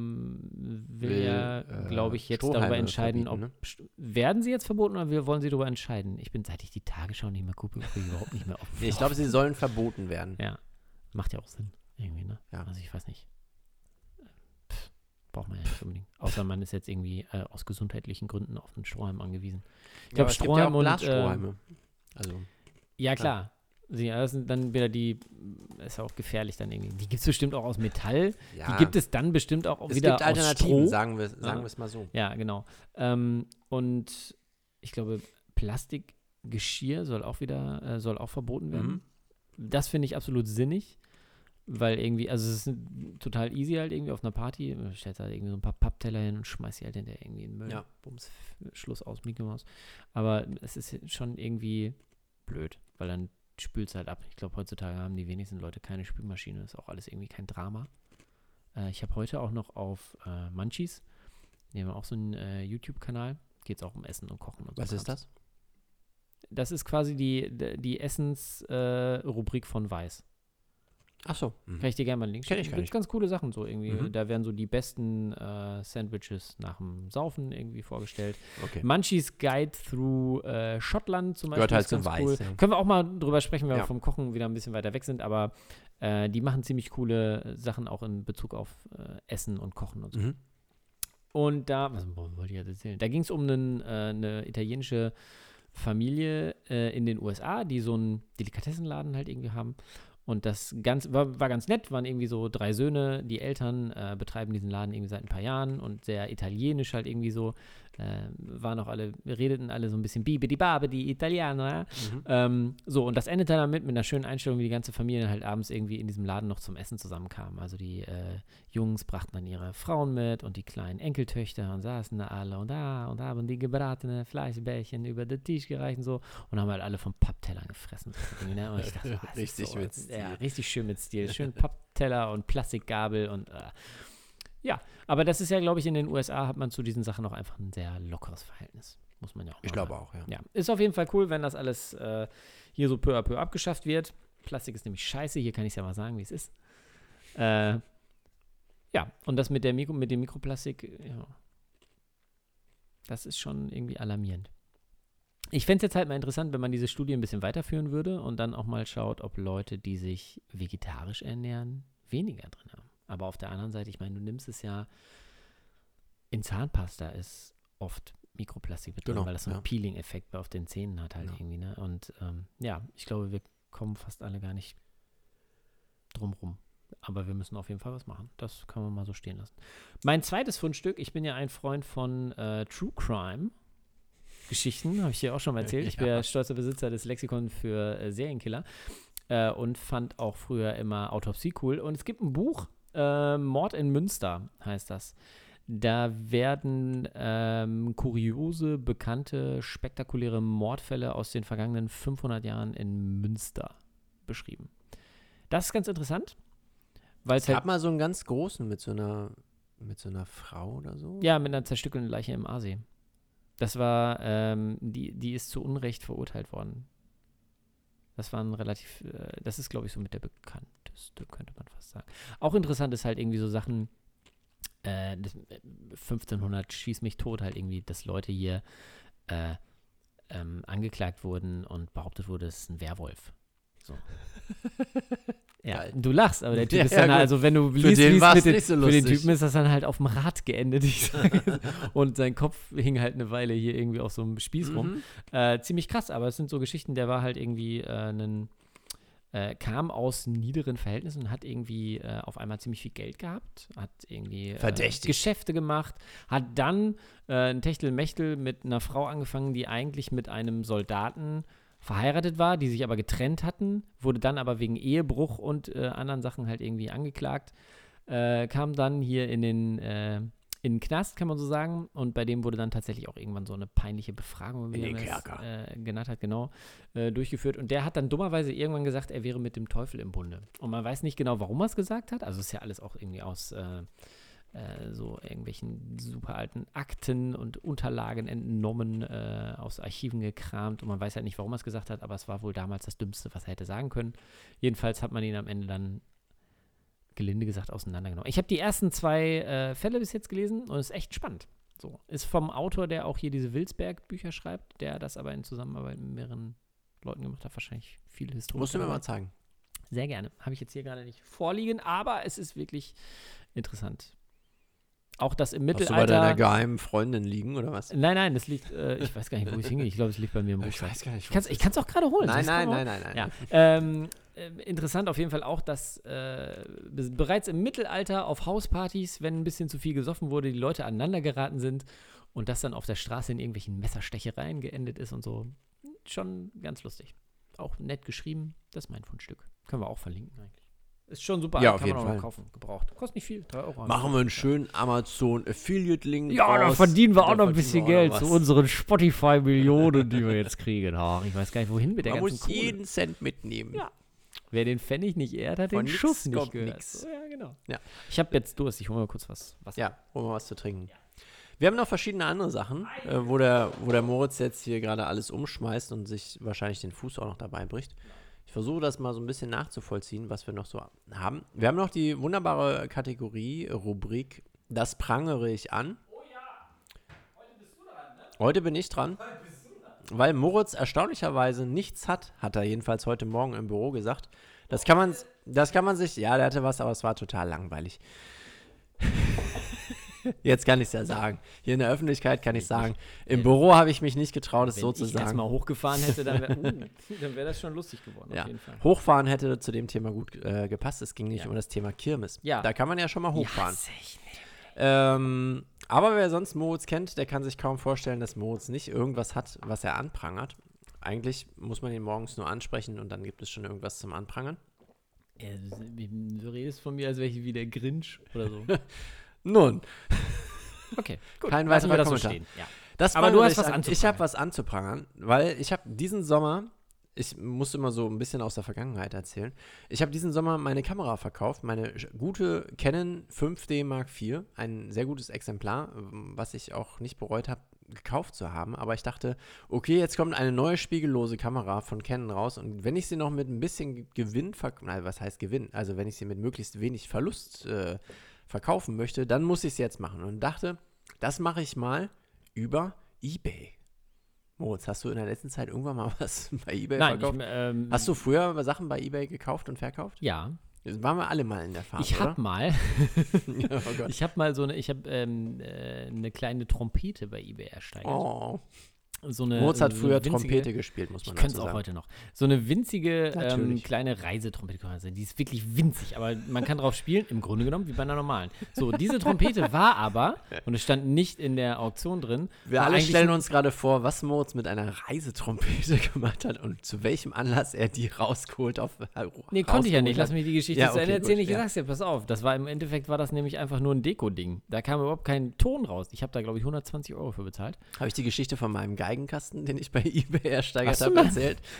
will ja, glaube ich, jetzt darüber Strohhalme entscheiden, verbieten, werden sie jetzt verboten oder wollen sie darüber entscheiden? Seit ich die Tagesschau nicht mehr gucke, gucke ich überhaupt nicht mehr auf. Nee, ich glaube, sie sollen verboten werden. Ja, macht ja auch Sinn, irgendwie, ne? Ja. Also ich weiß nicht. Braucht man ja nicht unbedingt. Außer man ist jetzt irgendwie aus gesundheitlichen Gründen auf einen Strohhalm angewiesen. Ich glaube, aber es gibt ja Strohhalm auch und Glasstrohhalme. Also, ja, klar. Das sind dann wieder ist ja auch gefährlich dann irgendwie. Die gibt es bestimmt auch aus Metall. ja. Die gibt es dann bestimmt auch Es wieder gibt aus Alternativen, Stroh. sagen wir es mal so. Ja, genau. Und ich glaube, Plastikgeschirr soll auch verboten werden. Das finde ich absolut sinnig, weil irgendwie, also es ist total easy halt irgendwie auf einer Party. Du stellst halt irgendwie so ein paar Pappteller hin und schmeißt sie halt hinterher irgendwie in den Müll. Ja. Bums, Schluss aus, Mickey Mouse. Aber es ist schon irgendwie blöd, weil dann spült es halt ab. Ich glaube, heutzutage haben die wenigsten Leute keine Spülmaschine. Ist auch alles irgendwie kein Drama. Ich habe heute auch noch auf Munchies, die haben auch so einen YouTube-Kanal, geht es auch um Essen und Kochen und so. Was ist das? Das ist quasi die Essens-Rubrik von Weiß. Ach so. Kann ich dir gerne mal einen Link Kenn ich schicken. gar Gibt nicht. ganz coole Sachen so irgendwie. Mhm. Da werden so die besten Sandwiches nach dem Saufen irgendwie vorgestellt. Okay. Munchies Guide through Schottland zum Beispiel. Gehört halt ist zu ganz Weiß, cool. ja. Können wir auch mal drüber sprechen, wenn wir Ja. vom Kochen wieder ein bisschen weiter weg sind, aber die machen ziemlich coole Sachen auch in Bezug auf Essen und Kochen und so. Mhm. Und da, was wollte ich jetzt erzählen? Da ging es um eine italienische Familie in den USA, die so einen Delikatessenladen halt irgendwie haben. Und das war ganz nett, waren irgendwie so 3 Söhne, die Eltern betreiben diesen Laden irgendwie seit ein paar Jahren und sehr italienisch halt irgendwie so, redeten alle so ein bisschen Bibidi-Babidi Italiano, ja? So, und das endete damit mit einer schönen Einstellung, wie die ganze Familie halt abends irgendwie in diesem Laden noch zum Essen zusammenkam. Also die Jungs brachten dann ihre Frauen mit und die kleinen Enkeltöchter und saßen da alle und haben die gebratene Fleischbällchen über den Tisch gereicht und so und haben halt alle vom Pappteller gefressen. So, ne? Und ich dachte, das ist Richtig mit Stil. Ja, richtig schön mit Stil. Schön Pappteller und Plastikgabel und ja, aber das ist ja, glaube ich, in den USA hat man zu diesen Sachen auch einfach ein sehr lockeres Verhältnis. Muss man ja auch Ich mal glaube sagen. auch, ja. Ja, ist auf jeden Fall cool, wenn das alles hier so peu à peu abgeschafft wird. Plastik ist nämlich scheiße, hier kann ich es ja mal sagen, wie es ist. Ja, und das mit dem Mikroplastik, ja, das ist schon irgendwie alarmierend. Ich fände es jetzt halt mal interessant, wenn man diese Studie ein bisschen weiterführen würde und dann auch mal schaut, ob Leute, die sich vegetarisch ernähren, weniger drin haben. Aber auf der anderen Seite, ich meine, du nimmst es ja, in Zahnpasta ist oft Mikroplastik mit drin, Genau, weil das so einen ja. Peeling-Effekt auf den Zähnen hat halt Ja. irgendwie, ne? Und ja, ich glaube, wir kommen fast alle gar nicht drum rum. Aber wir müssen auf jeden Fall was machen. Das kann man mal so stehen lassen. Mein zweites Fundstück, ich bin ja ein Freund von True Crime Geschichten, habe ich dir auch schon mal erzählt. Ich bin ja stolzer Besitzer des Lexikon für Serienkiller und fand auch früher immer Autopsie cool. Und es gibt ein Buch, Mord in Münster heißt das. Da werden kuriose, bekannte, spektakuläre Mordfälle aus den vergangenen 500 Jahren in Münster beschrieben. Das ist ganz interessant, weil Es es halt gab mal so einen ganz großen mit so einer Frau oder so. ja, mit einer zerstückelnden Leiche im Aasee. Das war, die ist zu Unrecht verurteilt worden. Das war ein relativ, das ist, glaube ich, so mit der bekannteste, könnte man fast sagen. Auch interessant ist halt irgendwie so Sachen, 1500 schieß mich tot halt irgendwie, dass Leute hier angeklagt wurden und behauptet wurde, es ist ein Werwolf. So. Ja, Geil. du lachst, aber der Typ Ja, ist dann gut. also wenn du Für den war's nicht so für den lustig. Typen ist das dann halt auf dem Rad geendet. Und sein Kopf hing halt eine Weile hier irgendwie auf so einem Spieß rum. Ziemlich krass, aber es sind so Geschichten, der war halt irgendwie kam aus niederen Verhältnissen und hat irgendwie auf einmal ziemlich viel Geld gehabt, hat irgendwie Verdächtig. Geschäfte gemacht, hat dann ein Techtelmechtel mit einer Frau angefangen, die eigentlich mit einem Soldaten verheiratet war, die sich aber getrennt hatten, wurde dann aber wegen Ehebruch und anderen Sachen halt irgendwie angeklagt, kam dann hier in den Knast, kann man so sagen, und bei dem wurde dann tatsächlich auch irgendwann so eine peinliche Befragung, wie In den er Kerker. es genannt hat, genau, durchgeführt. Und der hat dann dummerweise irgendwann gesagt, er wäre mit dem Teufel im Bunde. Und man weiß nicht genau, warum er es gesagt hat. Also ist ja alles auch irgendwie aus so irgendwelchen super alten Akten und Unterlagen entnommen, aus Archiven gekramt. Und man weiß halt nicht, warum er es gesagt hat, aber es war wohl damals das Dümmste, was er hätte sagen können. Jedenfalls hat man ihn am Ende dann gelinde gesagt auseinandergenommen. Ich habe die ersten 2 Fälle bis jetzt gelesen und es ist echt spannend. So. Ist vom Autor, der auch hier diese Wilsberg-Bücher schreibt, der das aber in Zusammenarbeit mit mehreren Leuten gemacht hat, wahrscheinlich viele Historiker. Musst du mir dabei. mal zeigen. Sehr gerne. Habe ich jetzt hier gerade nicht vorliegen, aber es ist wirklich interessant. Auch das im Hast du bei deiner Mittelalter. geheimen Freundin liegen oder was? Nein, das liegt, ich weiß gar nicht, wo es hingeht. Ich glaube, es liegt bei mir im Buchstaben. gar nicht. Ich kann es auch gerade holen. Nein, Soll ich's nein, gerade nein, nein, nein. Ja. Interessant auf jeden Fall auch, dass bereits im Mittelalter auf Hauspartys, wenn ein bisschen zu viel gesoffen wurde, die Leute aneinander geraten sind und das dann auf der Straße in irgendwelchen Messerstechereien geendet ist und so. Schon ganz lustig. Auch nett geschrieben. Das ist mein Fundstück. Können wir auch verlinken eigentlich. Ist schon super. Ja, auf kann jeden man auch noch Fall. kaufen. Gebraucht. Kostet nicht viel. 3 Euro. Machen wir einen schönen Amazon-Affiliate-Link. Ja, da raus. verdienen wir auch Da noch ein verdienen bisschen wir auch noch Geld zu was. unseren Spotify-Millionen, die wir jetzt kriegen. Ach, ich weiß gar nicht, wohin mit der Man ganzen muss Kohle. jeden Cent mitnehmen. Ja. Wer den Pfennig nicht ehrt, hat Von den nix Schuss nicht kommt gehört. nix. So, ja, genau. Ja. Ich habe jetzt Durst. Ich hole mal kurz was. Ja, holen wir was zu trinken. Wir haben noch verschiedene andere Sachen, wo der Moritz jetzt hier gerade alles umschmeißt und sich wahrscheinlich den Fuß auch noch dabei bricht. Ich versuche das mal so ein bisschen nachzuvollziehen, was wir noch so haben. Wir haben noch die wunderbare Kategorie, Rubrik, das prangere ich an. Oh ja, heute bist du dran, ne? Heute bin ich dran. Weil Moritz erstaunlicherweise nichts hat er jedenfalls heute Morgen im Büro gesagt. Das kann man sich, ja, der hatte was, aber es war total langweilig. Jetzt kann ich es ja sagen. Hier in der Öffentlichkeit kann ich sagen. Im Büro habe ich mich nicht getraut, es so zu Wenn ich das sagen. mal hochgefahren hätte, dann wäre das schon lustig geworden, Ja. auf jeden Fall. Hochfahren hätte zu dem Thema gut gepasst. Es ging nicht Ja. um das Thema Kirmes. Ja. Da kann man ja schon mal hochfahren. hasse ich nicht. Aber wer sonst Moritz kennt, der kann sich kaum vorstellen, dass Moritz nicht irgendwas hat, was er anprangert. Eigentlich muss man ihn morgens nur ansprechen und dann gibt es schon irgendwas zum Anprangern. Du redest von mir, als wäre ich wie der Grinch oder so. Nun, Okay, gut. Kein lassen wir weiterer das so Kommentar. stehen. Ja. das Aber prangere du hast ich was an. Ich anzuprangern. habe was anzuprangern, weil ich habe diesen Sommer, ich muss immer so ein bisschen aus der Vergangenheit erzählen, ich habe diesen Sommer meine Kamera verkauft, meine gute Canon 5D Mark IV, ein sehr gutes Exemplar, was ich auch nicht bereut habe, gekauft zu haben, aber ich dachte, okay, jetzt kommt eine neue spiegellose Kamera von Canon raus und wenn ich sie noch mit ein bisschen Gewinn, was heißt Gewinn, also wenn ich sie mit möglichst wenig Verlust verkaufen möchte, dann muss ich es jetzt machen und dachte, das mache ich mal über eBay. Moritz, hast du in der letzten Zeit irgendwann mal was bei eBay Nein, verkauft? Hast du früher Sachen bei eBay gekauft und verkauft? Ja, Das waren wir alle mal in der Phase, ich habe oder? mal, Ja, oh Gott. ich habe mal eine kleine Trompete bei eBay ersteigert. Oh. So eine, Moritz hat so früher eine winzige, Trompete gespielt, muss Ich man könnte dazu es auch sagen. heute noch. So eine winzige, Natürlich. kleine Reisetrompete kann man sagen. Die ist wirklich winzig, aber man kann drauf spielen, im Grunde genommen wie bei einer normalen. So, diese Trompete war aber, und es stand nicht in der Auktion drin, Wir war alle eigentlich stellen uns gerade vor, was Moritz mit einer Reisetrompete gemacht hat und zu welchem Anlass er die rausgeholt auf. Nee, konnte ich ja nicht. Lass rausgeholt mich die Geschichte Ja, zu Ende okay, erzählen. gut, Ich ja. sag's dir, pass auf. Das war im Endeffekt war das nämlich einfach nur ein Deko-Ding. Da kam überhaupt kein Ton raus. Ich habe da, glaube ich, 120 € für bezahlt. Habe ich die Geschichte von meinem Geigenkasten, den ich bei eBay ersteigert Hast du habe, mal? erzählt?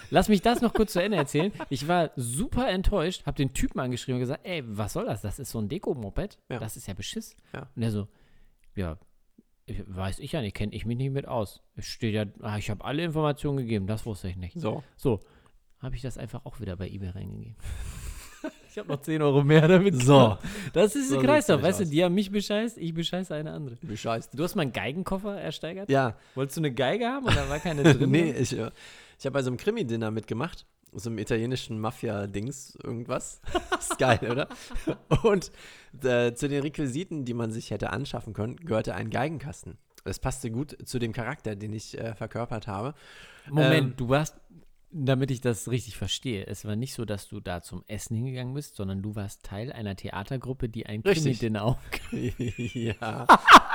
lass mich das noch kurz zu Ende erzählen. Ich war super enttäuscht, habe den Typen angeschrieben und gesagt, ey, was soll das? Das ist so ein Deko-Moped. Ja. Das ist ja Beschiss. Ja. Und er so, ja, weiß ich ja nicht, kenne ich mich nicht mit aus. Es steht ja, ich habe alle Informationen gegeben, das wusste ich nicht. So. So, habe ich das einfach auch wieder bei eBay reingegeben. Ich habe noch 10 Euro mehr damit. So. Das ist So ein sieht's Kreislauf, nämlich weißt du, aus. die haben mich bescheißt, ich bescheiße eine andere. Bescheißt. Du hast mal einen Geigenkoffer ersteigert? Ja. Wolltest du eine Geige haben oder war keine drin? Nee, ich habe bei so einem Krimi-Dinner mitgemacht. So einem italienischen Mafia-Dings, irgendwas. Ist geil, oder? Und zu den Requisiten, die man sich hätte anschaffen können, gehörte ein Geigenkasten. Das passte gut zu dem Charakter, den ich verkörpert habe. Moment, du warst, damit ich das richtig verstehe, es war nicht so, dass du da zum Essen hingegangen bist, sondern du warst Teil einer Theatergruppe, die ein Richtig. Krimi-Dinner aufgab. Ja.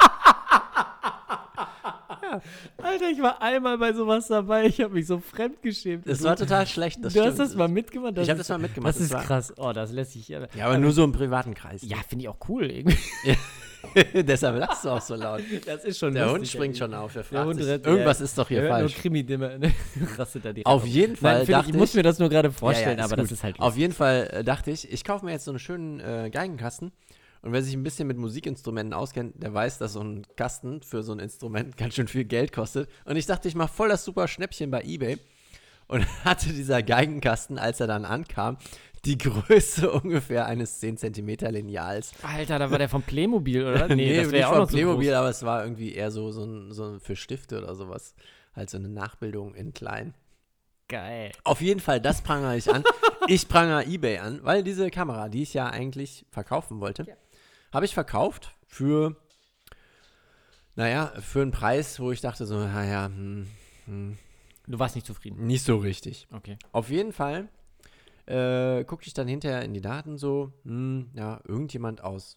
Alter, ich war einmal bei sowas dabei, ich habe mich so fremdgeschämt. Das war total schlecht. Das Du hast stimmt. das mal mitgemacht? Ich habe das mal mitgemacht. Das ist war- krass. Oh, das lässt sich ja. Ja, aber nur so im privaten Kreis. Ja, finde ich auch cool irgendwie. Deshalb lachst du auch so laut. Das ist schon Der lustig, Hund springt ey. schon auf. Der Der fragt Hund sich, rennt, irgendwas ist doch hier Der hört falsch. nur Krimi-Dimmer, ne? Rastet da direkt Auf jeden Fall Nein, dachte ich muss mir das nur gerade vorstellen, ist aber gut. das ist halt Auf jeden Fall dachte ich kaufe mir jetzt so einen schönen Geigenkasten. Und wer sich ein bisschen mit Musikinstrumenten auskennt, der weiß, dass so ein Kasten für so ein Instrument ganz schön viel Geld kostet. Und ich dachte, ich mache voll das super Schnäppchen bei eBay. Und hatte dieser Geigenkasten, als er dann ankam, die Größe ungefähr eines 10 cm Lineals. Alter, da war der von Playmobil, oder? Nee, das nicht wäre auch von noch Playmobil, so groß. aber es war irgendwie eher so ein für Stifte oder sowas. Halt so eine Nachbildung in klein. Geil. Auf jeden Fall, das prangere ich an. Ich prangere eBay an, weil diese Kamera, die ich ja eigentlich verkaufen wollte, habe ich verkauft für einen Preis, wo ich dachte so, Du warst nicht zufrieden. nicht so richtig. Okay. Auf jeden Fall guckte ich dann hinterher in die Daten so, irgendjemand aus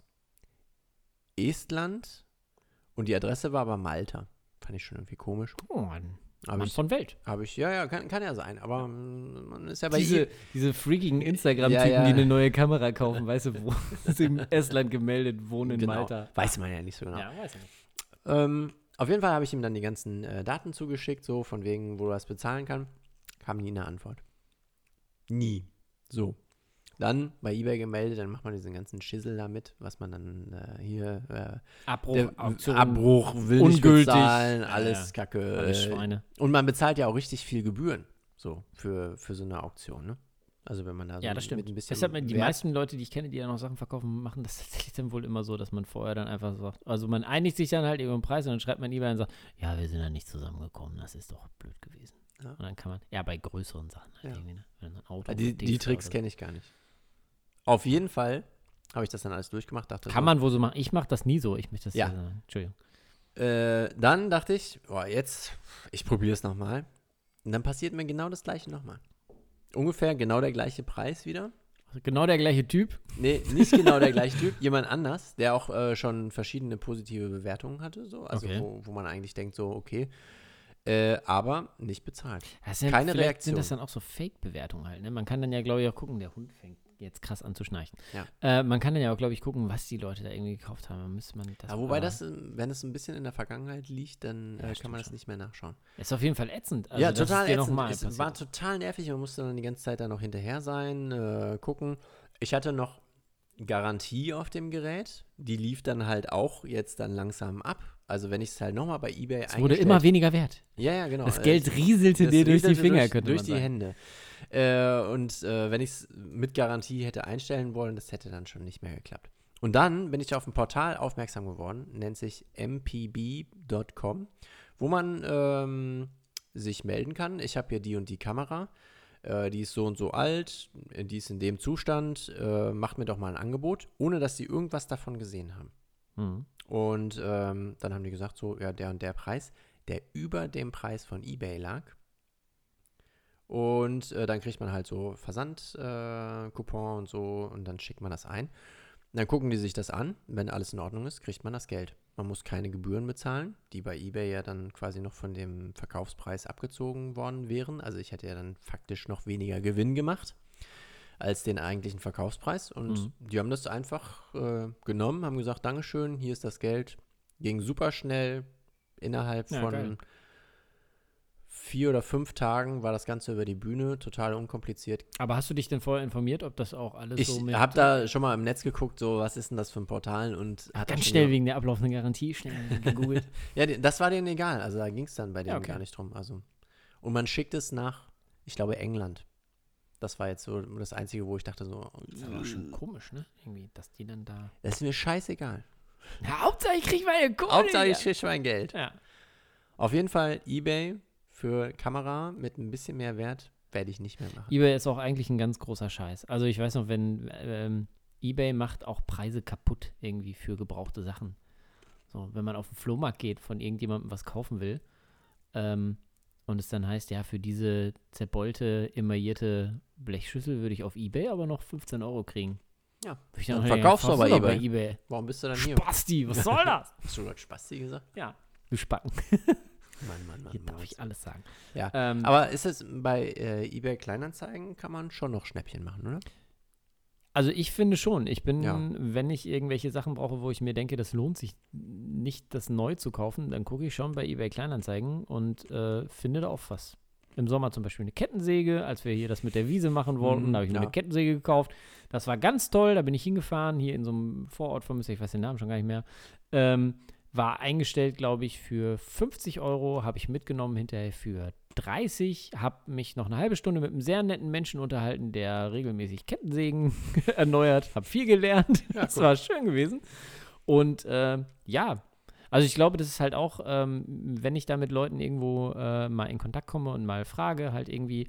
Estland und die Adresse war aber Malta. Fand ich schon irgendwie komisch. Oh Mann. Aber Mann ich, von Welt. habe ich, ja, kann ja sein, aber man ist ja bei Diese freakigen Instagram-Typen, Ja, ja. die eine neue Kamera kaufen, weißt du, wo sie im Estland gemeldet, wohnen in genau, Malta. weiß man ja nicht so genau. Ja, weiß ich nicht. Auf jeden Fall habe ich ihm dann die ganzen Daten zugeschickt, so von wegen, wo er das bezahlen kann. Kam nie eine Antwort. Nie. So. Dann bei eBay gemeldet, dann macht man diesen ganzen Schissel damit, was man dann Abbruch, Auktion, Abbruch will nicht ungültig. bezahlen, Ja, alles ja. Kacke. Alles Schweine. Und man bezahlt ja auch richtig viel Gebühren, so, für so eine Auktion, ne? Also wenn man da so Ja, das stimmt. mit ein bisschen Deshalb, die Wert- meisten Leute, die ich kenne, die ja noch Sachen verkaufen, machen das tatsächlich dann wohl immer so, dass man vorher dann einfach sagt, also man einigt sich dann halt über den Preis und dann schreibt man eBay und sagt, ja, wir sind da nicht zusammengekommen, das ist doch blöd gewesen. Ja. Und dann kann man, ja, bei größeren Sachen halt Ja. irgendwie, ne? Wenn ein Auto Die Dings Tricks oder so. kenne ich gar nicht. Auf jeden Fall habe ich das dann alles durchgemacht, dachte Kann man wohl so machen. Ich mache das nie so. Ich möchte das Ja. Entschuldigung. Dann dachte ich, ich probiere es nochmal. Und dann passiert mir genau das gleiche nochmal. Ungefähr genau der gleiche Preis wieder. Also genau der gleiche Typ. Nee, nicht genau der gleiche Typ. Jemand anders, der auch schon verschiedene positive Bewertungen hatte. So. Also Okay. wo man eigentlich denkt, so, okay. Aber nicht bezahlt. Das sind, Keine vielleicht Reaktion. sind das dann auch so Fake-Bewertungen halt. Ne? Man kann dann ja, glaube ich, auch gucken, der Hund fängt jetzt krass an zu schnarchen. Ja. Man kann dann ja auch, glaube ich, gucken, was die Leute da irgendwie gekauft haben. Dann müsste man das Ja, wobei mal- wenn es ein bisschen in der Vergangenheit liegt, dann Ja, kann stimmt man das schon. nicht mehr nachschauen. Ist auf jeden Fall ätzend. Also, Ja, das total ist dir ätzend. Noch mal Es passiert. war total nervig. Man musste dann die ganze Zeit da noch hinterher sein, gucken. Ich hatte noch Garantie auf dem Gerät. Die lief dann halt auch jetzt dann langsam ab. Also wenn ich es halt nochmal bei eBay Es wurde immer weniger wert. Ja, genau. Das Geld rieselte Das dir durch die rieselte Finger, könnte durch man die sagen. Hände. Wenn ich es mit Garantie hätte einstellen wollen, das hätte dann schon nicht mehr geklappt. Und dann bin ich auf ein Portal aufmerksam geworden, nennt sich mpb.com, wo man sich melden kann. Ich habe hier die und die Kamera, die ist so und so alt, die ist in dem Zustand, macht mir doch mal ein Angebot, ohne dass sie irgendwas davon gesehen haben. Mhm. Und dann haben die gesagt, so, ja, der und der Preis, der über dem Preis von eBay lag. Und dann kriegt man halt so Versandcoupon und so und dann schickt man das ein. Und dann gucken die sich das an. Wenn alles in Ordnung ist, kriegt man das Geld. Man muss keine Gebühren bezahlen, die bei eBay ja dann quasi noch von dem Verkaufspreis abgezogen worden wären. Also ich hätte ja dann faktisch noch weniger Gewinn gemacht als den eigentlichen Verkaufspreis. Und die haben das einfach genommen, haben gesagt, Dankeschön, hier ist das Geld. Ging super schnell, innerhalb Ja, von geil. 4 oder 5 Tagen war das Ganze über die Bühne, total unkompliziert. Aber hast du dich denn vorher informiert, ob das auch alles Ich so mit... habe da schon mal im Netz geguckt, so was ist denn das für ein Portal und hat Ganz das schon schnell ge- wegen der ablaufenden Garantie, schnell gegoogelt. Ja, das war denen egal, also da ging es dann bei denen okay. gar nicht drum. Also. Und man schickt es nach, ich glaube, England. Das war jetzt so das Einzige, wo ich dachte so, Das ist aber schon komisch, ne? Irgendwie, dass die dann da... das ist mir scheißegal. Ja, Hauptsache ich krieg meine Kohle. Hauptsache ich wieder. kriege mein Geld. Ja. Auf jeden Fall eBay für Kamera mit ein bisschen mehr Wert werde ich nicht mehr machen. eBay ist auch eigentlich ein ganz großer Scheiß. Also ich weiß noch, wenn eBay macht auch Preise kaputt irgendwie für gebrauchte Sachen. So, wenn man auf den Flohmarkt geht, von irgendjemandem was kaufen will und es dann heißt, ja, für diese zerbeulte, emaillierte Blechschüssel würde ich auf eBay aber noch 15 € kriegen. Ja. Würde ich Dann hey, verkaufst du kaufst aber doch eBay. bei eBay. Warum bist du dann hier? Spasti, was soll das? Hast du gerade Spasti gesagt? Ja, du Spacken. Mann. Hier darf ich alles sagen. Ja, Ähm, aber ist es bei eBay Kleinanzeigen, kann man schon noch Schnäppchen machen, oder? Also ich finde schon. Ich bin, Ja. wenn ich irgendwelche Sachen brauche, wo ich mir denke, das lohnt sich nicht, das neu zu kaufen, dann gucke ich schon bei eBay Kleinanzeigen und finde da auch was. Im Sommer zum Beispiel eine Kettensäge, als wir hier das mit der Wiese machen wollten, da habe ich mir ja. eine Kettensäge gekauft. Das war ganz toll, da bin ich hingefahren, hier in so einem Vorort von Münster, ich weiß den Namen schon gar nicht mehr. War eingestellt, glaube ich, für 50 €, habe ich mitgenommen hinterher für 30, habe mich noch eine halbe Stunde mit einem sehr netten Menschen unterhalten, der regelmäßig Kettensägen erneuert, habe viel gelernt, das war schön gewesen. Und ja, also ich glaube, das ist halt auch, wenn ich da mit Leuten irgendwo mal in Kontakt komme und mal frage, halt irgendwie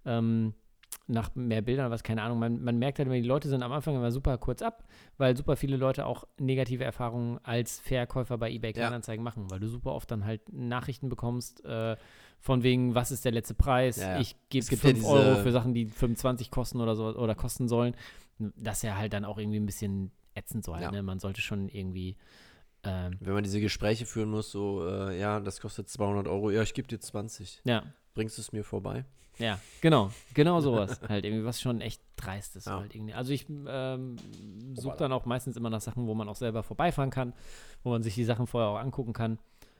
nach mehr Bildern oder was, keine Ahnung, man merkt halt immer, die Leute sind am Anfang immer super kurz ab, weil super viele Leute auch negative Erfahrungen als Verkäufer bei eBay Kleinanzeigen machen, weil du super oft dann halt Nachrichten bekommst, von wegen, was ist der letzte Preis? Ja. Ich gebe Es gibt 5 ja € diese- für Sachen, die 25 kosten oder so oder kosten sollen. Das ist ja halt dann auch irgendwie ein bisschen ätzend so halt, Ja. ne? Man sollte schon irgendwie Wenn man diese Gespräche führen muss, so, ja, das kostet 200 €, ja, ich gebe dir 20. ja, Bringst du es mir vorbei? ja, genau sowas halt irgendwie, was schon echt dreist ist. Ja. Halt irgendwie. Also ich suche dann auch meistens immer nach Sachen, wo man auch selber vorbeifahren kann, wo man sich die Sachen vorher auch angucken kann.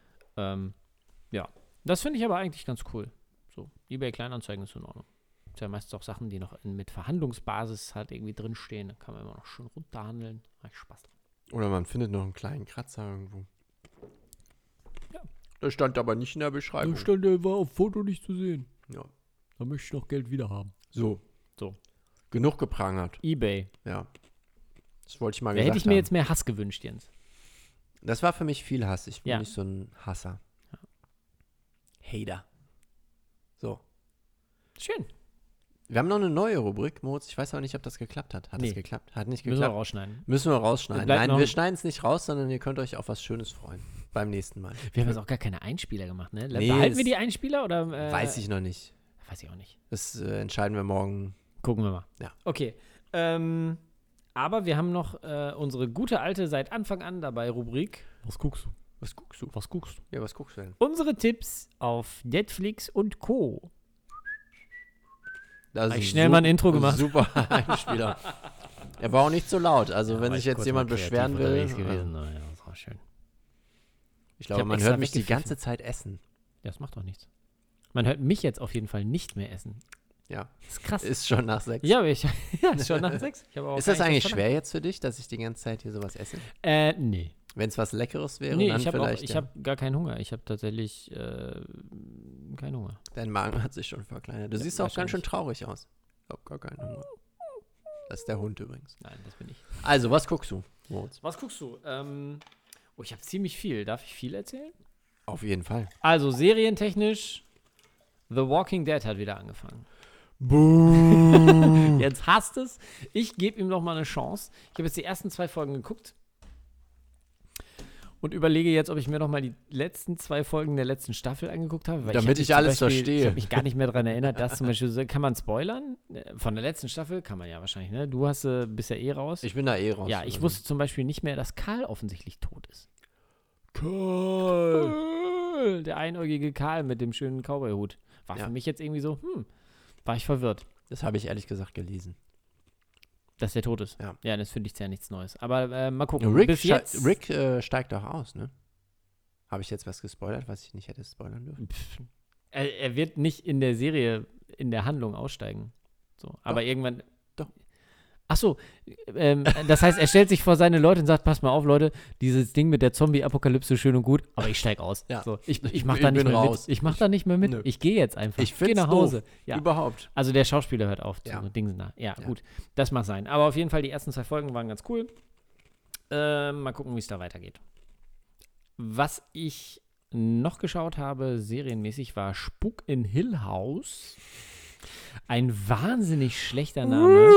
Ja, das finde ich aber eigentlich ganz cool. So, eBay Kleinanzeigen ist in Ordnung. Ist ja meistens auch Sachen, die noch mit Verhandlungsbasis halt irgendwie drinstehen. Da kann man immer noch schön runterhandeln. Macht Spaß dran. Oder man findet noch einen kleinen Kratzer irgendwo. Ja. Das stand aber nicht in der Beschreibung. der war auf Foto nicht zu sehen. Ja. Da möchte ich noch Geld wieder haben. So. So. Genug geprangert. eBay. Ja. Das wollte ich mal Da gesagt hätte ich mir haben. jetzt mehr Hass gewünscht, Jens. Das war für mich viel Hass. Ich bin Ja. nicht so ein Hasser. Hater. So. Schön. Wir haben noch eine neue Rubrik, Moritz. Ich weiß aber nicht, ob das geklappt hat. Hat Nee. es geklappt? Hat nicht Müssen wir geklappt. rausschneiden. Müssen wir rausschneiden. Bleibt Nein, noch- wir schneiden es nicht raus, sondern ihr könnt euch auf was Schönes freuen. Beim nächsten Mal. Wir haben jetzt auch gar keine Einspieler gemacht, ne? Nee, Behalten das- wir die Einspieler oder? Weiß ich noch nicht. Weiß ich auch nicht. Das entscheiden wir morgen. Gucken wir mal. Ja. Okay. Aber wir haben noch unsere gute alte seit Anfang an dabei Rubrik. Was guckst du? Was guckst du? Was guckst du? Ja, was guckst du denn? Unsere Tipps auf Netflix und Co. Das Hab ich ist schnell mal ein Intro gemacht. Super Einspieler. Er war auch nicht so laut. Also wenn sich jetzt jemand beschweren will. Gewesen. Ja, das war schön. Ich glaube, hab man extra hört mich die weggepfiffen. ganze Zeit essen. Ja, das macht doch nichts. Man hört mich jetzt auf jeden Fall nicht mehr essen. Ja. Das ist krass. Ist schon nach 6. Ja, aber ich, ja, ist schon nach 6. Ich habe auch Ist das gar nicht eigentlich was schwer jetzt für dich, dass ich die ganze Zeit hier sowas esse? verlangt. Nee. Wenn es was Leckeres wäre, Nee, dann ich habe vielleicht. ja. hab gar keinen Hunger. Ich habe tatsächlich keinen Hunger. Dein Magen hat sich schon verkleinert. Du Ja, siehst auch ganz schön wahrscheinlich. traurig aus. Ich habe gar keinen Hunger. Das ist der Hund übrigens. Nein, das bin ich. Also, was guckst du, Moritz? Was guckst du? Ich habe ziemlich viel. Darf ich viel erzählen? Auf jeden Fall. Also, serientechnisch, The Walking Dead hat wieder angefangen. Jetzt hasst es. Ich gebe ihm noch mal eine Chance. Ich habe jetzt die ersten 2 Folgen geguckt und überlege jetzt, ob ich mir noch mal die letzten 2 Folgen der letzten Staffel angeguckt habe. Weil Damit hab mich ich zum alles Beispiel, verstehe. Ich habe mich gar nicht mehr daran erinnert, dass zum Beispiel, kann man spoilern? Von der letzten Staffel kann man ja wahrscheinlich, ne? Du bist ja eh raus. Ich bin da eh raus. Ja, ich Also. wusste zum Beispiel nicht mehr, dass Karl offensichtlich tot ist. Karl. Der einäugige Karl mit dem schönen Cowboy-Hut. War Ja. für mich jetzt irgendwie so, war ich verwirrt, Das habe ich ehrlich gesagt gelesen. dass der tot ist. Ja. Ja, das finde ich ja nichts Neues. Aber mal gucken. Rick, Bis jetzt, Rick steigt auch aus, ne? Habe ich jetzt was gespoilert, was ich nicht hätte spoilern dürfen? Pff, Er wird nicht in der Serie, in der Handlung aussteigen. So, aber irgendwann. Doch. Ach so, das heißt, er stellt sich vor seine Leute und sagt, pass mal auf, Leute, dieses Ding mit der Zombie-Apokalypse schön und gut, aber ich steig aus. Ja. So, ich mach da nicht bin mehr raus. mit. Ich mach da nicht mehr mit. Nö. Ich gehe jetzt einfach. Ich Geh find's nach Hause. doof. Ja. Überhaupt. Also der Schauspieler hört auf zu Ja. Dingsen da. Ja, Ja. gut. Das mag sein. Aber auf jeden Fall, die ersten 2 Folgen waren ganz cool. Mal gucken, wie es da weitergeht. Was ich noch geschaut habe, serienmäßig, war Spuk in Hill House. Ein wahnsinnig schlechter Name.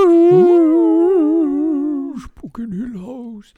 Spuk in Hill House.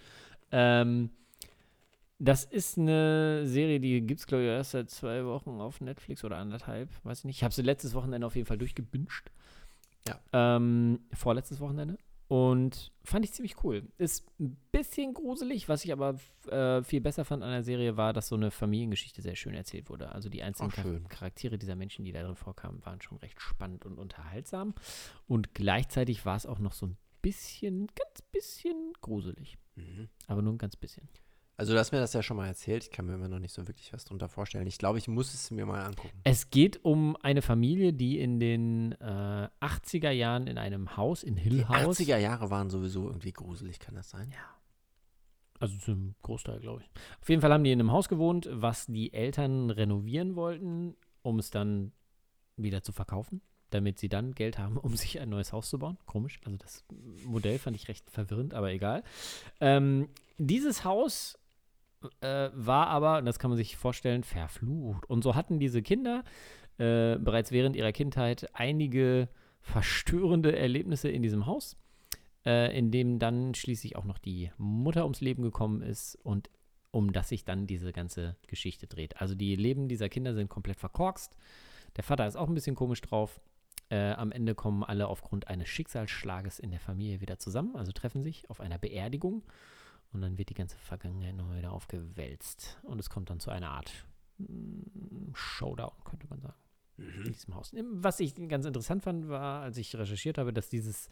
Das ist eine Serie, die gibt es, glaube ich, erst seit 2 Wochen auf Netflix oder 1,5. Weiß ich nicht. Ich habe sie letztes Wochenende auf jeden Fall durchgebinged. Ja. Vorletztes Wochenende. Und fand ich ziemlich cool. Ist ein bisschen gruselig, was ich aber viel besser fand an der Serie, war, dass so eine Familiengeschichte sehr schön erzählt wurde. Also die einzelnen Ach, schön. Charaktere dieser Menschen, die da drin vorkamen, waren schon recht spannend und unterhaltsam. Und gleichzeitig war es auch noch so ein bisschen, ganz bisschen gruselig. Mhm. Aber nur ein ganz bisschen. Also du hast mir das ja schon mal erzählt. Ich kann mir immer noch nicht so wirklich was drunter vorstellen. Ich glaube, ich muss es mir mal angucken. Es geht um eine Familie, die in den 80er Jahren in einem Haus in Hill Die House. 80er Jahre waren sowieso irgendwie gruselig, kann das sein? Ja. Also zum Großteil, glaube ich. Auf jeden Fall haben die in einem Haus gewohnt, was die Eltern renovieren wollten, um es dann wieder zu verkaufen, damit sie dann Geld haben, um sich ein neues Haus zu bauen. Komisch. Also das Modell fand ich recht verwirrend, aber egal. Dieses Haus war aber, und das kann man sich vorstellen, verflucht. Und so hatten diese Kinder bereits während ihrer Kindheit einige verstörende Erlebnisse in diesem Haus, in dem dann schließlich auch noch die Mutter ums Leben gekommen ist und um das sich dann diese ganze Geschichte dreht. Also die Leben dieser Kinder sind komplett verkorkst. Der Vater ist auch ein bisschen komisch drauf. Am Ende kommen alle aufgrund eines Schicksalsschlages in der Familie wieder zusammen, also treffen sich auf einer Beerdigung. Und dann wird die ganze Vergangenheit noch wieder aufgewälzt. Und es kommt dann zu einer Art Showdown, könnte man sagen, in diesem Haus. Was ich ganz interessant fand, war, als ich recherchiert habe, dass diese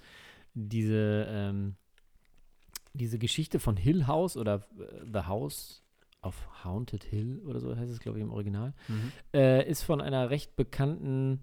Geschichte von Hill House oder The House of Haunted Hill oder so heißt es, glaube ich, im Original, ist von einer recht bekannten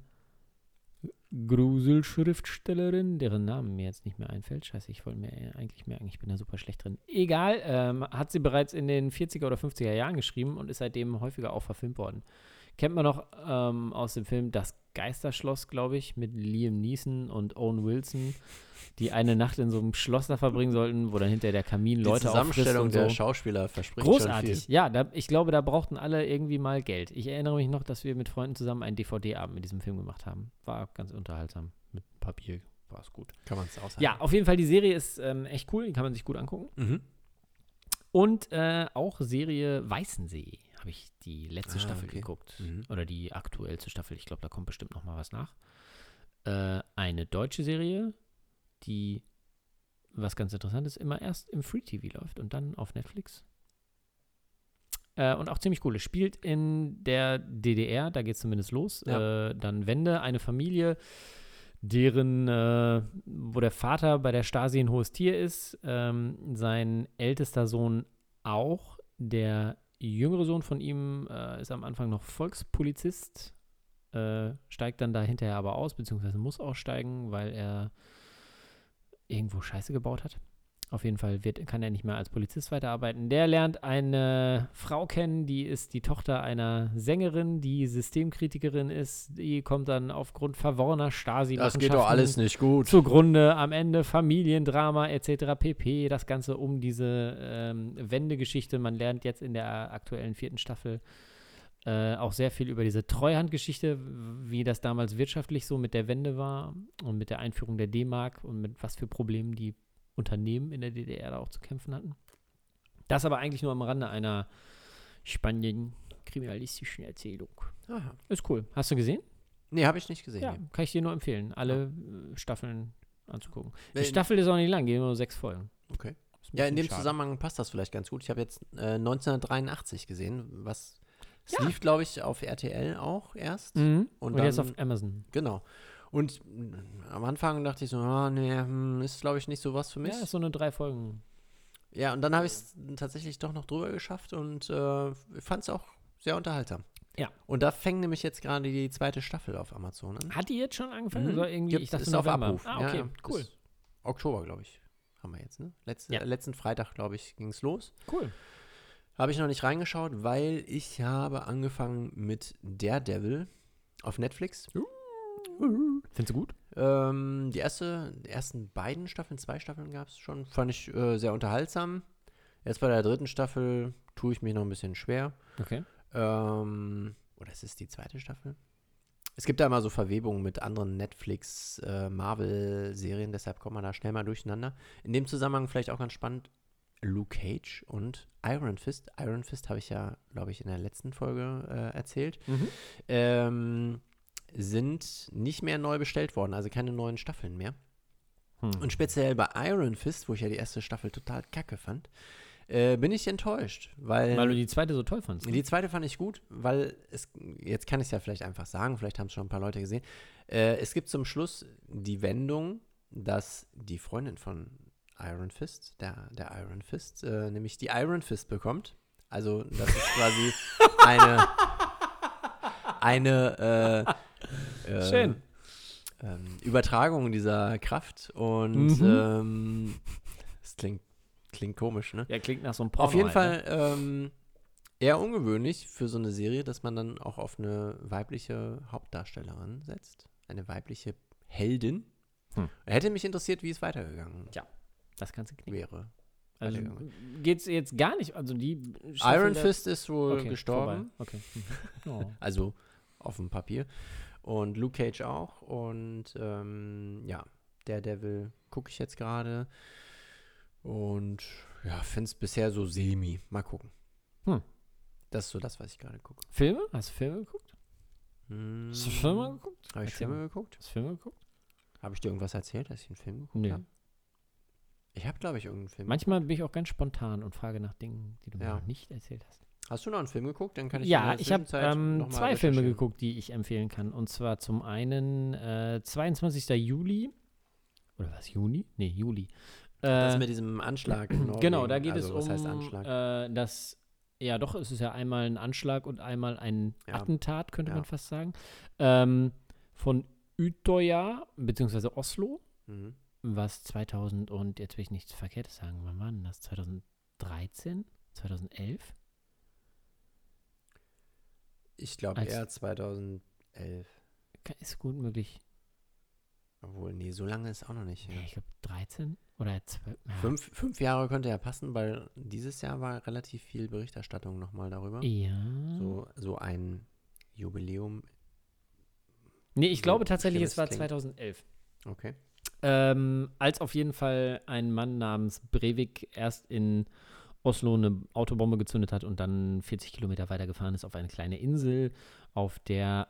Gruselschriftstellerin, deren Namen mir jetzt nicht mehr einfällt. Scheiße, ich wollte mir eigentlich merken, ich bin da super schlecht drin. Egal, hat sie bereits in den 40er oder 50er Jahren geschrieben und ist seitdem häufiger auch verfilmt worden. Kennt man noch aus dem Film Das Geisterschloss, glaube ich, mit Liam Neeson und Owen Wilson, die eine Nacht in so einem Schloss da verbringen sollten, wo dann hinterher der Kamin Leute auffrisst Zusammenstellung und so. der Schauspieler verspricht Großartig, schon viel. ja, ich glaube, da brauchten alle irgendwie mal Geld. Ich erinnere mich noch, dass wir mit Freunden zusammen einen DVD-Abend mit diesem Film gemacht haben. War ganz unterhaltsam. Mit Papier war es gut. Kann man es aushalten. Ja, auf jeden Fall, die Serie ist echt cool, die kann man sich gut angucken. Mhm. Und auch Serie Weißensee habe ich die letzte Staffel okay. geguckt. Mhm. Oder die aktuellste Staffel. Ich glaube, da kommt bestimmt noch mal was nach. Eine deutsche Serie, die, was ganz interessant ist, immer erst im Free TV läuft und dann auf Netflix. Und auch ziemlich cool. Es spielt in der DDR, da geht es zumindest los. Ja. Dann Wende, eine Familie, wo der Vater bei der Stasi ein hohes Tier ist, sein ältester Sohn auch, der jüngere Sohn von ihm ist am Anfang noch Volkspolizist, steigt dann da hinterher aber aus, beziehungsweise muss aussteigen, weil er irgendwo Scheiße gebaut hat. Auf jeden Fall kann er nicht mehr als Polizist weiterarbeiten. Der lernt eine Frau kennen, die ist die Tochter einer Sängerin, die Systemkritikerin ist. Die kommt dann aufgrund verworrener Stasi-Machenschaften Das geht doch alles nicht gut. zugrunde. Am Ende Familiendrama etc. pp. Das Ganze um diese Wendegeschichte. Man lernt jetzt in der aktuellen 4. Staffel auch sehr viel über diese Treuhandgeschichte, wie das damals wirtschaftlich so mit der Wende war und mit der Einführung der D-Mark und mit was für Problemen die Unternehmen in der DDR da auch zu kämpfen hatten. Das aber eigentlich nur am Rande einer spannenden kriminalistischen Erzählung. Aha. Ist cool. Hast du gesehen? Nee, habe ich nicht gesehen. Ja, nee. kann ich dir nur empfehlen, alle Staffeln anzugucken. Die Wenn- Staffel ist auch nicht lang, geht nur 6 Folgen. Okay. Ist ein Ja, in bisschen dem schade. Zusammenhang passt das vielleicht ganz gut. Ich habe jetzt 1983 gesehen, was es Ja. lief, glaube ich, auf RTL auch erst. Mhm. Und Und jetzt dann- auf Amazon. Genau. Und am Anfang dachte ich so, ist, glaube ich, nicht so was für mich. Ja, ist so eine 3 Folgen. Ja, und dann habe ich es tatsächlich doch noch drüber geschafft und fand es auch sehr unterhaltsam. Ja. Und da fängt nämlich jetzt gerade die zweite Staffel auf Amazon an. Hat die jetzt schon angefangen? Mhm. Oder irgendwie, ich dachte ist auf November. Abruf. Ah, okay, Ja, cool. ist Oktober, glaube ich, haben wir jetzt, ne? Ja. Letzten Freitag, glaube ich, ging es los. Cool. Habe ich noch nicht reingeschaut, weil ich habe angefangen mit Daredevil auf Netflix. Findest du gut? Die ersten beiden Staffeln, 2 Staffeln gab es schon, fand ich sehr unterhaltsam. Jetzt bei der 3. Staffel tue ich mich noch ein bisschen schwer. Okay. Oder ist es die 2. Staffel? Es gibt da immer so Verwebungen mit anderen Netflix, Marvel-Serien, deshalb kommt man da schnell mal durcheinander. In dem Zusammenhang vielleicht auch ganz spannend, Luke Cage und Iron Fist. Iron Fist habe ich ja, glaube ich, in der letzten Folge erzählt. Sind nicht mehr neu bestellt worden, also keine neuen Staffeln mehr. Und speziell bei Iron Fist, wo ich ja die erste Staffel total kacke fand, bin ich enttäuscht, weil du die zweite so toll fandst. Ne? Die zweite fand ich gut, weil jetzt kann ich es ja vielleicht einfach sagen, vielleicht haben es schon ein paar Leute gesehen. Es gibt zum Schluss die Wendung, dass die Freundin von Iron Fist, der Iron Fist, nämlich die Iron Fist bekommt. Also das ist quasi eine Schön. Übertragung dieser Kraft und es klingt komisch, ne? Ja, klingt nach so einem Porno. Auf jeden halt, Fall eher ungewöhnlich für so eine Serie, dass man dann auch auf eine weibliche Hauptdarstellerin setzt. Eine weibliche Heldin. Hätte mich interessiert, wie es weitergegangen Das kannst du knicken. wäre. Also geht's jetzt gar nicht, also die Iron Fist ist wohl gestorben. Vorbei. Okay. Oh. Also auf dem Papier. Und Luke Cage auch. Und Daredevil gucke ich jetzt gerade. Und ja, finde es bisher so semi. Mal gucken. Das ist so das, was ich gerade gucke. Filme? Hast du Filme geguckt? Hast du Filme geguckt? Habe ich Filme geguckt? Hast du Filme geguckt? Habe ich dir irgendwas erzählt, dass ich einen Film geguckt Nee. habe? Ich habe, glaube ich, irgendeinen Film. Manchmal bin ich auch ganz spontan und frage nach Dingen, die du mir noch nicht erzählt hast. Hast du noch einen Film geguckt? Dann kann ich Ja, in der ich habe Zwischenzeit noch mal 2 Filme recherchieren. geguckt, die ich empfehlen kann. Und zwar zum einen 22. Juli. Oder was, Juni? Nee, Juli. Das mit diesem Anschlag. in Norwegen. Genau, da geht also, es was um heißt Anschlag? ja doch, es ist ja einmal ein Anschlag und einmal ein Attentat, könnte man fast sagen. Von Utøya, beziehungsweise Oslo, was 2000 und, jetzt will ich nichts Verkehrtes sagen, wann war denn das? 2013? 2011? Ich glaube eher 2011. Ist gut möglich. Obwohl, nee, so lange ist auch noch nicht. Nee, ich glaube 13 oder 12. Ja. 5 Jahre könnte ja passen, weil dieses Jahr war relativ viel Berichterstattung nochmal darüber. Ja. So ein Jubiläum. Nee, ich glaube tatsächlich, schlimm es war es klingt. 2011. Okay. Als auf jeden Fall ein Mann namens Breivik erst in Oslo eine Autobombe gezündet hat und dann 40 Kilometer weiter gefahren ist auf eine kleine Insel, auf der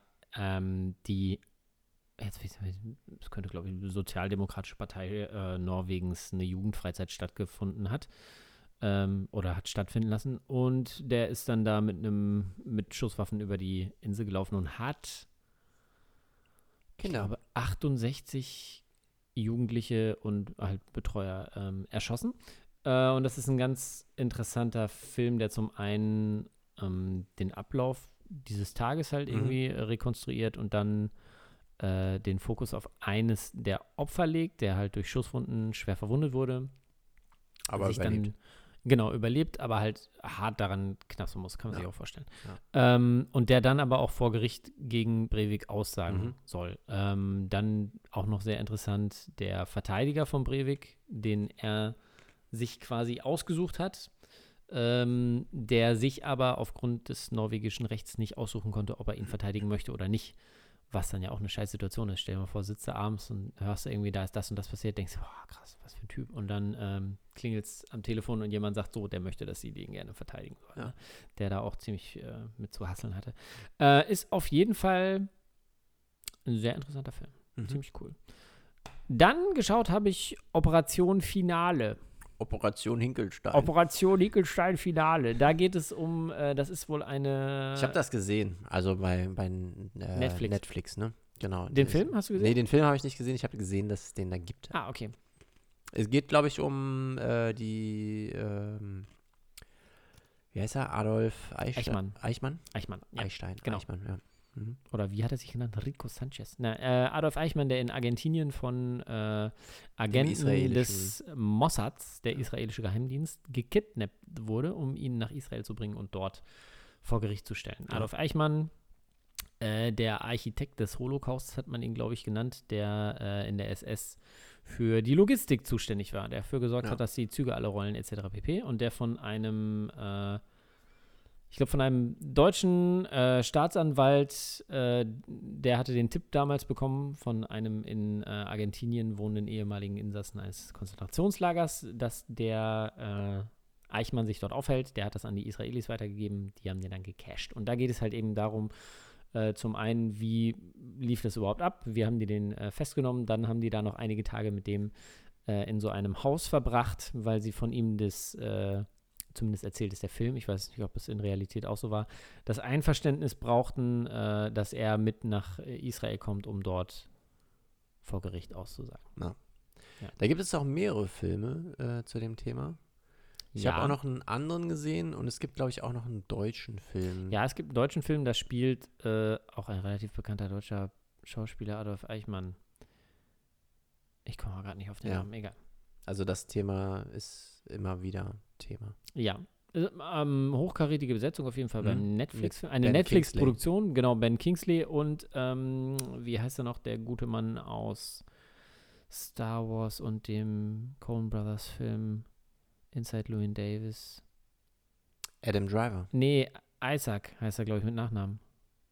es könnte, glaube ich, die Sozialdemokratische Partei Norwegens eine Jugendfreizeit stattgefunden hat oder hat stattfinden lassen. Und der ist dann da mit Schusswaffen über die Insel gelaufen und hat Kinder. Ich glaube, 68 Jugendliche und halt Betreuer erschossen. Und das ist ein ganz interessanter Film, der zum einen den Ablauf dieses Tages halt irgendwie rekonstruiert und dann den Fokus auf eines der Opfer legt, der halt durch Schusswunden schwer verwundet wurde. Aber überlebt. Genau, überlebt, aber halt hart daran knapsen muss, kann man sich auch vorstellen. Ja. Und der dann aber auch vor Gericht gegen Breivik aussagen soll. Dann auch noch sehr interessant, der Verteidiger von Breivik, den er sich quasi ausgesucht hat, der sich aber aufgrund des norwegischen Rechts nicht aussuchen konnte, ob er ihn verteidigen möchte oder nicht. Was dann ja auch eine scheiß Situation ist. Stell dir mal vor, sitzt du abends und hörst irgendwie, da ist das und das passiert, denkst du, boah, krass, was für ein Typ. Und dann klingelt es am Telefon und jemand sagt so, der möchte, dass sie den gerne verteidigen soll. Ja. Ne? Der da auch ziemlich mit zu hasseln hatte. Ist auf jeden Fall ein sehr interessanter Film. Ziemlich cool. Dann geschaut habe ich Operation Finale. Operation Hinkelstein. Operation Hinkelstein Finale. Da geht es um, das ist wohl eine... Ich habe das gesehen, also bei Netflix, ne? Genau. Den Film hast du gesehen? Nee, den Film habe ich nicht gesehen. Ich habe gesehen, dass es den da gibt. Ah, okay. Es geht, glaube ich, um Wie heißt er? Adolf Eichmann. Eichmann? Eichmann, ja. Eichstein, genau. Eichmann, ja. Mhm. Oder wie hat er sich genannt? Rico Sanchez. Adolf Eichmann, der in Argentinien von Agenten israelischen- des Mossads, der israelische Geheimdienst, gekidnappt wurde, um ihn nach Israel zu bringen und dort vor Gericht zu stellen. Ja. Adolf Eichmann, der Architekt des Holocausts, hat man ihn, glaube ich, genannt, der in der SS für die Logistik zuständig war, der dafür gesorgt Ja. hat, dass die Züge alle rollen, etc. pp. Und der von einem ich glaube, von einem deutschen Staatsanwalt, der hatte den Tipp damals bekommen von einem in Argentinien wohnenden ehemaligen Insassen eines Konzentrationslagers, dass der Eichmann sich dort aufhält. Der hat das an die Israelis weitergegeben, die haben den dann gecasht. Und da geht es halt eben darum, zum einen, wie lief das überhaupt ab? Wir haben den festgenommen, dann haben die da noch einige Tage mit dem in so einem Haus verbracht, weil sie von ihm das zumindest erzählt ist der Film, ich weiß nicht, ob es in Realität auch so war, das Einverständnis brauchten, dass er mit nach Israel kommt, um dort vor Gericht auszusagen. Da gibt es auch mehrere Filme zu dem Thema. Ich habe auch noch einen anderen gesehen und es gibt, glaube ich, auch noch einen deutschen Film. Ja, es gibt einen deutschen Film, da spielt auch ein relativ bekannter deutscher Schauspieler, Adolf Eichmann. Ich komme aber gerade nicht auf den Namen, egal. Also das Thema ist immer wieder Thema. Ja, hochkarätige Besetzung auf jeden Fall beim Netflix-Film. Eine Ben Netflix-Produktion, genau, Ben Kingsley und wie heißt er noch, der gute Mann aus Star Wars und dem Coen Brothers Film Inside Llewyn Davis. Adam Driver. Nee, Isaac heißt er, glaube ich, mit Nachnamen.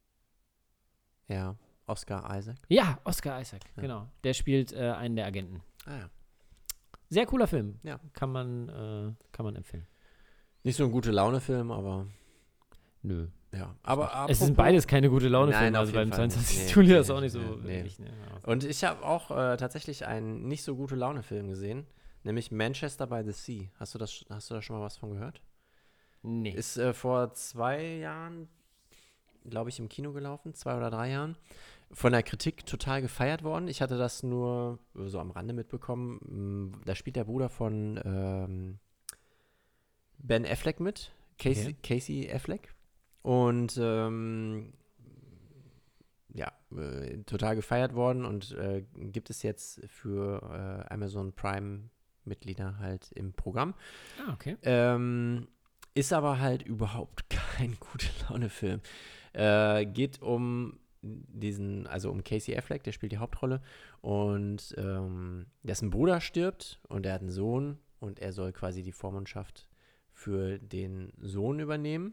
Ja, Oscar Isaac. Ja, Oscar Isaac, Ja. genau. Der spielt einen der Agenten. Ah ja. Sehr cooler Film. Ja. Kann man empfehlen. Nicht so ein gute Laune-Film, aber Nö. ja. Aber Es sind beides keine gute Laune-Filme, Nein, auf also beim jeden Fall 22. nicht. Juli Nee, ist auch nicht so nee. wirklich, ne? Und ich habe auch tatsächlich einen nicht so gute Laune-Film gesehen, nämlich Manchester by the Sea. Hast du da schon mal was von gehört? Nee. Ist vor 2 Jahren, glaube ich, im Kino gelaufen, 2 oder 3 Jahren. Von der Kritik total gefeiert worden. Ich hatte das nur so am Rande mitbekommen. Da spielt der Bruder von Ben Affleck mit, Casey Affleck. Und total gefeiert worden und gibt es jetzt für Amazon Prime-Mitglieder halt im Programm. Ah, okay. Ist aber halt überhaupt kein gute Laune-Film. Geht um um Casey Affleck, der spielt die Hauptrolle und dessen Bruder stirbt und er hat einen Sohn und er soll quasi die Vormundschaft für den Sohn übernehmen.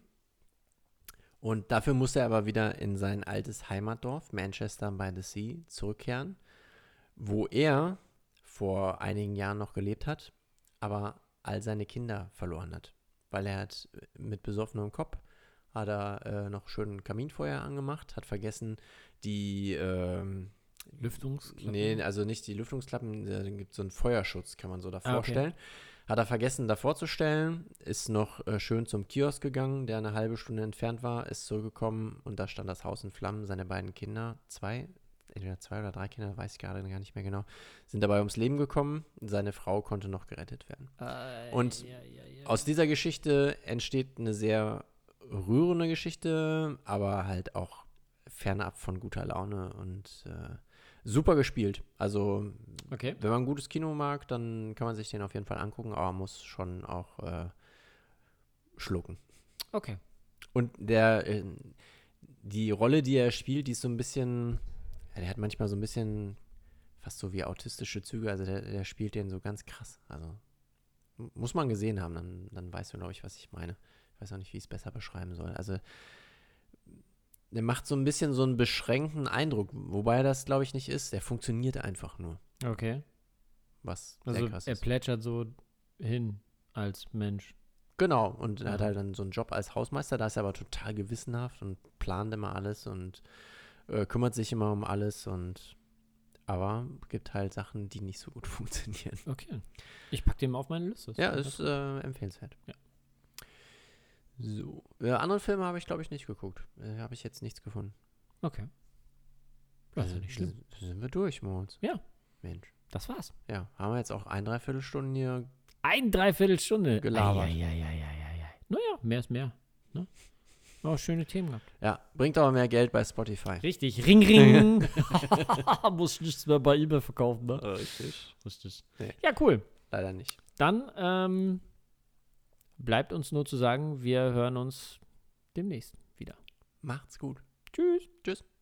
Und dafür muss er aber wieder in sein altes Heimatdorf, Manchester by the Sea, zurückkehren, wo er vor einigen Jahren noch gelebt hat, aber all seine Kinder verloren hat. Weil er hat mit besoffenem Kopf hat er noch schön Kaminfeuer angemacht, hat vergessen, die Lüftungsklappen? Nee, also nicht die Lüftungsklappen, da gibt es so einen Feuerschutz, kann man so davor okay. stellen. Hat er vergessen, davor zu stellen, ist noch schön zum Kiosk gegangen, der eine halbe Stunde entfernt war, ist zurückgekommen und da stand das Haus in Flammen. Seine beiden Kinder, entweder 2 oder 3 Kinder, weiß ich gerade gar nicht mehr genau, sind dabei ums Leben gekommen. Seine Frau konnte noch gerettet werden. Und aus dieser Geschichte entsteht eine sehr rührende Geschichte, aber halt auch fernab von guter Laune und super gespielt. Also, Okay. wenn man ein gutes Kino mag, dann kann man sich den auf jeden Fall angucken, aber man muss schon auch schlucken. Okay. Und die Rolle, die er spielt, die ist so ein bisschen, der hat manchmal so ein bisschen fast so wie autistische Züge, also der spielt den so ganz krass. Also, muss man gesehen haben, dann weißt du, glaube ich, was ich meine. Ich weiß auch nicht, wie ich es besser beschreiben soll. Also, der macht so ein bisschen so einen beschränkten Eindruck, wobei er das, glaube ich, nicht ist. Der funktioniert einfach nur, Okay. was Also sehr krass er ist. plätschert so hin als Mensch. Genau, und er hat halt dann so einen Job als Hausmeister, da ist er aber total gewissenhaft und plant immer alles und kümmert sich immer um alles aber gibt halt Sachen, die nicht so gut funktionieren. Okay. Ich packe den mal auf meine Liste. Ja, ist empfehlenswert. Ja. So. Andere Filme habe ich, glaube ich, nicht geguckt. Habe ich jetzt nichts gefunden. Okay. Das ist ja nicht schlimm. Sind wir durch, Moritz? Ja. Mensch. Das war's. Ja, haben wir jetzt auch 1 Dreiviertelstunden hier. 1 Dreiviertelstunde. Gelabert. Ja. Naja, mehr ist mehr. Ne? Auch schöne Themen gehabt. Ja, bringt aber mehr Geld bei Spotify. Richtig, Ring, Ring. Muss nichts mehr bei eBay verkaufen, ne? Richtig. Ja, cool. Leider nicht. Dann bleibt uns nur zu sagen, wir hören uns demnächst wieder. Macht's gut. Tschüss. Tschüss.